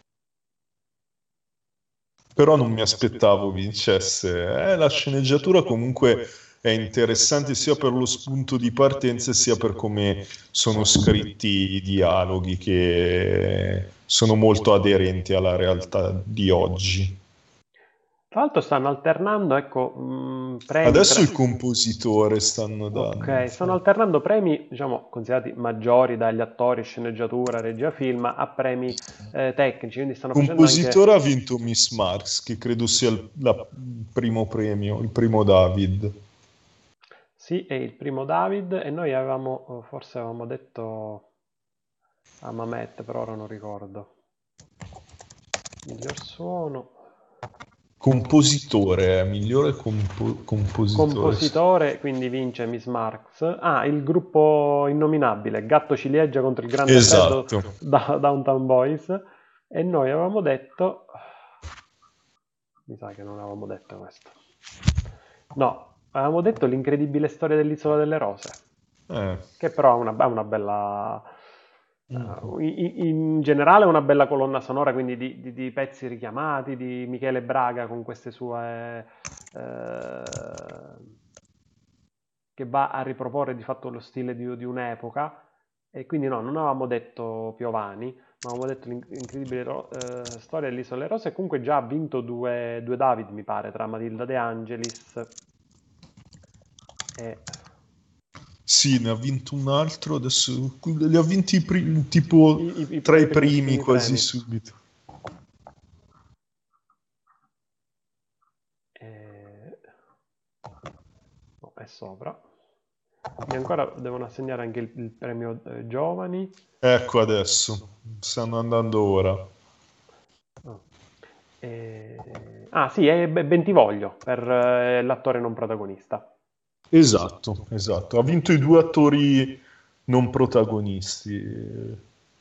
Però non mi aspettavo vincesse. Eh, la sceneggiatura comunque è interessante sia per lo spunto di partenza sia per come sono scritti i dialoghi, che sono molto aderenti alla realtà di oggi. Tra l'altro stanno alternando, ecco, mh, premi Adesso tra... il compositore stanno dando. Ok, stanno alternando premi, diciamo, considerati maggiori dagli attori, sceneggiatura, regia, film, a premi eh, tecnici, quindi stanno facendo anche... Compositore ha vinto Miss Marx, che credo sia il, la- il primo premio, il primo David. Sì, è il primo David e noi avevamo, forse avevamo detto a Mamet, però ora non ricordo. Miglior suono. Compositore, eh, migliore compo- compositore. Compositore, quindi vince Miss Marx. Ah, il gruppo innominabile, Gatto Ciliegia contro il Grande Esatto. Freddo da Downtown Boys. E noi avevamo detto... Mi sa che non avevamo detto questo. No, avevamo detto L'incredibile storia dell'Isola delle Rose. Eh. Che però è una, è una bella... Uh, in, in generale è una bella colonna sonora, quindi di, di, di pezzi richiamati, di Michele Braga con queste sue... Eh, che va a riproporre di fatto lo stile di, di un'epoca, e quindi no, non avevamo detto Piovani, ma avevamo detto L'incredibile ro- eh, storia dell'Isola delle Rose, e comunque già ha vinto due, due David, mi pare, tra Matilda De Angelis e... Sì, ne ha vinto un altro, adesso li ha vinti i pri- tipo I, i, i, tra i i primi primissimi quasi premi. subito. E... No, è sopra. E ancora devono assegnare anche il, il premio eh, Giovani. Ecco adesso, stanno andando ora. Oh. E... Ah sì, è Bentivoglio per eh, l'attore non protagonista. Esatto, esatto. Ha vinto i due attori non protagonisti.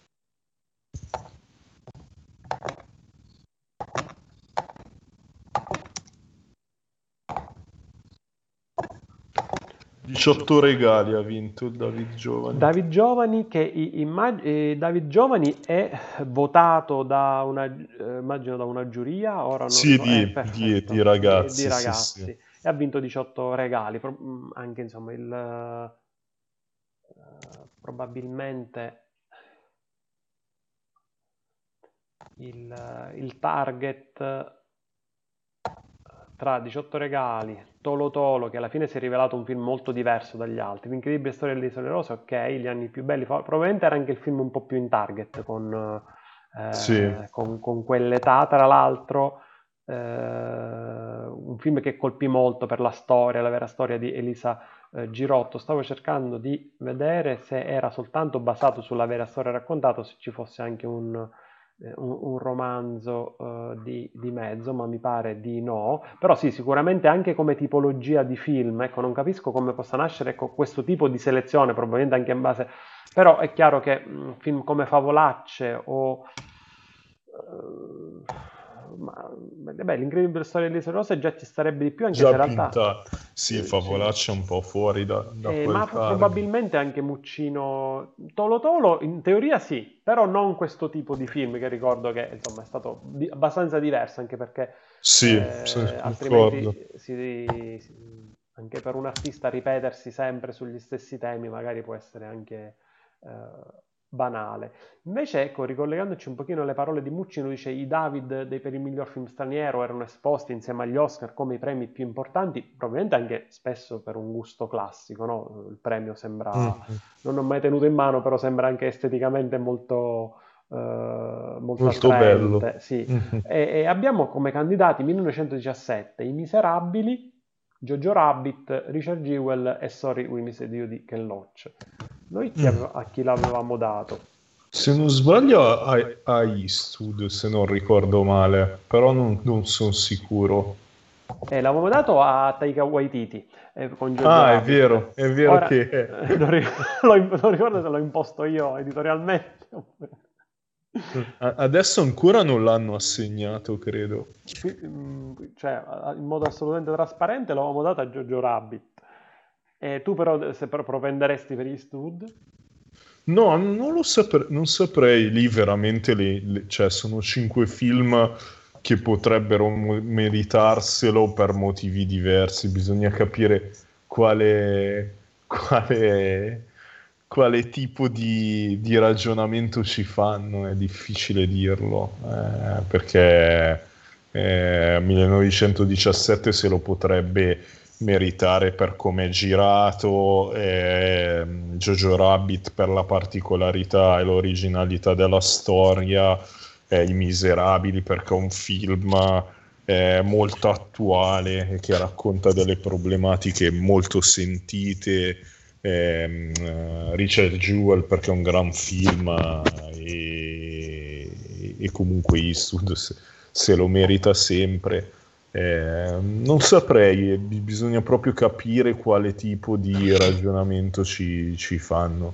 diciotto regali ha vinto il David Giovani. David Giovani, che immag- eh, David Giovani è votato da una, eh, immagino da una giuria, ora non Sì, ricordo, di, eh, di, perfetto, di ragazzi. di, di ragazzi. Sì, sì. E ha vinto diciotto regali, pro- mh, anche insomma il eh, probabilmente il, il target tra diciotto regali, Tolo Tolo, che alla fine si è rivelato un film molto diverso dagli altri, L'incredibile storia delle Isole Rose, ok, Gli anni più belli, probabilmente era anche il film un po' più in target con, eh, Sì. con, con quell'età, tra l'altro, eh, un film che colpì molto per la storia, la vera storia di Elisa eh, Girotto. Stavo cercando di vedere se era soltanto basato sulla vera storia raccontata o se ci fosse anche un... Un, un romanzo uh, di, di mezzo, ma mi pare di no. Però sì, sicuramente anche come tipologia di film, ecco, non capisco come possa nascere ecco, questo tipo di selezione, probabilmente anche in base... Però è chiaro che un film come Favolacce o... Uh, ma, beh, L'incredibile storia di Elisa Rose già ci starebbe di più, anche Già se in realtà... pintato. Sì, Favolaccia un po' fuori da, da Eh, quel ma target. probabilmente anche Muccino Tolo Tolo in teoria sì, però non questo tipo di film, che ricordo che insomma è stato di- abbastanza diverso, anche perché Sì, eh, sì, concordo. altrimenti si- si- anche per un artista ripetersi sempre sugli stessi temi magari può essere anche eh, banale. Invece, ecco, ricollegandoci un pochino alle parole di Muccino, dice i David dei per il miglior film straniero erano esposti insieme agli Oscar come i premi più importanti, probabilmente anche spesso per un gusto classico, no? Il premio sembra, Mm. non ho mai tenuto in mano, però sembra anche esteticamente molto, eh, molto Molto bello. attraente, sì. Mhm. E, e abbiamo come candidati millenovecentodiciassette I Miserabili, Jojo Rabbit, Richard Jewell e Sorry We Missed You di Ken Loach. Noi chi Mm. aveva- a chi l'avevamo dato? Se non sbaglio a, a Eastwood, se non ricordo male, però non, non sono sicuro. Eh, l'avevamo dato a Taika Waititi eh, con Jojo Ah, è Rabbit. vero, è vero Ora, che... eh, non, ri- l'ho im- non ricordo se l'ho imposto io editorialmente. oppure- A- Adesso ancora non l'hanno assegnato, credo. Qui, mm, cioè, a- in modo assolutamente trasparente l'avevamo dato a Jojo Rabbit. E tu però se pro- propenderesti per Eastwood? No, non lo sapre- non saprei, lì veramente le- le- cioè, sono cinque film che potrebbero mo- meritarselo per motivi diversi, bisogna capire quale, quale, quale tipo di, di ragionamento ci fanno, è difficile dirlo, eh, perché eh, millenovecentodiciassette se lo potrebbe meritare per come è girato, eh, Jojo Rabbit per la particolarità e l'originalità della storia, eh, I Miserabili perché è un film eh, molto attuale e che racconta delle problematiche molto sentite, ehm, eh, Richard Jewell perché è un gran film eh, e, e comunque Eastwood se, se lo merita sempre. Eh, non saprei, eh, bi- bisogna proprio capire quale tipo di ragionamento ci, ci fanno.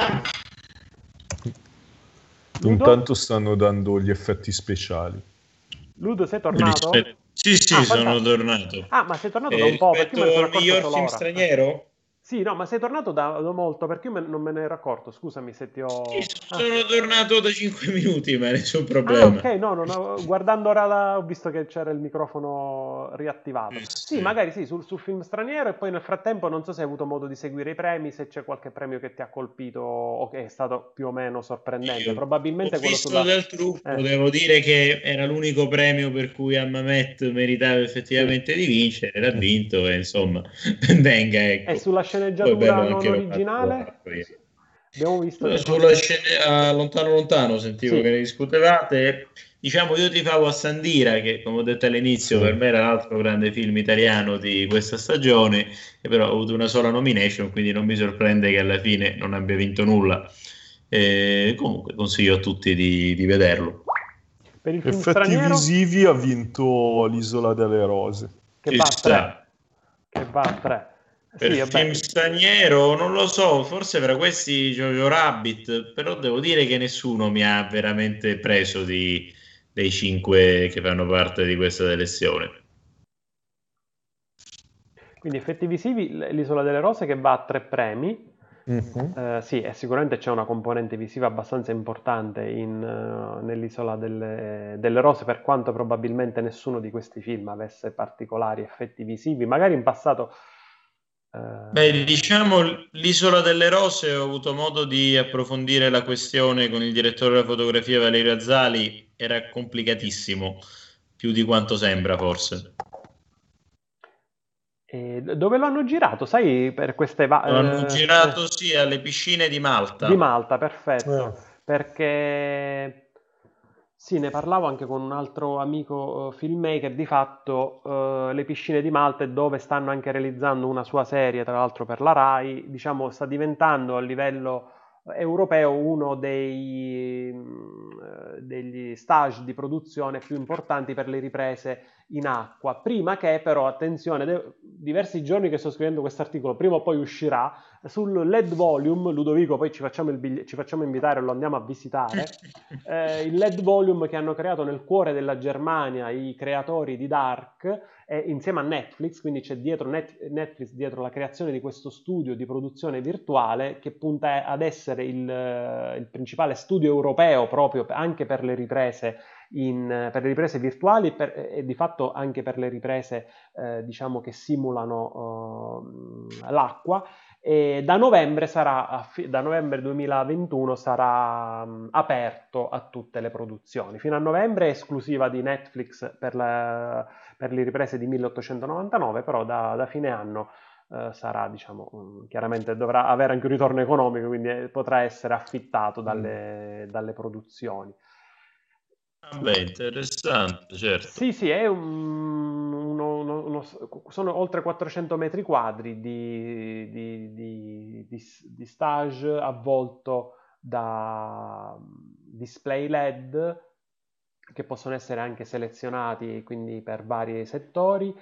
Ludo? Intanto stanno dando gli effetti speciali. Ludo, sei tornato? Rispetto- Sì, sì, Ah, sono fantastico. tornato. Ah, ma sei tornato da Eh, un po', perché io me ne rispetto sono al accorto miglior solo film ora. straniero? Sì, no, ma sei tornato da, da molto, perché io me- non me ne ero accorto. Scusami se ti ho... Sì, Ah. sono tornato da cinque minuti, ma nessun Ah, problema. ok, no, non ho- guardando ora la- ho visto che c'era il microfono riattivato. Sì, Sì, sì. magari sì, sul, sul film straniero e poi nel frattempo non so se hai avuto modo di seguire i premi, se c'è qualche premio che ti ha colpito o che è stato più o meno sorprendente. Io Probabilmente ho quello visto sulla... del truffo, Eh, devo dire che era l'unico premio per cui Hammamet meritava sì. effettivamente di vincere, l'ha vinto e insomma, venga, E ecco. sulla Poi è sceneggiatura bello non anche lo fatto originale? poi. Abbiamo visto che Sulla cosa... scena a lontano lontano sentivo che Sì, ne discutevate. Diciamo, io tifavo a Sandira, che come ho detto all'inizio, Sì. per me era l'altro grande film italiano di questa stagione, che però ha avuto una sola nomination, quindi non mi sorprende che alla fine non abbia vinto nulla. E comunque consiglio a tutti di, di vederlo. per il film Effetti straniero visivi ha vinto l'Isola delle Rose. che Ci va a sta. tre. Che va a tre. Per Sì, film vabbè. straniero non lo so, forse tra questi Jojo Rabbit, però devo dire che nessuno mi ha veramente preso di, dei cinque che fanno parte di questa selezione. Quindi effetti visivi, l- l'Isola delle Rose che va a tre premi. Mhm. Eh, sì, e sicuramente c'è una componente visiva abbastanza importante in, eh, nell'Isola delle, delle Rose, per quanto probabilmente nessuno di questi film avesse particolari effetti visivi. Magari in passato... eh, Beh, diciamo l'Isola delle Rose ho avuto modo di approfondire la questione con il direttore della fotografia Valerio Azzali, era complicatissimo, più di quanto sembra forse. e dove l'hanno girato? Sai, per queste... va- Lo hanno eh, girato eh, sì alle piscine di Di Malta. Malta, perfetto, Eh. perché sì, ne parlavo anche con un altro amico eh, filmmaker, di fatto eh, le piscine di Malta, dove stanno anche realizzando una sua serie, tra l'altro per la Rai, diciamo sta diventando a livello europeo uno dei, mh, degli stage di produzione più importanti per le riprese in acqua, prima che però, attenzione, de- diversi giorni che sto scrivendo questo articolo, prima o poi uscirà, sul L E D Volume, Ludovico, poi ci facciamo, il bigli- ci facciamo invitare e lo andiamo a visitare, eh, il L E D Volume che hanno creato nel cuore della Germania i creatori di Dark, eh, insieme a Netflix, quindi c'è dietro Net- Netflix dietro la creazione di questo studio di produzione virtuale che punta ad essere il, eh, il principale studio europeo proprio anche per le riprese in, per le riprese virtuali e, per, e di fatto anche per le riprese eh, diciamo che simulano uh, l'acqua. e da novembre, sarà, da novembre duemilaventuno sarà um, aperto a tutte le produzioni. Fino a novembre è esclusiva di Netflix per, la, per le riprese di milleottocentonovantanove, però da, da fine anno uh, sarà, diciamo, um, chiaramente dovrà avere anche un ritorno economico, quindi potrà essere affittato dalle, mm. dalle produzioni. Beh, interessante, certo. Sì, sì, è un, uno, uno, uno, sono oltre quattrocento metri quadri di, di, di, di, di stage avvolto da display L E D che possono essere anche selezionati quindi per vari settori,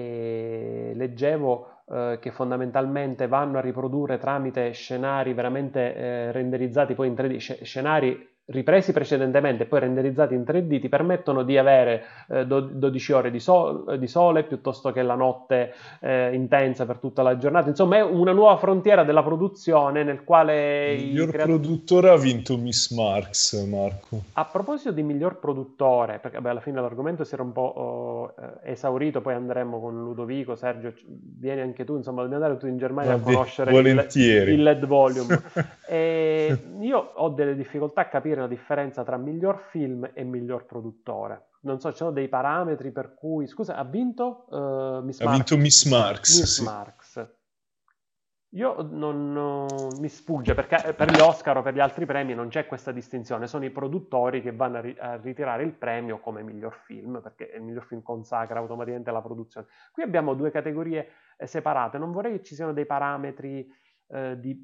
e leggevo eh, che fondamentalmente vanno a riprodurre tramite scenari veramente eh, renderizzati poi in tre D, sc- scenari ripresi precedentemente e poi renderizzati in tre D, ti permettono di avere eh, dodici ore di, sol- di sole piuttosto che la notte eh, intensa per tutta la giornata. Insomma, è una nuova frontiera della produzione nel quale il miglior creat- produttore ha vinto Miss Marx, Marco. A proposito di miglior produttore, perché beh, alla fine l'argomento si era un po' oh, eh, esaurito, poi andremo con Ludovico, Sergio, vieni anche tu, insomma, dobbiamo andare tutti in Germania Vabbè, a conoscere volentieri. il, il L E D volume. E io ho delle difficoltà a capire la differenza tra miglior film e miglior produttore. Non so, ci sono dei parametri per cui... Scusa, ha vinto uh, Miss Ha Marx? vinto Miss Marx, Miss sì. Marx. Io non, non mi sfugge, perché per gli Oscar o per gli altri premi non c'è questa distinzione, sono i produttori che vanno a, ri- a ritirare il premio come miglior film, perché il miglior film consacra automaticamente la produzione. Qui abbiamo due categorie eh, separate, non vorrei che ci siano dei parametri eh, di,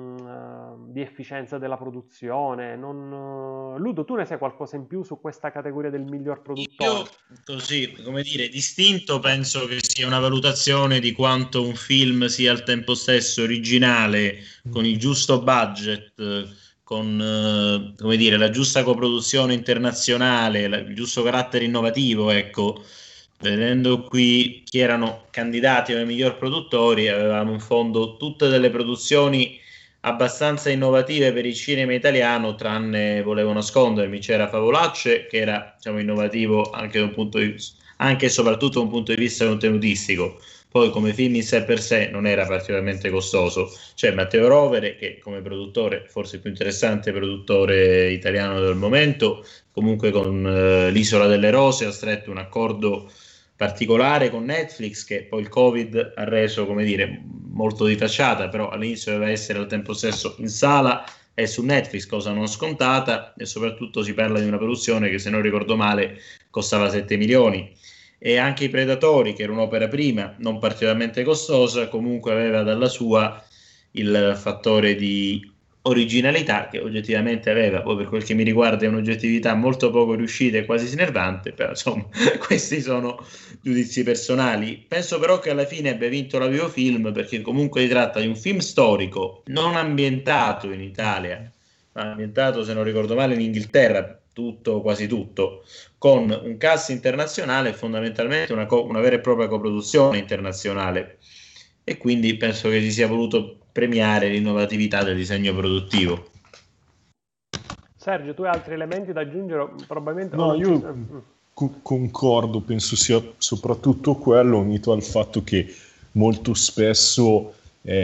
mh, di efficienza della produzione. Non, Ludo, tu ne sai qualcosa in più su questa categoria del miglior produttore? Io, così, come dire, distinto, penso che sia una valutazione di quanto un film sia al tempo stesso originale, con il giusto budget, con eh, come dire, la giusta coproduzione internazionale, la, il giusto carattere innovativo, ecco. Vedendo qui chi erano candidati come miglior produttori, avevamo in fondo tutte delle produzioni abbastanza innovative per il cinema italiano, tranne Volevo nascondermi. C'era Favolacce, che era, diciamo, innovativo anche da un punto di vista, anche e soprattutto da un punto di vista contenutistico. Poi come film in sé per sé non era particolarmente costoso. C'è Matteo Rovere, che come produttore, forse il più interessante produttore italiano del momento, comunque con eh, l'Isola delle Rose ha stretto un accordo particolare con Netflix, che poi il Covid ha reso, come dire, molto di facciata, però all'inizio doveva essere al tempo stesso in sala e su Netflix, cosa non scontata, e soprattutto si parla di una produzione che, se non ricordo male, costava sette milioni. E anche I Predatori, che era un'opera prima non particolarmente costosa, comunque aveva dalla sua il fattore di originalità che oggettivamente aveva. Poi, per quel che mi riguarda, è un'oggettività molto poco riuscita e quasi snervante, però insomma questi sono giudizi personali. Penso però che alla fine abbia vinto la Vivo Film, perché comunque si tratta di un film storico non ambientato in Italia, ma ambientato, se non ricordo male, in Inghilterra, tutto, quasi tutto, con un cast internazionale e fondamentalmente una, co- una vera e propria coproduzione internazionale, e quindi penso che si sia voluto premiare l'innovatività del disegno produttivo. Sergio, tu hai altri elementi da aggiungere? Probabilmente... No, io co- concordo, penso sia soprattutto quello, unito al fatto che molto spesso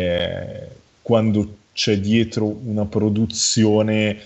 eh, quando c'è dietro una produzione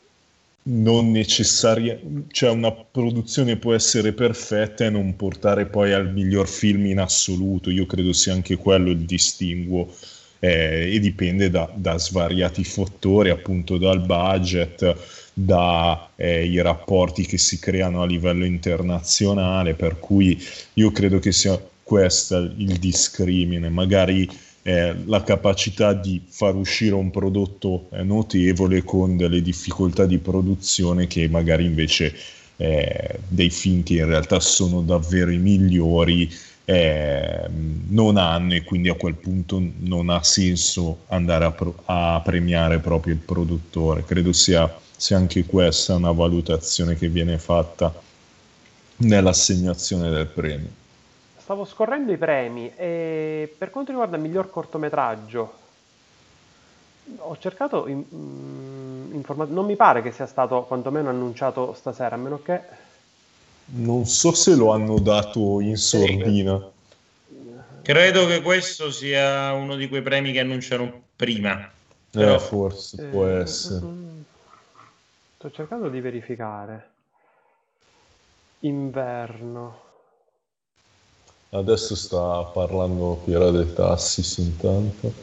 non necessaria, cioè una produzione può essere perfetta e non portare poi al miglior film in assoluto. Io credo sia anche quello il distinguo, eh, e dipende da, da svariati fattori, appunto dal budget, dai eh, rapporti che si creano a livello internazionale, per cui io credo che sia questo il discrimine, magari Eh, la capacità di far uscire un prodotto eh, notevole con delle difficoltà di produzione che magari invece eh, dei film che in realtà sono davvero i migliori eh, non hanno, e quindi a quel punto non ha senso andare a, pro- a premiare proprio il produttore. Credo sia, sia anche questa una valutazione che viene fatta nell'assegnazione del premio. Stavo scorrendo i premi e per quanto riguarda il miglior cortometraggio ho cercato in, mm, informa- non mi pare che sia stato quantomeno annunciato stasera, a meno che non so se lo hanno dato in sordina. Credo che questo sia uno di quei premi che annunciano prima. Però... Eh, forse può Eh, essere. sto cercando di verificare. Inverno. Adesso sta parlando Piera De Tassis intanto.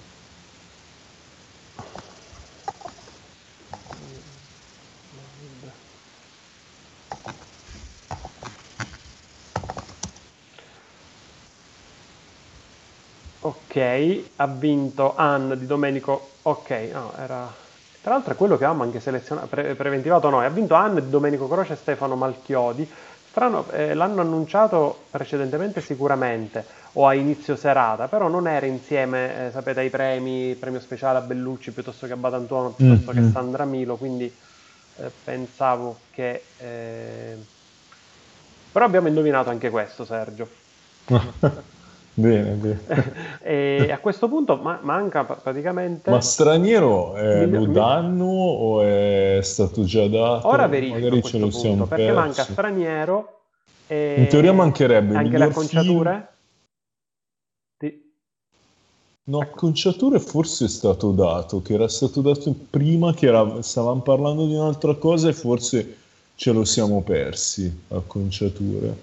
Ok, ha vinto Anne di Domenico. Ok, no, era. Tra l'altro è quello che avevamo anche selezionato, pre- preventivato noi. Ha vinto Anne di Domenico Croce e Stefano Malchiodi. Strano, eh, l'hanno annunciato precedentemente sicuramente, o a inizio serata, però non era insieme, eh, sapete, ai premi, il premio speciale a Bellucci piuttosto che a Batantuono, piuttosto che Mm-hmm. Sandra Milo, quindi eh, pensavo che... eh, Però abbiamo indovinato anche questo, Sergio. Bene, bene. E a questo punto ma- manca pra- praticamente... Ma straniero eh, miglio- lo mi- danno o è stato già Ora dato? verifico a Magari ce questo lo siamo punto, perché manca persi. straniero In teoria e mancherebbe anche le miglior film. acconciature. Di- No, ecco. acconciature forse è stato dato, che era stato dato prima, che era, stavamo parlando di un'altra cosa e forse ce lo siamo persi, acconciature.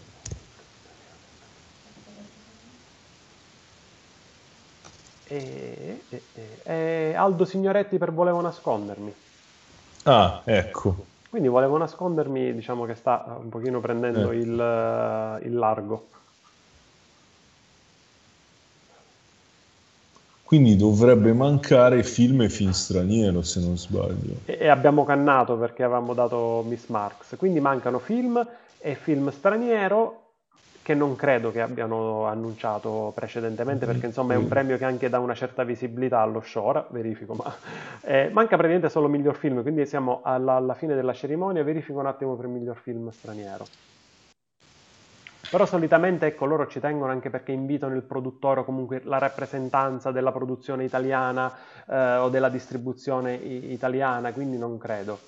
E, e- e- e Aldo Signoretti per Volevo nascondermi. Ah, ecco. Quindi Volevo nascondermi, diciamo che sta un pochino prendendo Ecco. il, eh, il largo. Quindi dovrebbe mancare film e film straniero, se non sbaglio. E, e abbiamo cannato perché avevamo dato Miss Marx. Quindi mancano film e film straniero che non credo che abbiano annunciato precedentemente perché insomma è un premio che anche dà una certa visibilità allo show. Ora verifico, ma eh, manca praticamente solo miglior film, quindi siamo alla, alla fine della cerimonia, verifico un attimo per miglior film straniero. Però solitamente ecco, loro ci tengono anche perché invitano il produttore o comunque la rappresentanza della produzione italiana eh, o della distribuzione i- italiana, quindi non credo.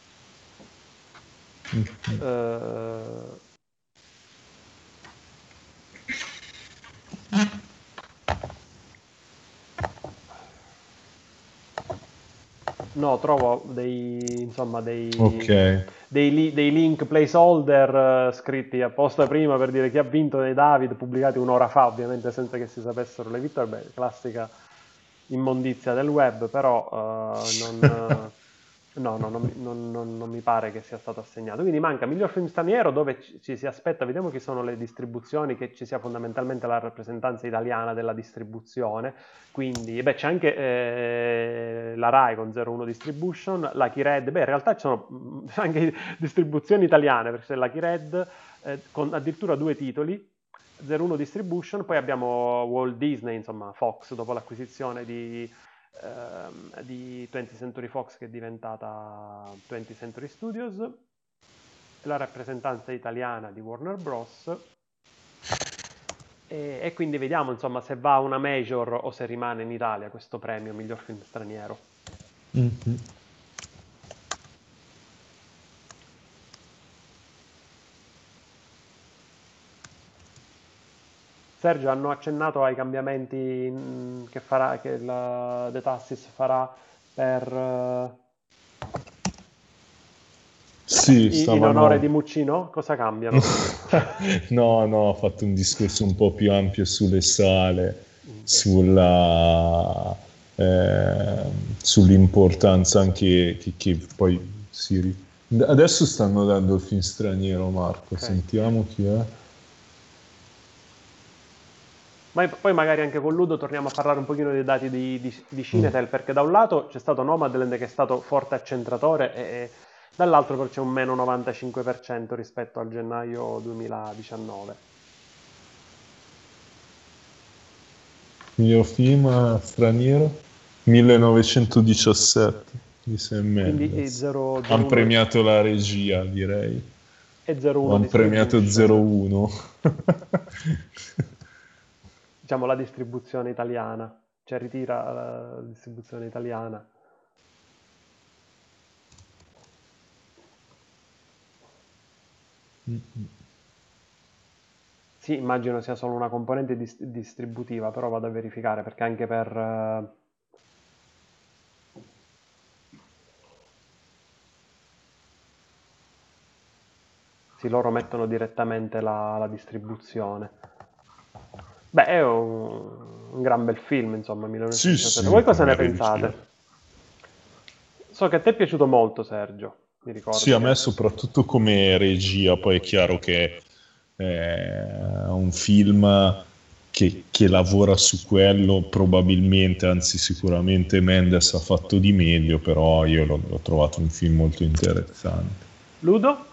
Eh, no, trovo dei, insomma, dei, Ok. dei, li- dei link placeholder eh, scritti apposta prima per dire chi ha vinto dei David, pubblicati un'ora fa, ovviamente senza che si sapessero le vittorie. Beh, classica immondizia del web, però eh, non, no, no, non, mi- non- non- non mi pare che sia stato assegnato. Quindi manca miglior film straniero dove ci, ci si aspetta, vediamo chi sono le distribuzioni, che ci sia fondamentalmente la rappresentanza italiana della distribuzione. Quindi, beh, c'è anche eh, la Rai con zero uno Distribution, la Red, beh, in realtà ci sono mh, anche distribuzioni italiane, perché c'è la Red eh, con addirittura due titoli, zero uno Distribution, poi abbiamo Walt Disney, insomma Fox, dopo l'acquisizione di, ehm, di twentieth Century Fox che è diventata twentieth Century Studios, la rappresentanza italiana di Warner Bros. E, e quindi vediamo insomma se va a una major o se rimane in Italia questo premio miglior film straniero. Mhm. Sergio, hanno accennato ai cambiamenti mh, che farà, che la De Tassis farà per, eh, Sì, i- in onore di stavano... Muccino? Cosa cambiano? No, no, ho fatto un discorso un po' più ampio sulle sale, sulla, eh, sull'importanza anche che, che poi si... ri- Adesso stanno dando il film straniero, Marco, Ok. sentiamo chi è. Ma poi magari anche con Ludo torniamo a parlare un pochino dei dati di, di, di Mm. Cinetel, perché da un lato c'è stato Nomadland che è stato forte accentratore e, e dall'altro però c'è un meno novantacinque per cento rispetto al gennaio duemiladiciannove. Miglior film straniero? millenovecentodiciassette di Sam Quindi Mendes. zero Hanno uno premiato la regia, direi. e zero O uno hanno premiato zero Distribution, uno. diciamo la distribuzione italiana, cioè ritira la distribuzione italiana. Sì, immagino sia solo una componente dis- distributiva, però vado a verificare perché anche per... eh, sì, loro mettono direttamente la, la distribuzione. Beh, è un, un gran bel film, insomma, Sì, millenovecentosessantasette. sì, Voi cosa ne come regia. pensate? So che a te è piaciuto molto, Sergio, mi Sì, ricordo a me che... soprattutto come regia, poi è chiaro che è un film che, che lavora su quello, probabilmente, anzi sicuramente Mendes ha fatto di meglio, però io l'ho, l'ho trovato un film molto interessante. Ludo?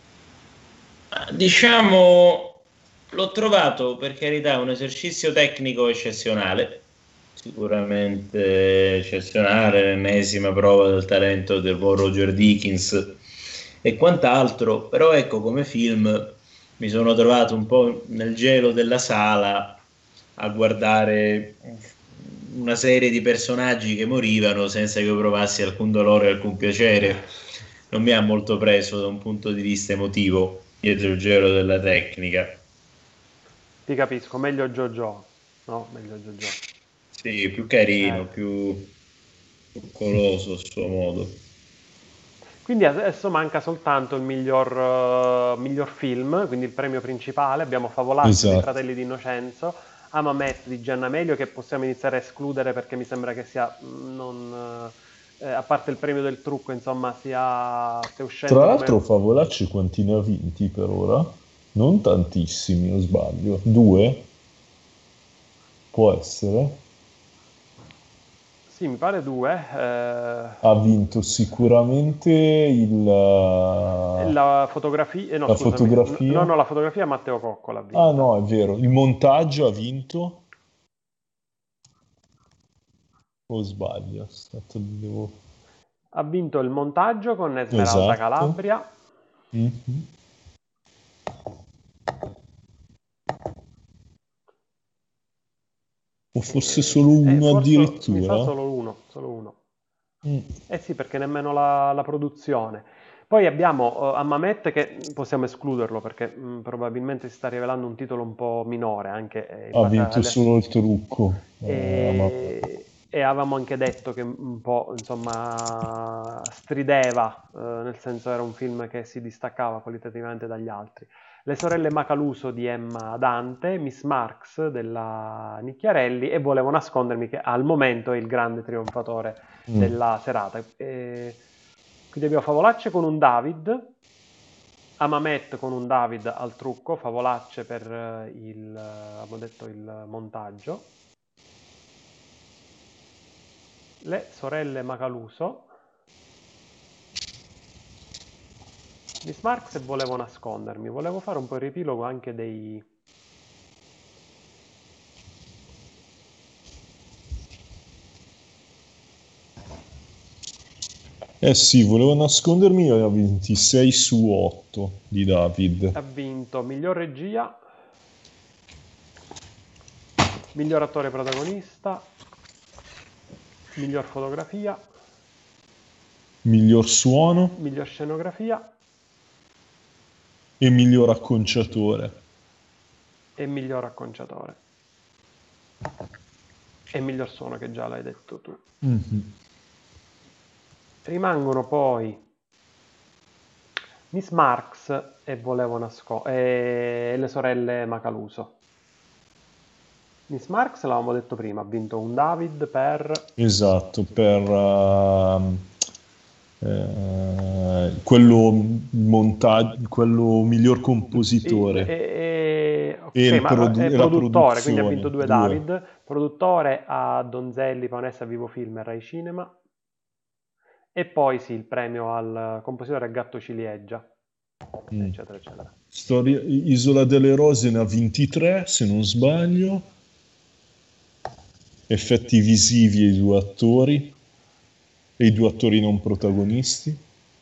Diciamo, l'ho trovato per carità un esercizio tecnico eccezionale, sicuramente eccezionale, l'ennesima prova del talento del buon Roger Deakins e quant'altro, però ecco, come film mi sono trovato un po' nel gelo della sala a guardare una serie di personaggi che morivano senza che io provassi alcun dolore, alcun piacere. Non mi ha molto preso da un punto di vista emotivo dietro il gelo della tecnica. Ti capisco, meglio JoJo. No, meglio JoJo. Sì, più Eh. carino, più coccoloso a suo modo. Quindi adesso manca soltanto il miglior, eh, miglior film, quindi il premio principale. Abbiamo Favolacci dei Esatto. Fratelli di Innocenzo, Amamet di Gianna Melio, che possiamo iniziare a escludere perché mi sembra che sia, mh, non, eh, a parte il premio del trucco, insomma, sia, stia Tra uscendo l'altro come... Favolacci quanti ne ha vinti per ora? Non tantissimi, o sbaglio? Due? Può essere? Sì, mi pare due. eh, Ha vinto sicuramente il, la La fotografia... eh, no, scusami. n- No, fotografia. no, la fotografia Matteo Cocco l'ha Ah vinta. no, è vero. Il montaggio ha vinto? O sbaglio? Aspetta, devo... Ha vinto il montaggio con Esmeralda Esatto. Calabria. Mhm. O forse solo E, e uno forse mi sa addirittura? solo uno, solo uno. Mm. Eh sì, perché nemmeno la, la produzione. Poi abbiamo eh, Hammamet che possiamo escluderlo perché mh, probabilmente si sta rivelando un titolo un po' minore anche eh, in Ha base vinto alle... solo il trucco. Eh, ma- E, e avevamo anche detto che un po', insomma, strideva, eh, nel senso era un film che si distaccava qualitativamente dagli altri. Le sorelle Macaluso di Emma Dante, Miss Marx della Nicchiarelli e Volevo nascondermi che al momento è il grande trionfatore Mm. della serata. E quindi abbiamo Favolacce con un David, Amamet con un David al trucco, Favolacce per eh, il, eh, abbiamo detto, il montaggio, le sorelle Macaluso, Miss Marx e Volevo nascondermi. Volevo fare un po' il riepilogo anche dei... Eh sì, volevo nascondermi e ha ventisei su otto di David. Ha vinto miglior regia, miglior attore protagonista, miglior fotografia, Miglior suono miglior scenografia e miglior acconciatore. e miglior acconciatore. E miglior suono che già l'hai detto tu. Mm-hmm. Rimangono poi Miss Marx e Volevo nascondere e le sorelle Macaluso. Miss Marx, l'avevamo detto prima, ha vinto un David per... Esatto, per uh, eh, quello montaggio, quello miglior E, compositore e- e ok, il ma produ- è e la produttore, quindi ha vinto produzione, due due. David. Produttore a Donzelli, Panessa, Vivo Film e Rai Cinema. E poi sì, il premio al compositore a Gatto Ciliegia, Mm. eccetera, eccetera. Storia, Isola delle Rose ne ha ventitré, se non sbaglio. Effetti visivi ai due attori e i due attori non protagonisti.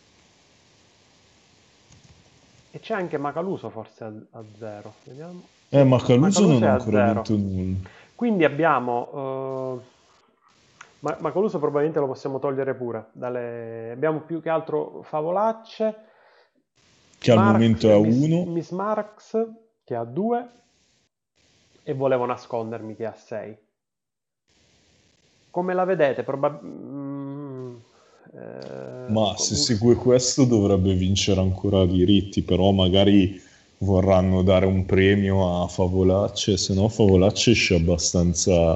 E c'è anche Macaluso forse a, a zero, vediamo. Eh, Sì, ma Caluso Macaluso non è ha a ancora zero. vinto nulla. Quindi abbiamo... eh, Ma- Macaluso probabilmente lo possiamo togliere pure. Dalle... Abbiamo più che altro Favolacce, Che al Marx, momento è eh, a Miss, uno. Miss Marx che ha due, e Volevo nascondermi, che ha sei. Come la vedete? Probab- mm, eh, Ma se segue questo dovrebbe vincere ancora diritti, però magari vorranno dare un premio a Favolacce, se no Favolacce esce abbastanza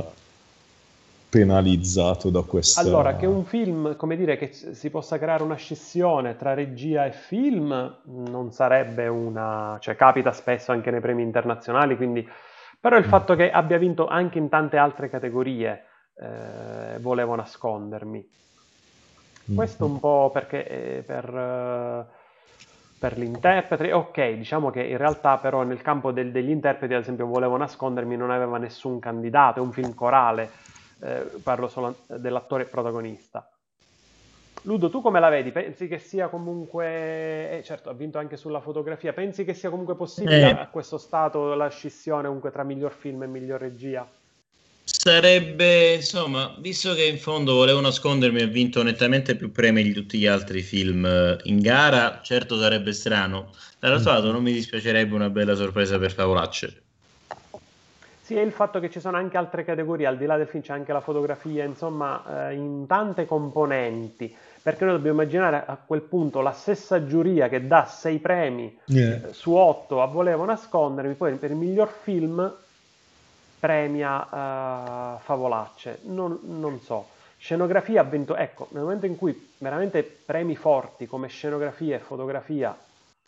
penalizzato da questa... Allora, che un film, come dire, che si possa creare una scissione tra regia e film, non sarebbe una... cioè capita spesso anche nei premi internazionali, quindi... Però il fatto che abbia vinto anche in tante altre categorie, eh, Volevo nascondermi. Questo un po' perché eh, per, eh, per l'interprete, ok, diciamo che in realtà però nel campo del- degli interpreti, ad esempio Volevo nascondermi, non aveva nessun candidato, è un film corale, eh, parlo solo dell'attore protagonista. Ludo, tu come la vedi? Pensi che sia comunque, eh, certo, ha vinto anche sulla fotografia, pensi che sia comunque possibile a, Eh, a questo stato la scissione comunque tra miglior film e miglior regia? Sarebbe, insomma, visto che in fondo Volevo nascondermi ha vinto nettamente più premi di tutti gli altri film eh, in gara, certo sarebbe strano. Dall'altro lato non mi dispiacerebbe una bella sorpresa per Favolacce. Sì, e il fatto che ci sono anche altre categorie, al di là del film c'è anche la fotografia, insomma, eh, in tante componenti, perché noi dobbiamo immaginare a quel punto la stessa giuria che dà sei premi Yeah. eh, su otto a Volevo nascondermi, poi per il miglior film premia eh, Favolacce, non, non so. Scenografia ha vinto, ecco, nel momento in cui veramente premi forti come scenografia e fotografia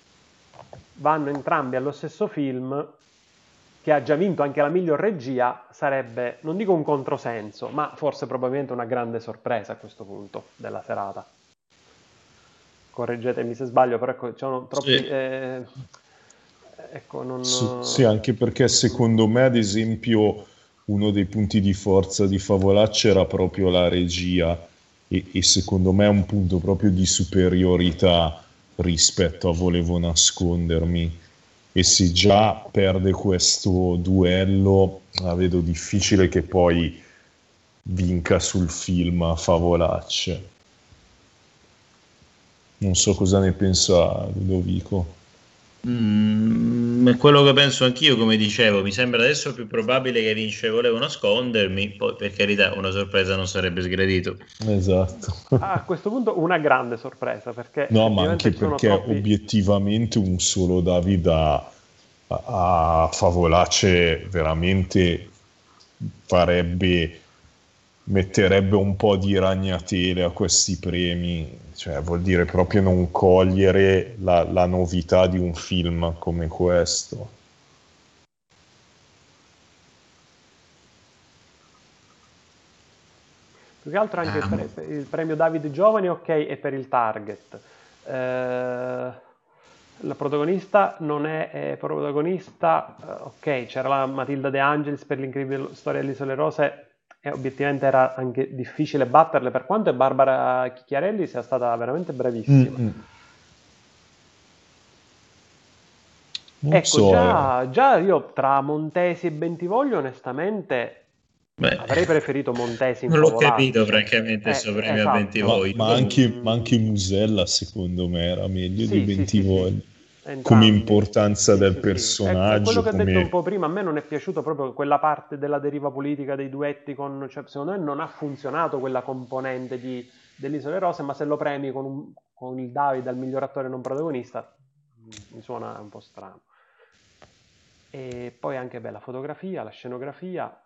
vanno entrambi allo stesso film, che ha già vinto anche la miglior regia, sarebbe, non dico un controsenso, ma forse probabilmente una grande sorpresa a questo punto della serata. Correggetemi se sbaglio, però ecco, ci sono troppi... Sì. Eh, ecco, non... Sì, sì, anche perché secondo me, ad esempio, uno dei punti di forza di Favolacce era proprio la regia e, e secondo me è un punto proprio di superiorità rispetto a Volevo nascondermi. E se già perde questo duello, la vedo difficile che poi vinca sul film Favolacce. Non so cosa ne pensa Ludovico. Mm, è quello che penso anch'io, come dicevo, mi sembra adesso più probabile che vince Volevo nascondermi, poi per carità una sorpresa non sarebbe sgradito. Esatto. A questo punto una grande sorpresa, perché No, ma effettivamente anche ci sono perché troppi... obiettivamente un solo David a, a, a Favolacce veramente farebbe, metterebbe un po' di ragnatele a questi premi, cioè vuol dire proprio non cogliere la, la novità di un film come questo. Più che altro anche il, pre- per il premio David Giovani, ok, e per il target. Eh, la protagonista non è, è protagonista, eh, ok, c'era la Matilda De Angelis per l'incredibile storia delle Isole Rose e obiettivamente era anche difficile batterle, per quanto Barbara Chiarelli sia stata veramente bravissima. Mm-mm. Non Ecco, so, eh. già, già io tra Montesi e Bentivoglio, onestamente, Beh, avrei preferito Montesi in non l'ho capito Favolacce. francamente Eh, sto premio a esatto. Ma, Bentivoglio. ma anche, Mm, ma anche Musella secondo me era meglio di sì, sì, sì, sì, Bentivoglio come entrambi. importanza Sì, del sì, sì. È, è quello personaggio, che ho detto un come... po' prima, a me non è piaciuto proprio quella parte della deriva politica dei duetti con, cioè, secondo me non ha funzionato quella componente di, dell'Isole Rose, ma se lo premi con, un- con il David al miglior attore non protagonista, mm, mi suona un po' strano. E poi anche beh, la fotografia, la scenografia.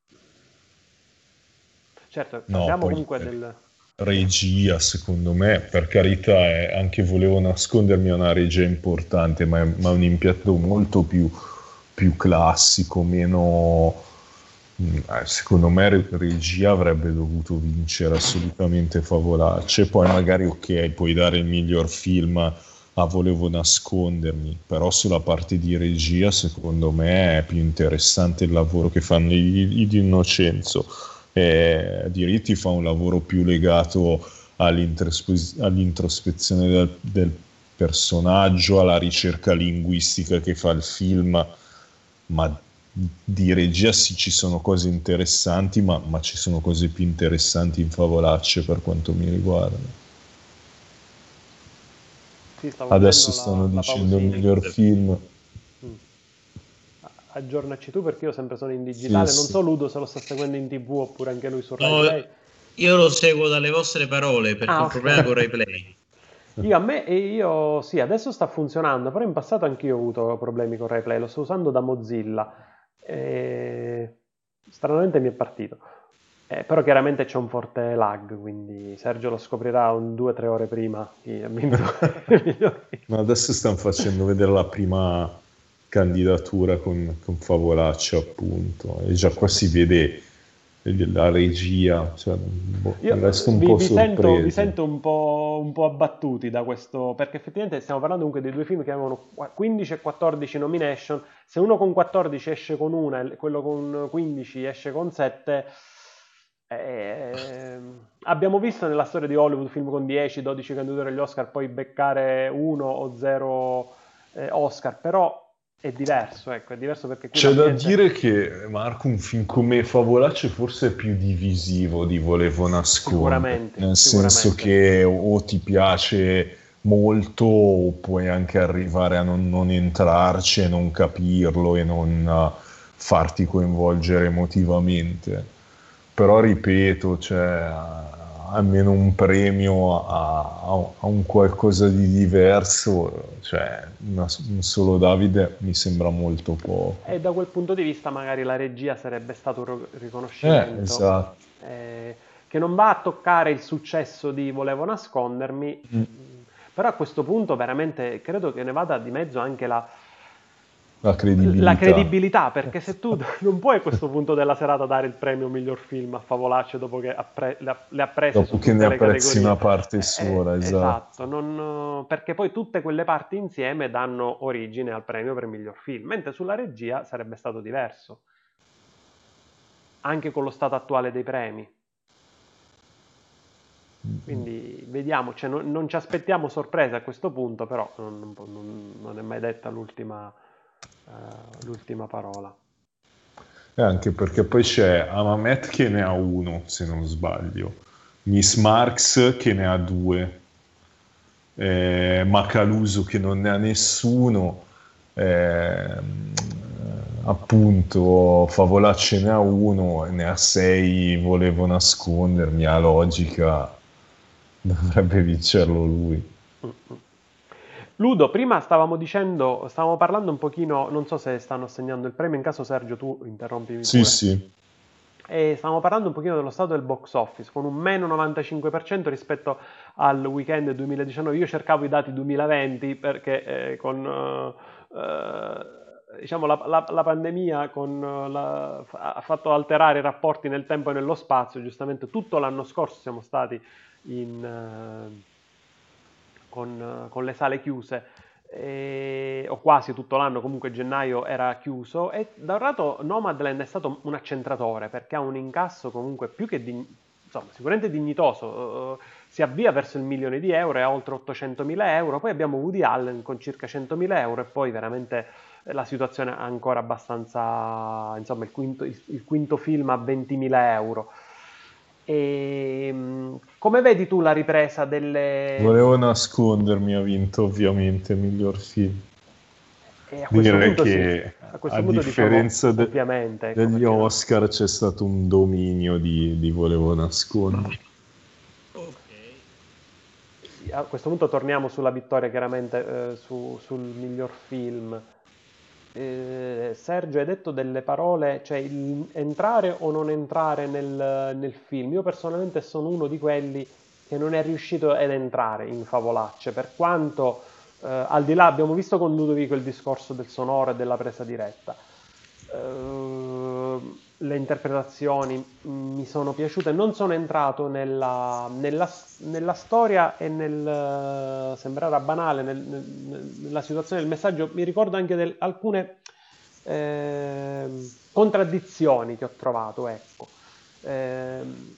Certo, No, parliamo poi comunque eh, del... regia secondo me, per carità, è- anche Volevo nascondermi è una regia importante, ma è, ma è un impianto molto più, più classico, meno... mm, eh, Secondo me re- regia avrebbe dovuto vincere assolutamente Favolacce, poi magari ok, puoi dare il miglior film a Volevo nascondermi, però sulla parte di regia secondo me è più interessante il lavoro che fanno i, i di Innocenzo. E Diritti fa un lavoro più legato all'introspe- all'introspezione del, del personaggio, alla ricerca linguistica che fa il film, ma di regia sì, ci sono cose interessanti, ma, ma ci sono cose più interessanti in Favolacce per quanto mi riguarda. Sì, stavo Adesso vedendo la, stanno la dicendo il Pausini. miglior film. Mm. aggiornaci tu, perché io sempre sono in digitale, Sì, non sì. so Ludo se lo sta seguendo in tv oppure anche lui su Rai No, Play. io lo seguo dalle vostre parole perché Ah, ho un problema con ok. Rai Play. Io a me, e io sì, adesso sta funzionando, però in passato anch'io ho avuto problemi con Rai Play, lo sto usando da Mozilla. E stranamente mi è partito. Eh, però chiaramente c'è un forte lag, quindi Sergio lo scoprirà un due o tre ore prima chi ha vinto il miglior film. Ma adesso stanno facendo vedere la prima candidatura con, con Favolacci, appunto, e già qua si vede la regia, cioè, boh, Io resto un vi, po' vi sento, vi sorpreso. sento un po', un po' abbattuti da questo, perché effettivamente stiamo parlando comunque dei due film che avevano quindici e quattordici nomination. Se uno con quattordici esce con una e quello con quindici esce con sette, eh, abbiamo visto nella storia di Hollywood film con dieci dodici candidature agli Oscar poi beccare uno o zero eh, Oscar, però è diverso, ecco, è diverso perché qui C'è da l'ambiente dire che, Marco, un film come Favolacci forse è più divisivo di Volevo nascondere, sicuramente, nel senso sicuramente. che o ti piace molto o puoi anche arrivare a non, non entrarci e non capirlo e non uh, farti coinvolgere emotivamente. Però ripeto, cioè, almeno un premio a, a- a un qualcosa di diverso, cioè una- un solo Davide mi sembra molto poco. E da quel punto di vista magari la regia sarebbe stato un ro- Eh, riconoscimento esatto. eh, che non va a toccare il successo di Volevo nascondermi, Mm. mh, però a questo punto veramente credo che ne vada di mezzo anche la, La la credibilità. credibilità, perché se tu non puoi a questo punto della serata dare il premio miglior film a Favolacci dopo che ha pre- le, ha, le ha prese Dopo su che ne tutte le apprezzi categorie. una parte Eh, eh, sola, esatto. esatto, non- perché poi tutte quelle parti insieme danno origine al premio per miglior film, mentre sulla regia sarebbe stato diverso, anche con lo stato attuale dei premi. Quindi vediamo, cioè, non, non ci aspettiamo sorprese a questo punto, però non, non- non è mai detta l'ultima eh, l'ultima parola. E anche perché poi c'è Amamet che ne ha uno, se non sbaglio, Miss Marx che ne ha due, eh, Macaluso che non ne ha nessuno, ehm, appunto Favolacci ne ha uno, ne ha sei, Volevo nascondermi, a logica dovrebbe vincerlo lui. Mm-mm. Ludo, prima stavamo dicendo, stavamo parlando un pochino, non so se stanno assegnando il premio, in caso Sergio tu interrompimi Sì, pure. sì. E stavamo parlando un pochino dello stato del box office, con un meno novantacinque per cento rispetto al weekend duemiladiciannove. Io cercavo i dati duemilaventi perché eh, con eh, eh, diciamo la, la- la pandemia con, eh, la- ha fatto alterare i rapporti nel tempo e nello spazio. Giustamente tutto l'anno scorso siamo stati in, eh, con, con le sale chiuse, eh, o quasi tutto l'anno, comunque gennaio era chiuso, e da un lato Nomadland è stato un accentratore perché ha un incasso comunque più che dign- insomma, sicuramente dignitoso, eh, si avvia verso il milione di euro e ha oltre ottocentomila euro, poi abbiamo Woody Allen con circa centomila euro e poi veramente eh, la situazione è ancora abbastanza, insomma il quinto, il, il quinto film a ventimila euro. E, mh, come vedi tu la ripresa delle... Volevo nascondermi, ha vinto ovviamente miglior film. E a questo Direi punto sì, che a a questo punto diciamo differenza de- ovviamente, ecco degli perché no. Oscar c'è stato un dominio di, di Volevo nascondere. A questo punto torniamo sulla vittoria chiaramente eh, su- sul miglior film. Eh, Sergio, hai detto delle parole, cioè il entrare o non entrare nel, nel film. Io personalmente sono uno di quelli che non è riuscito ad entrare in Favolacce, per quanto eh, al di là abbiamo visto con Ludovico il discorso del sonoro e della presa diretta. Eh, le interpretazioni mi sono piaciute, non sono entrato nella, nella, nella storia e nel sembrare banale nel, nel, nella situazione del messaggio. Mi ricordo anche del, alcune eh, contraddizioni che ho trovato, ecco. Eh,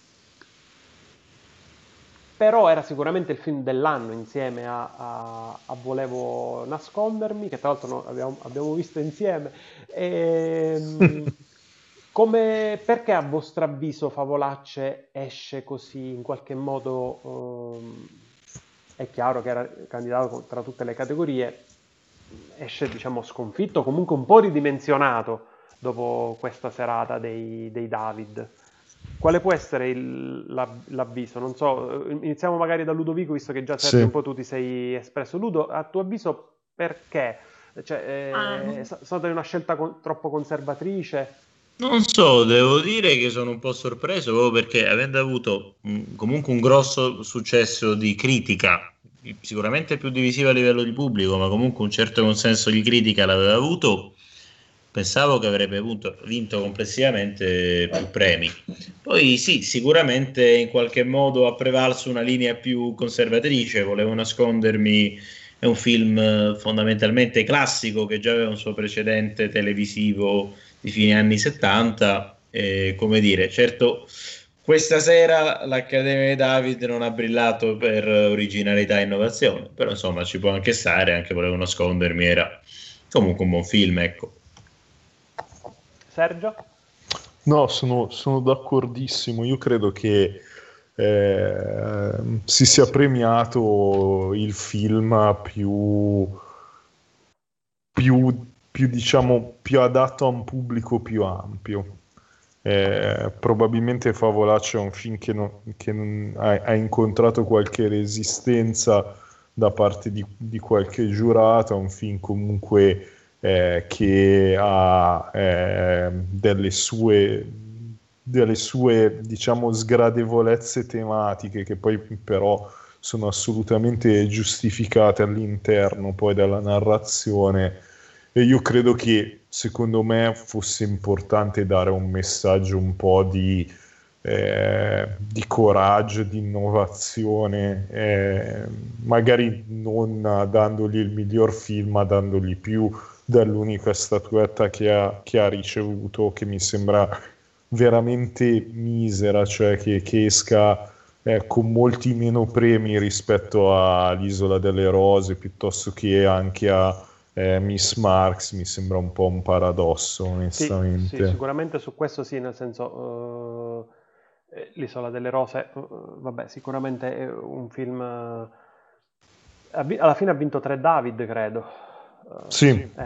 però era sicuramente il film dell'anno insieme a, a, a Volevo nascondermi, che tra l'altro no, abbiamo, abbiamo visto insieme. E, come, perché a vostro avviso Favolacce esce così in qualche modo? ehm, è chiaro che era candidato tra tutte le categorie, esce, diciamo, sconfitto, comunque un po' ridimensionato dopo questa serata dei, dei David. Quale può essere il, l'avviso? Non so, iniziamo magari da Ludovico, visto che già Sergio Sì. un po' tu ti sei espresso. Ludo, a tuo avviso perché? Cioè, eh, è stata una scelta con, troppo conservatrice? Non so, devo dire che sono un po' sorpreso proprio perché avendo avuto mh, comunque un grosso successo di critica, sicuramente più divisivo a livello di pubblico, ma comunque un certo consenso di critica l'aveva avuto, pensavo che avrebbe avuto, vinto complessivamente più premi. Poi sì, sicuramente in qualche modo ha prevalso una linea più conservatrice, volevo nascondermi, è un film eh, fondamentalmente classico che già aveva un suo precedente televisivo di fine anni settanta, eh, come dire, certo questa sera l'Accademia di David non ha brillato per originalità e innovazione, però insomma ci può anche stare, anche volevo nascondermi, era comunque un buon film, ecco. Sergio? No, sono, sono d'accordissimo, io credo che eh, si sia premiato il film più, più, più, diciamo, più adatto a un pubblico più ampio. Eh, probabilmente Favolaccia è un film che, non, che non, ha, ha incontrato qualche resistenza da parte di, di qualche giurato, è un film comunque eh, che ha eh, delle sue delle sue diciamo sgradevolezze tematiche che poi però sono assolutamente giustificate all'interno poi della narrazione, e io credo che secondo me fosse importante dare un messaggio un po' di, eh, di coraggio, di innovazione, eh, magari non dandogli il miglior film, ma dandogli più dall'unica statuetta che ha, che ha ricevuto, che mi sembra veramente misera, cioè che, che esca eh, con molti meno premi rispetto all'Isola delle Rose, piuttosto che anche a eh, Miss Marx. Mi sembra un po' un paradosso, onestamente. Sì, sì, sicuramente su questo sì, nel senso uh, l'Isola delle Rose, uh, vabbè, sicuramente è un film, uh, alla fine ha vinto tre David, credo. Uh, sì. Eh,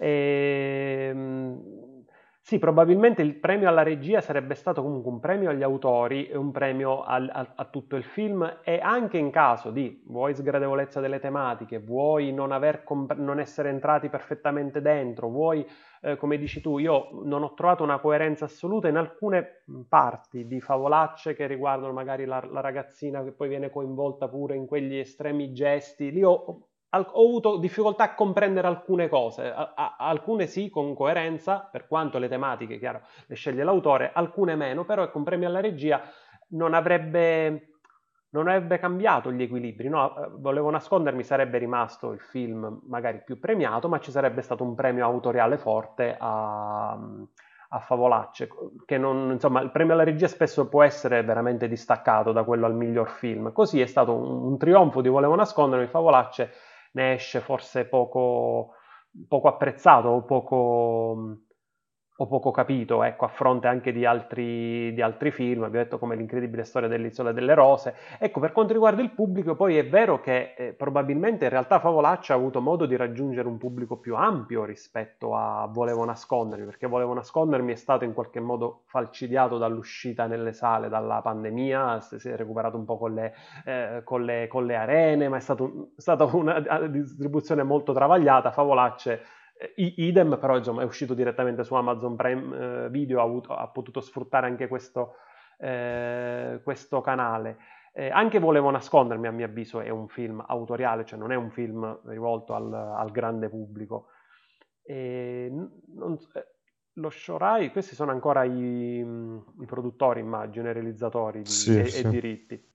e, um, sì, probabilmente il premio alla regia sarebbe stato comunque un premio agli autori e un premio al, a, a tutto il film, e anche in caso di vuoi sgradevolezza delle tematiche, vuoi non, aver comp- non essere entrati perfettamente dentro, vuoi, eh, come dici tu, io non ho trovato una coerenza assoluta in alcune parti di favolacce che riguardano magari la, la ragazzina che poi viene coinvolta pure in quegli estremi gesti, lì ho... ho avuto difficoltà a comprendere alcune cose, a, a, alcune sì con coerenza, per quanto le tematiche, chiaro, le sceglie l'autore, alcune meno, però ecco, un premio alla regia non avrebbe, non avrebbe cambiato gli equilibri, no? Volevo nascondermi, sarebbe rimasto il film magari più premiato, ma ci sarebbe stato un premio autoriale forte a... a favolacce, che non, insomma, il premio alla regia spesso può essere veramente distaccato da quello al miglior film. Così è stato un, un trionfo di Volevo nascondermi, favolacce ne esce forse poco, poco apprezzato o poco, o poco capito, ecco, a fronte anche di altri, di altri film, abbiamo detto come L'incredibile storia dell'Isola delle Rose. Ecco, per quanto riguarda il pubblico, poi è vero che eh, probabilmente in realtà Favolaccia ha avuto modo di raggiungere un pubblico più ampio rispetto a Volevo nascondermi, perché Volevo nascondermi è stato in qualche modo falcidiato dall'uscita nelle sale, dalla pandemia, si è recuperato un po' con le, eh, con le, con le arene, ma è, stato, è stata una distribuzione molto travagliata. Favolacce idem, però insomma è uscito direttamente su Amazon Prime eh, Video, ha, avuto, ha potuto sfruttare anche questo, eh, questo canale. Eh, anche Volevo nascondermi, a mio avviso, è un film autoriale, cioè non è un film rivolto al, al grande pubblico. E non, lo Shorai, questi sono ancora i, i produttori, immagino, i realizzatori di, sì, e, sì. e diritti.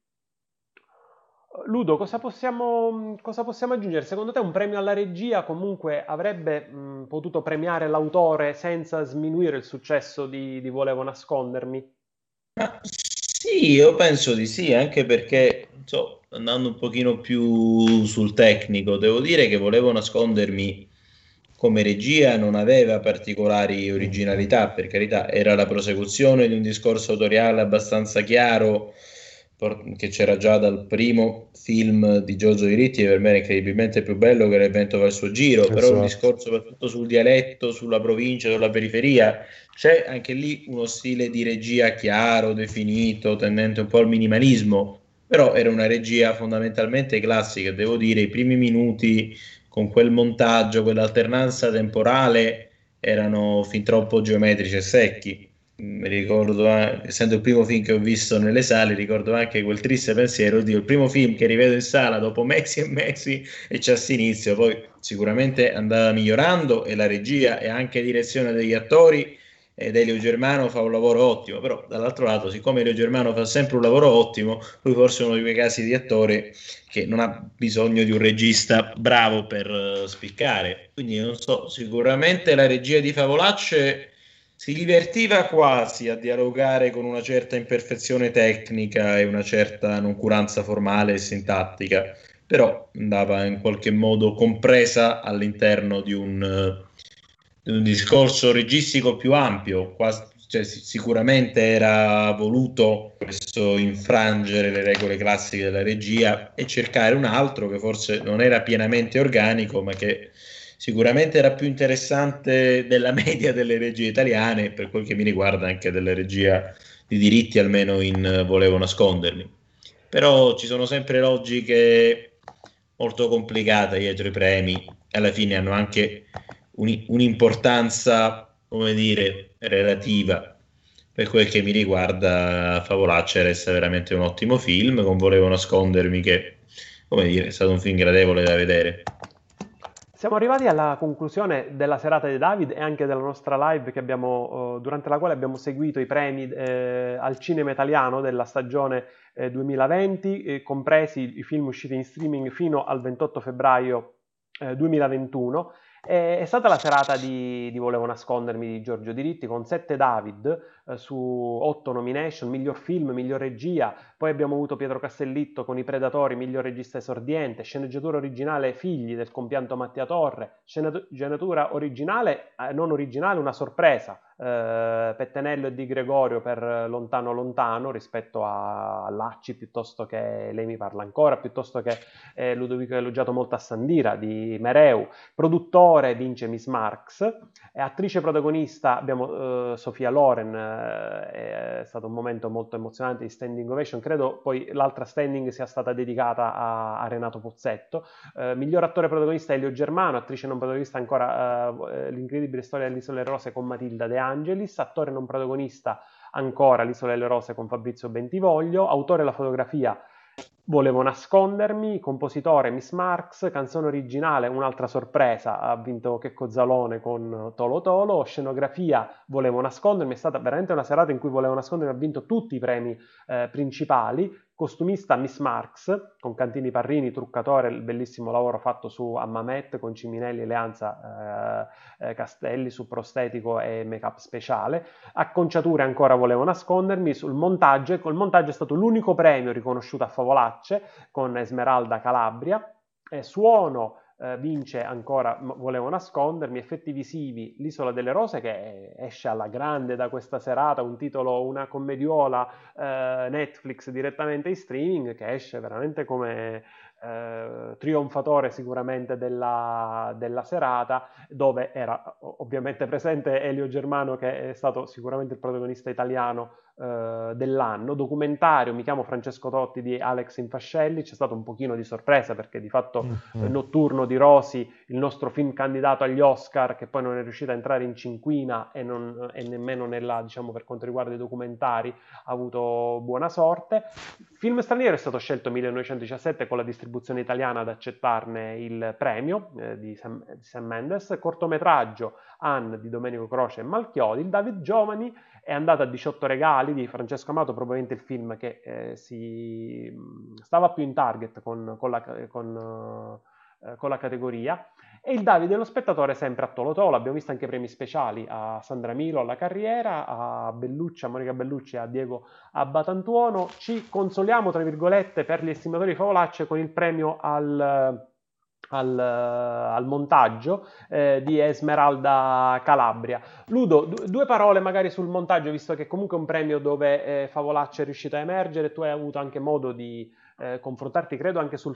Ludo, cosa possiamo, cosa possiamo aggiungere? Secondo te un premio alla regia comunque avrebbe mh, potuto premiare l'autore senza sminuire il successo di, di Volevo nascondermi? Ma sì, io penso di sì, anche perché, so, andando un pochino più sul tecnico, devo dire che Volevo nascondermi come regia non aveva particolari originalità, per carità, era la prosecuzione di un discorso autoriale abbastanza chiaro, che c'era già dal primo film di Giorgio Diritti, che per me era incredibilmente più bello, che era Il vento va il suo giro, esatto. Però è un discorso soprattutto sul dialetto, sulla provincia, sulla periferia. C'è anche lì uno stile di regia chiaro, definito, tendente un po' al minimalismo, però era una regia fondamentalmente classica, devo dire. I primi minuti con quel montaggio, quell'alternanza temporale erano fin troppo geometrici e secchi. Mi ricordo, essendo il primo film che ho visto nelle sale, ricordo anche quel triste pensiero, oddio, il primo film che rivedo in sala dopo mesi e mesi e c'è inizio, poi sicuramente andava migliorando, e la regia e anche direzione degli attori, ed Elio Germano fa un lavoro ottimo, però dall'altro lato, siccome Elio Germano fa sempre un lavoro ottimo, lui forse è uno di quei casi di attore che non ha bisogno di un regista bravo per uh, spiccare, quindi non so, sicuramente la regia di Favolacce si divertiva quasi a dialogare con una certa imperfezione tecnica e una certa noncuranza formale e sintattica, però andava in qualche modo compresa all'interno di un, di un discorso registico più ampio, quasi, cioè, sicuramente era voluto questo infrangere le regole classiche della regia e cercare un altro che forse non era pienamente organico, ma che sicuramente era più interessante della media delle regie italiane, per quel che mi riguarda anche della regia di Diritti, almeno in Volevo nascondermi. Però ci sono sempre logiche molto complicate dietro i premi, e alla fine hanno anche un, un'importanza, come dire, relativa. Per quel che mi riguarda, Favolaccia resta veramente un ottimo film, con Volevo nascondermi che, come dire, è stato un film gradevole da vedere. Siamo arrivati alla conclusione della serata di David e anche della nostra live che abbiamo, uh, durante la quale abbiamo seguito i premi eh, al cinema italiano della stagione eh, duemilaventi, eh, compresi i film usciti in streaming fino al ventotto febbraio eh, duemilaventuno. E, è stata la serata di, di Volevo nascondermi di Giorgio Diritti, con sette David eh, su otto nomination, miglior film, miglior regia. Poi abbiamo avuto Pietro Castellitto con I Predatori, miglior regista esordiente, sceneggiatura originale Figli del compianto Mattia Torre, sceneggiatura originale, eh, non originale, una sorpresa, eh, Pettenello e Di Gregorio per Lontano Lontano, rispetto a Lacci piuttosto che Lei mi parla ancora, piuttosto che eh, Ludovico elogiato molto a Sandira di Mereu. Produttore vince Miss Marx, e attrice protagonista abbiamo eh, Sofia Loren, eh, è stato un momento molto emozionante di standing ovation. Credo poi l'altra standing sia stata dedicata a, a Renato Pozzetto. Eh, miglior attore protagonista Elio Germano, attrice non protagonista ancora eh, L'incredibile storia dell'Isola delle Rose con Matilda De Angelis, attore non protagonista ancora L'Isola delle Rose con Fabrizio Bentivoglio, autore della fotografia Volevo nascondermi, compositore Miss Marx, canzone originale, un'altra sorpresa, ha vinto Checco Zalone con Tolo Tolo, scenografia Volevo nascondermi, è stata veramente una serata in cui Volevo nascondermi ha vinto tutti i premi eh, principali, costumista Miss Marx, con Cantini Parrini, truccatore, il bellissimo lavoro fatto su Ammamet con Ciminelli, Leanza, eh, Castelli su prostetico e make-up speciale, acconciature ancora Volevo nascondermi, sul montaggio, ecco, il montaggio è stato l'unico premio riconosciuto a Favolacce con Esmeralda Calabria, eh, suono eh, vince ancora Volevo nascondermi, effetti visivi L'Isola delle Rose, che esce alla grande da questa serata, un titolo, una commediola eh, Netflix direttamente in streaming, che esce veramente come eh, trionfatore sicuramente della, della serata, dove era ovviamente presente Elio Germano, che è stato sicuramente il protagonista italiano eh, dell'anno. Documentario Mi chiamo Francesco Totti di Alex Infascelli, c'è stato un pochino di sorpresa perché di fatto mm-hmm. eh, Notturno di Rosi, il nostro film candidato agli Oscar, che poi non è riuscito a entrare in cinquina e, non, e nemmeno nella, diciamo, per quanto riguarda i documentari, ha avuto buona sorte. Film straniero è stato scelto millenovecentodiciassette con la distribuzione italiana ad accettarne il premio eh, di, Sam, di Sam Mendes. Cortometraggio Anne di Domenico Croce e Malchiodi. Il David Giovani è andato a diciotto regali di Francesco Amato, probabilmente il film che eh, si stava più in target con, con, la, con, eh, con la categoria. E il Davide dello spettatore sempre a Tolo Tolo. Abbiamo visto anche premi speciali a Sandra Milo alla carriera, a Bellucci, a Monica Bellucci e a Diego Abbatantuono. Ci consoliamo, tra virgolette, per gli estimatori di Favolacce con il premio al, al, al montaggio eh, di Esmeralda Calabria. Ludo, d- due parole magari sul montaggio, visto che comunque è un premio dove eh, Favolaccia è riuscito a emergere, tu hai avuto anche modo di eh, confrontarti, credo, anche sul,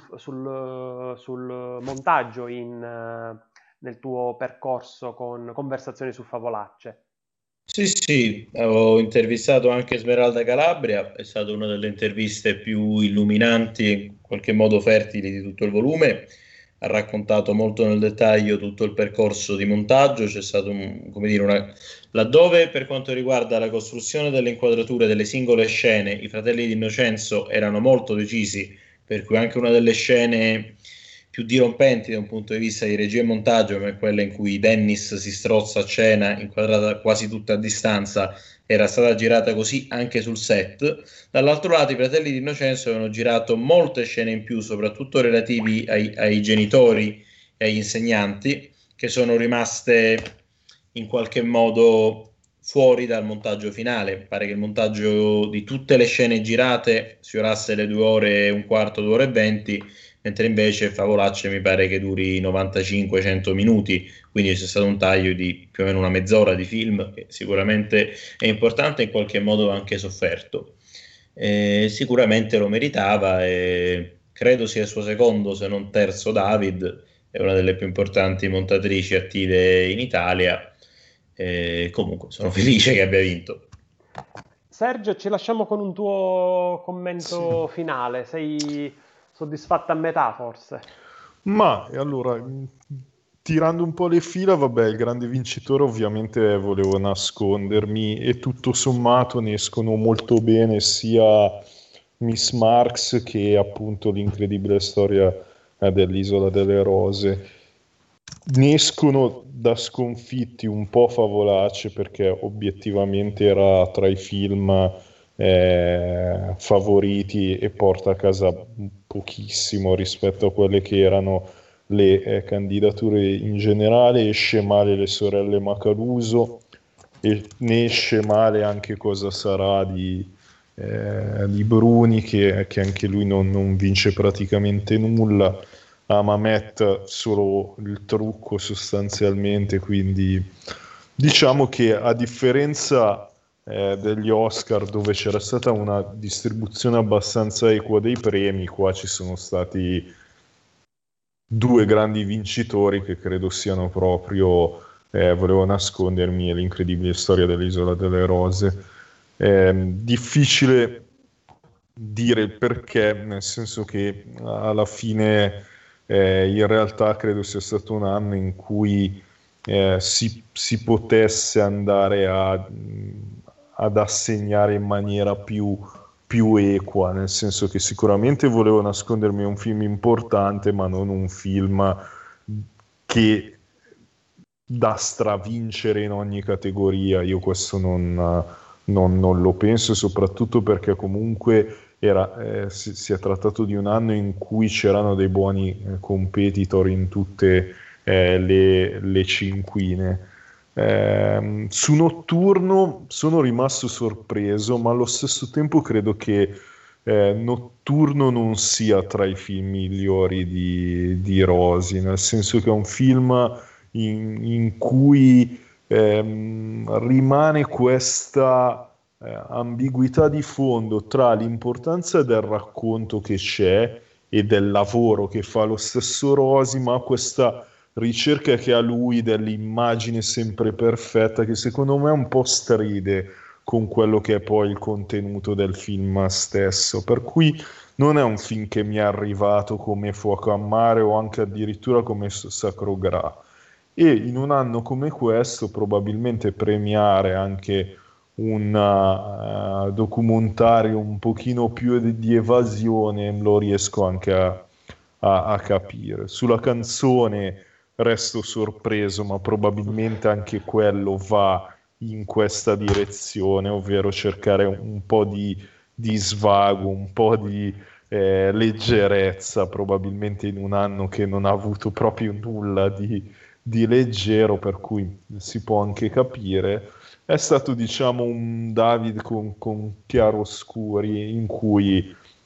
sul, sul montaggio in, eh, nel tuo percorso con Conversazioni su Favolacce. Sì, sì, avevo intervistato anche Esmeralda Calabria, è stata una delle interviste più illuminanti, in qualche modo fertili di tutto il volume. Ha raccontato molto nel dettaglio tutto il percorso di montaggio, c'è stato un, come dire, una... laddove per quanto riguarda la costruzione delle inquadrature delle singole scene, i fratelli di Innocenzo erano molto decisi, per cui anche una delle scene più dirompenti da un punto di vista di regia e montaggio, come quella in cui Dennis si strozza a cena, inquadrata quasi tutta a distanza, era stata girata così anche sul set. Dall'altro lato i fratelli di Innocenzo avevano girato molte scene in più, soprattutto relativi ai, ai genitori e agli insegnanti, che sono rimaste in qualche modo fuori dal montaggio finale. Pare che il montaggio di tutte le scene girate sfiorasse le due ore e un quarto, due ore e venti, mentre invece Favolacce mi pare che duri novantacinque cento minuti, quindi c'è stato un taglio di più o meno una mezz'ora di film, che sicuramente è importante e in qualche modo anche sofferto. Eh, sicuramente lo meritava e credo sia il suo secondo, se non terzo David, è una delle più importanti montatrici attive in Italia. Eh, comunque sono felice che abbia vinto. Sergio, ci lasciamo con un tuo commento Sì. finale. Sei soddisfatta a metà, forse? Ma e allora, tirando un po' le fila, vabbè, il grande vincitore ovviamente volevo nascondermi e tutto sommato ne escono molto bene sia Miss Marx che appunto l'incredibile storia eh, dell'Isola delle Rose. Ne escono da sconfitti un po' Favolacce perché obiettivamente era tra i film eh, favoriti e porta a casa pochissimo rispetto a quelle che erano le eh, candidature in generale. Esce male Le sorelle Macaluso e ne esce male anche Cosa sarà di, eh, di Bruni che, che anche lui non, non vince praticamente nulla. A Mamet solo il trucco sostanzialmente, quindi diciamo che a differenza eh, degli Oscar dove c'era stata una distribuzione abbastanza equa dei premi, qua ci sono stati due grandi vincitori che credo siano proprio eh, Volevo nascondermi e L'incredibile storia dell'Isola delle Rose. È difficile dire il perché, nel senso che alla fine eh, in realtà credo sia stato un anno in cui eh, si, si potesse andare a, ad assegnare in maniera più, più equa, nel senso che sicuramente Volevo nascondermi è un film importante, ma non un film che da stravincere in ogni categoria. Io questo non, non, non lo penso, soprattutto perché comunque era, eh, si, si è trattato di un anno in cui c'erano dei buoni eh, competitor in tutte eh, le, le cinquine. Eh, su Notturno sono rimasto sorpreso, ma allo stesso tempo credo che eh, Notturno non sia tra i film migliori di, di Rosi, nel senso che è un film in, in cui ehm, rimane questa eh, ambiguità di fondo tra l'importanza del racconto che c'è e del lavoro che fa lo stesso Rosi, ma questa ricerca che ha lui dell'immagine sempre perfetta, che secondo me un po' stride con quello che è poi il contenuto del film stesso, per cui non è un film che mi è arrivato come Fuoco a mare o anche addirittura come Sacro Gra. E in un anno come questo probabilmente premiare anche un uh, documentario un pochino più di, di evasione lo riesco anche a, a, a capire. Sulla canzone resto sorpreso, ma probabilmente anche quello va in questa direzione, ovvero cercare un po' di, di svago, un po' di eh, leggerezza, probabilmente in un anno che non ha avuto proprio nulla di, di leggero, per cui si può anche capire. È stato, diciamo, un David con, con chiaroscuri in cui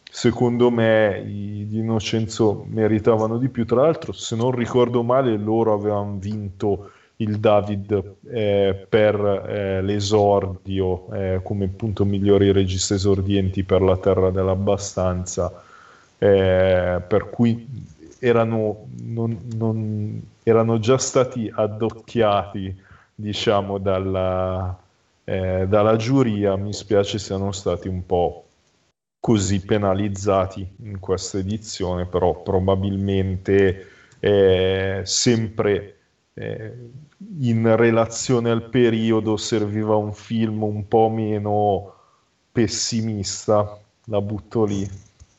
secondo me i, gli Innocenzo meritavano di più. Tra l'altro, se non ricordo male, loro avevano vinto il David eh, per eh, l'esordio eh, come appunto migliori registi esordienti per La Terra dell'Abbastanza, eh, per cui erano, non, non, erano già stati addocchiati, diciamo, dalla, eh, dalla giuria. Mi spiace siano stati un po' così penalizzati in questa edizione, però probabilmente eh, sempre eh, in relazione al periodo serviva un film un po' meno pessimista, la butto lì.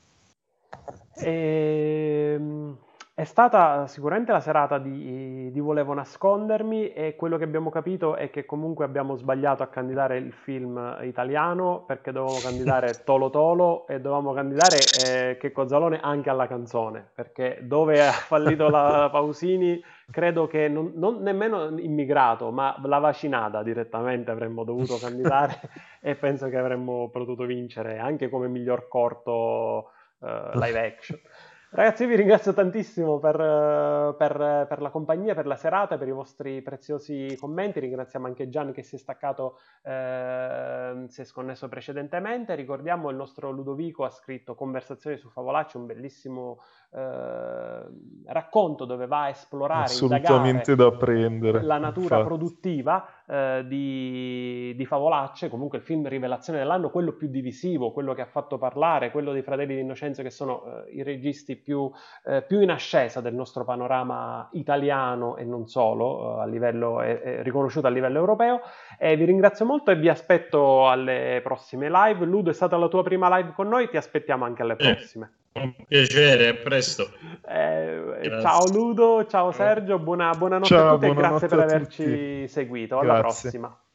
Ehm, È stata sicuramente la serata di, di Volevo nascondermi, e quello che abbiamo capito è che comunque abbiamo sbagliato a candidare il film italiano, perché dovevamo candidare Tolo Tolo e dovevamo candidare eh, Checco Zalone anche alla canzone, perché dove ha fallito la Pausini credo che non, non nemmeno Immigrato, ma La Vacinata direttamente avremmo dovuto candidare e penso che avremmo potuto vincere anche come miglior corto uh, live action. Ragazzi, io vi ringrazio tantissimo per, per, per la compagnia, per la serata, per i vostri preziosi commenti. Ringraziamo anche Gian che si è staccato, eh, si è sconnesso precedentemente. Ricordiamo il nostro Ludovico ha scritto Conversazioni su Favolacci, un bellissimo eh, racconto dove va a esplorare, assolutamente indagare da prendere, la natura infatti. produttiva eh, di, di Favolacce, comunque il film rivelazione dell'anno, quello più divisivo, quello che ha fatto parlare, quello dei Fratelli di Innocenzo, che sono eh, i registi più, eh, più in ascesa del nostro panorama italiano e non solo, eh, a livello, è, è riconosciuto a livello europeo. E vi ringrazio molto e vi aspetto alle prossime live. Ludo, è stata la tua prima live con noi, ti aspettiamo anche alle prossime. Eh, un piacere, a presto. Eh, ciao Ludo, ciao Sergio, buona, buonanotte Ciao, a tutti e grazie buonanotte per a averci tutti. seguito. Alla Grazie. prossima.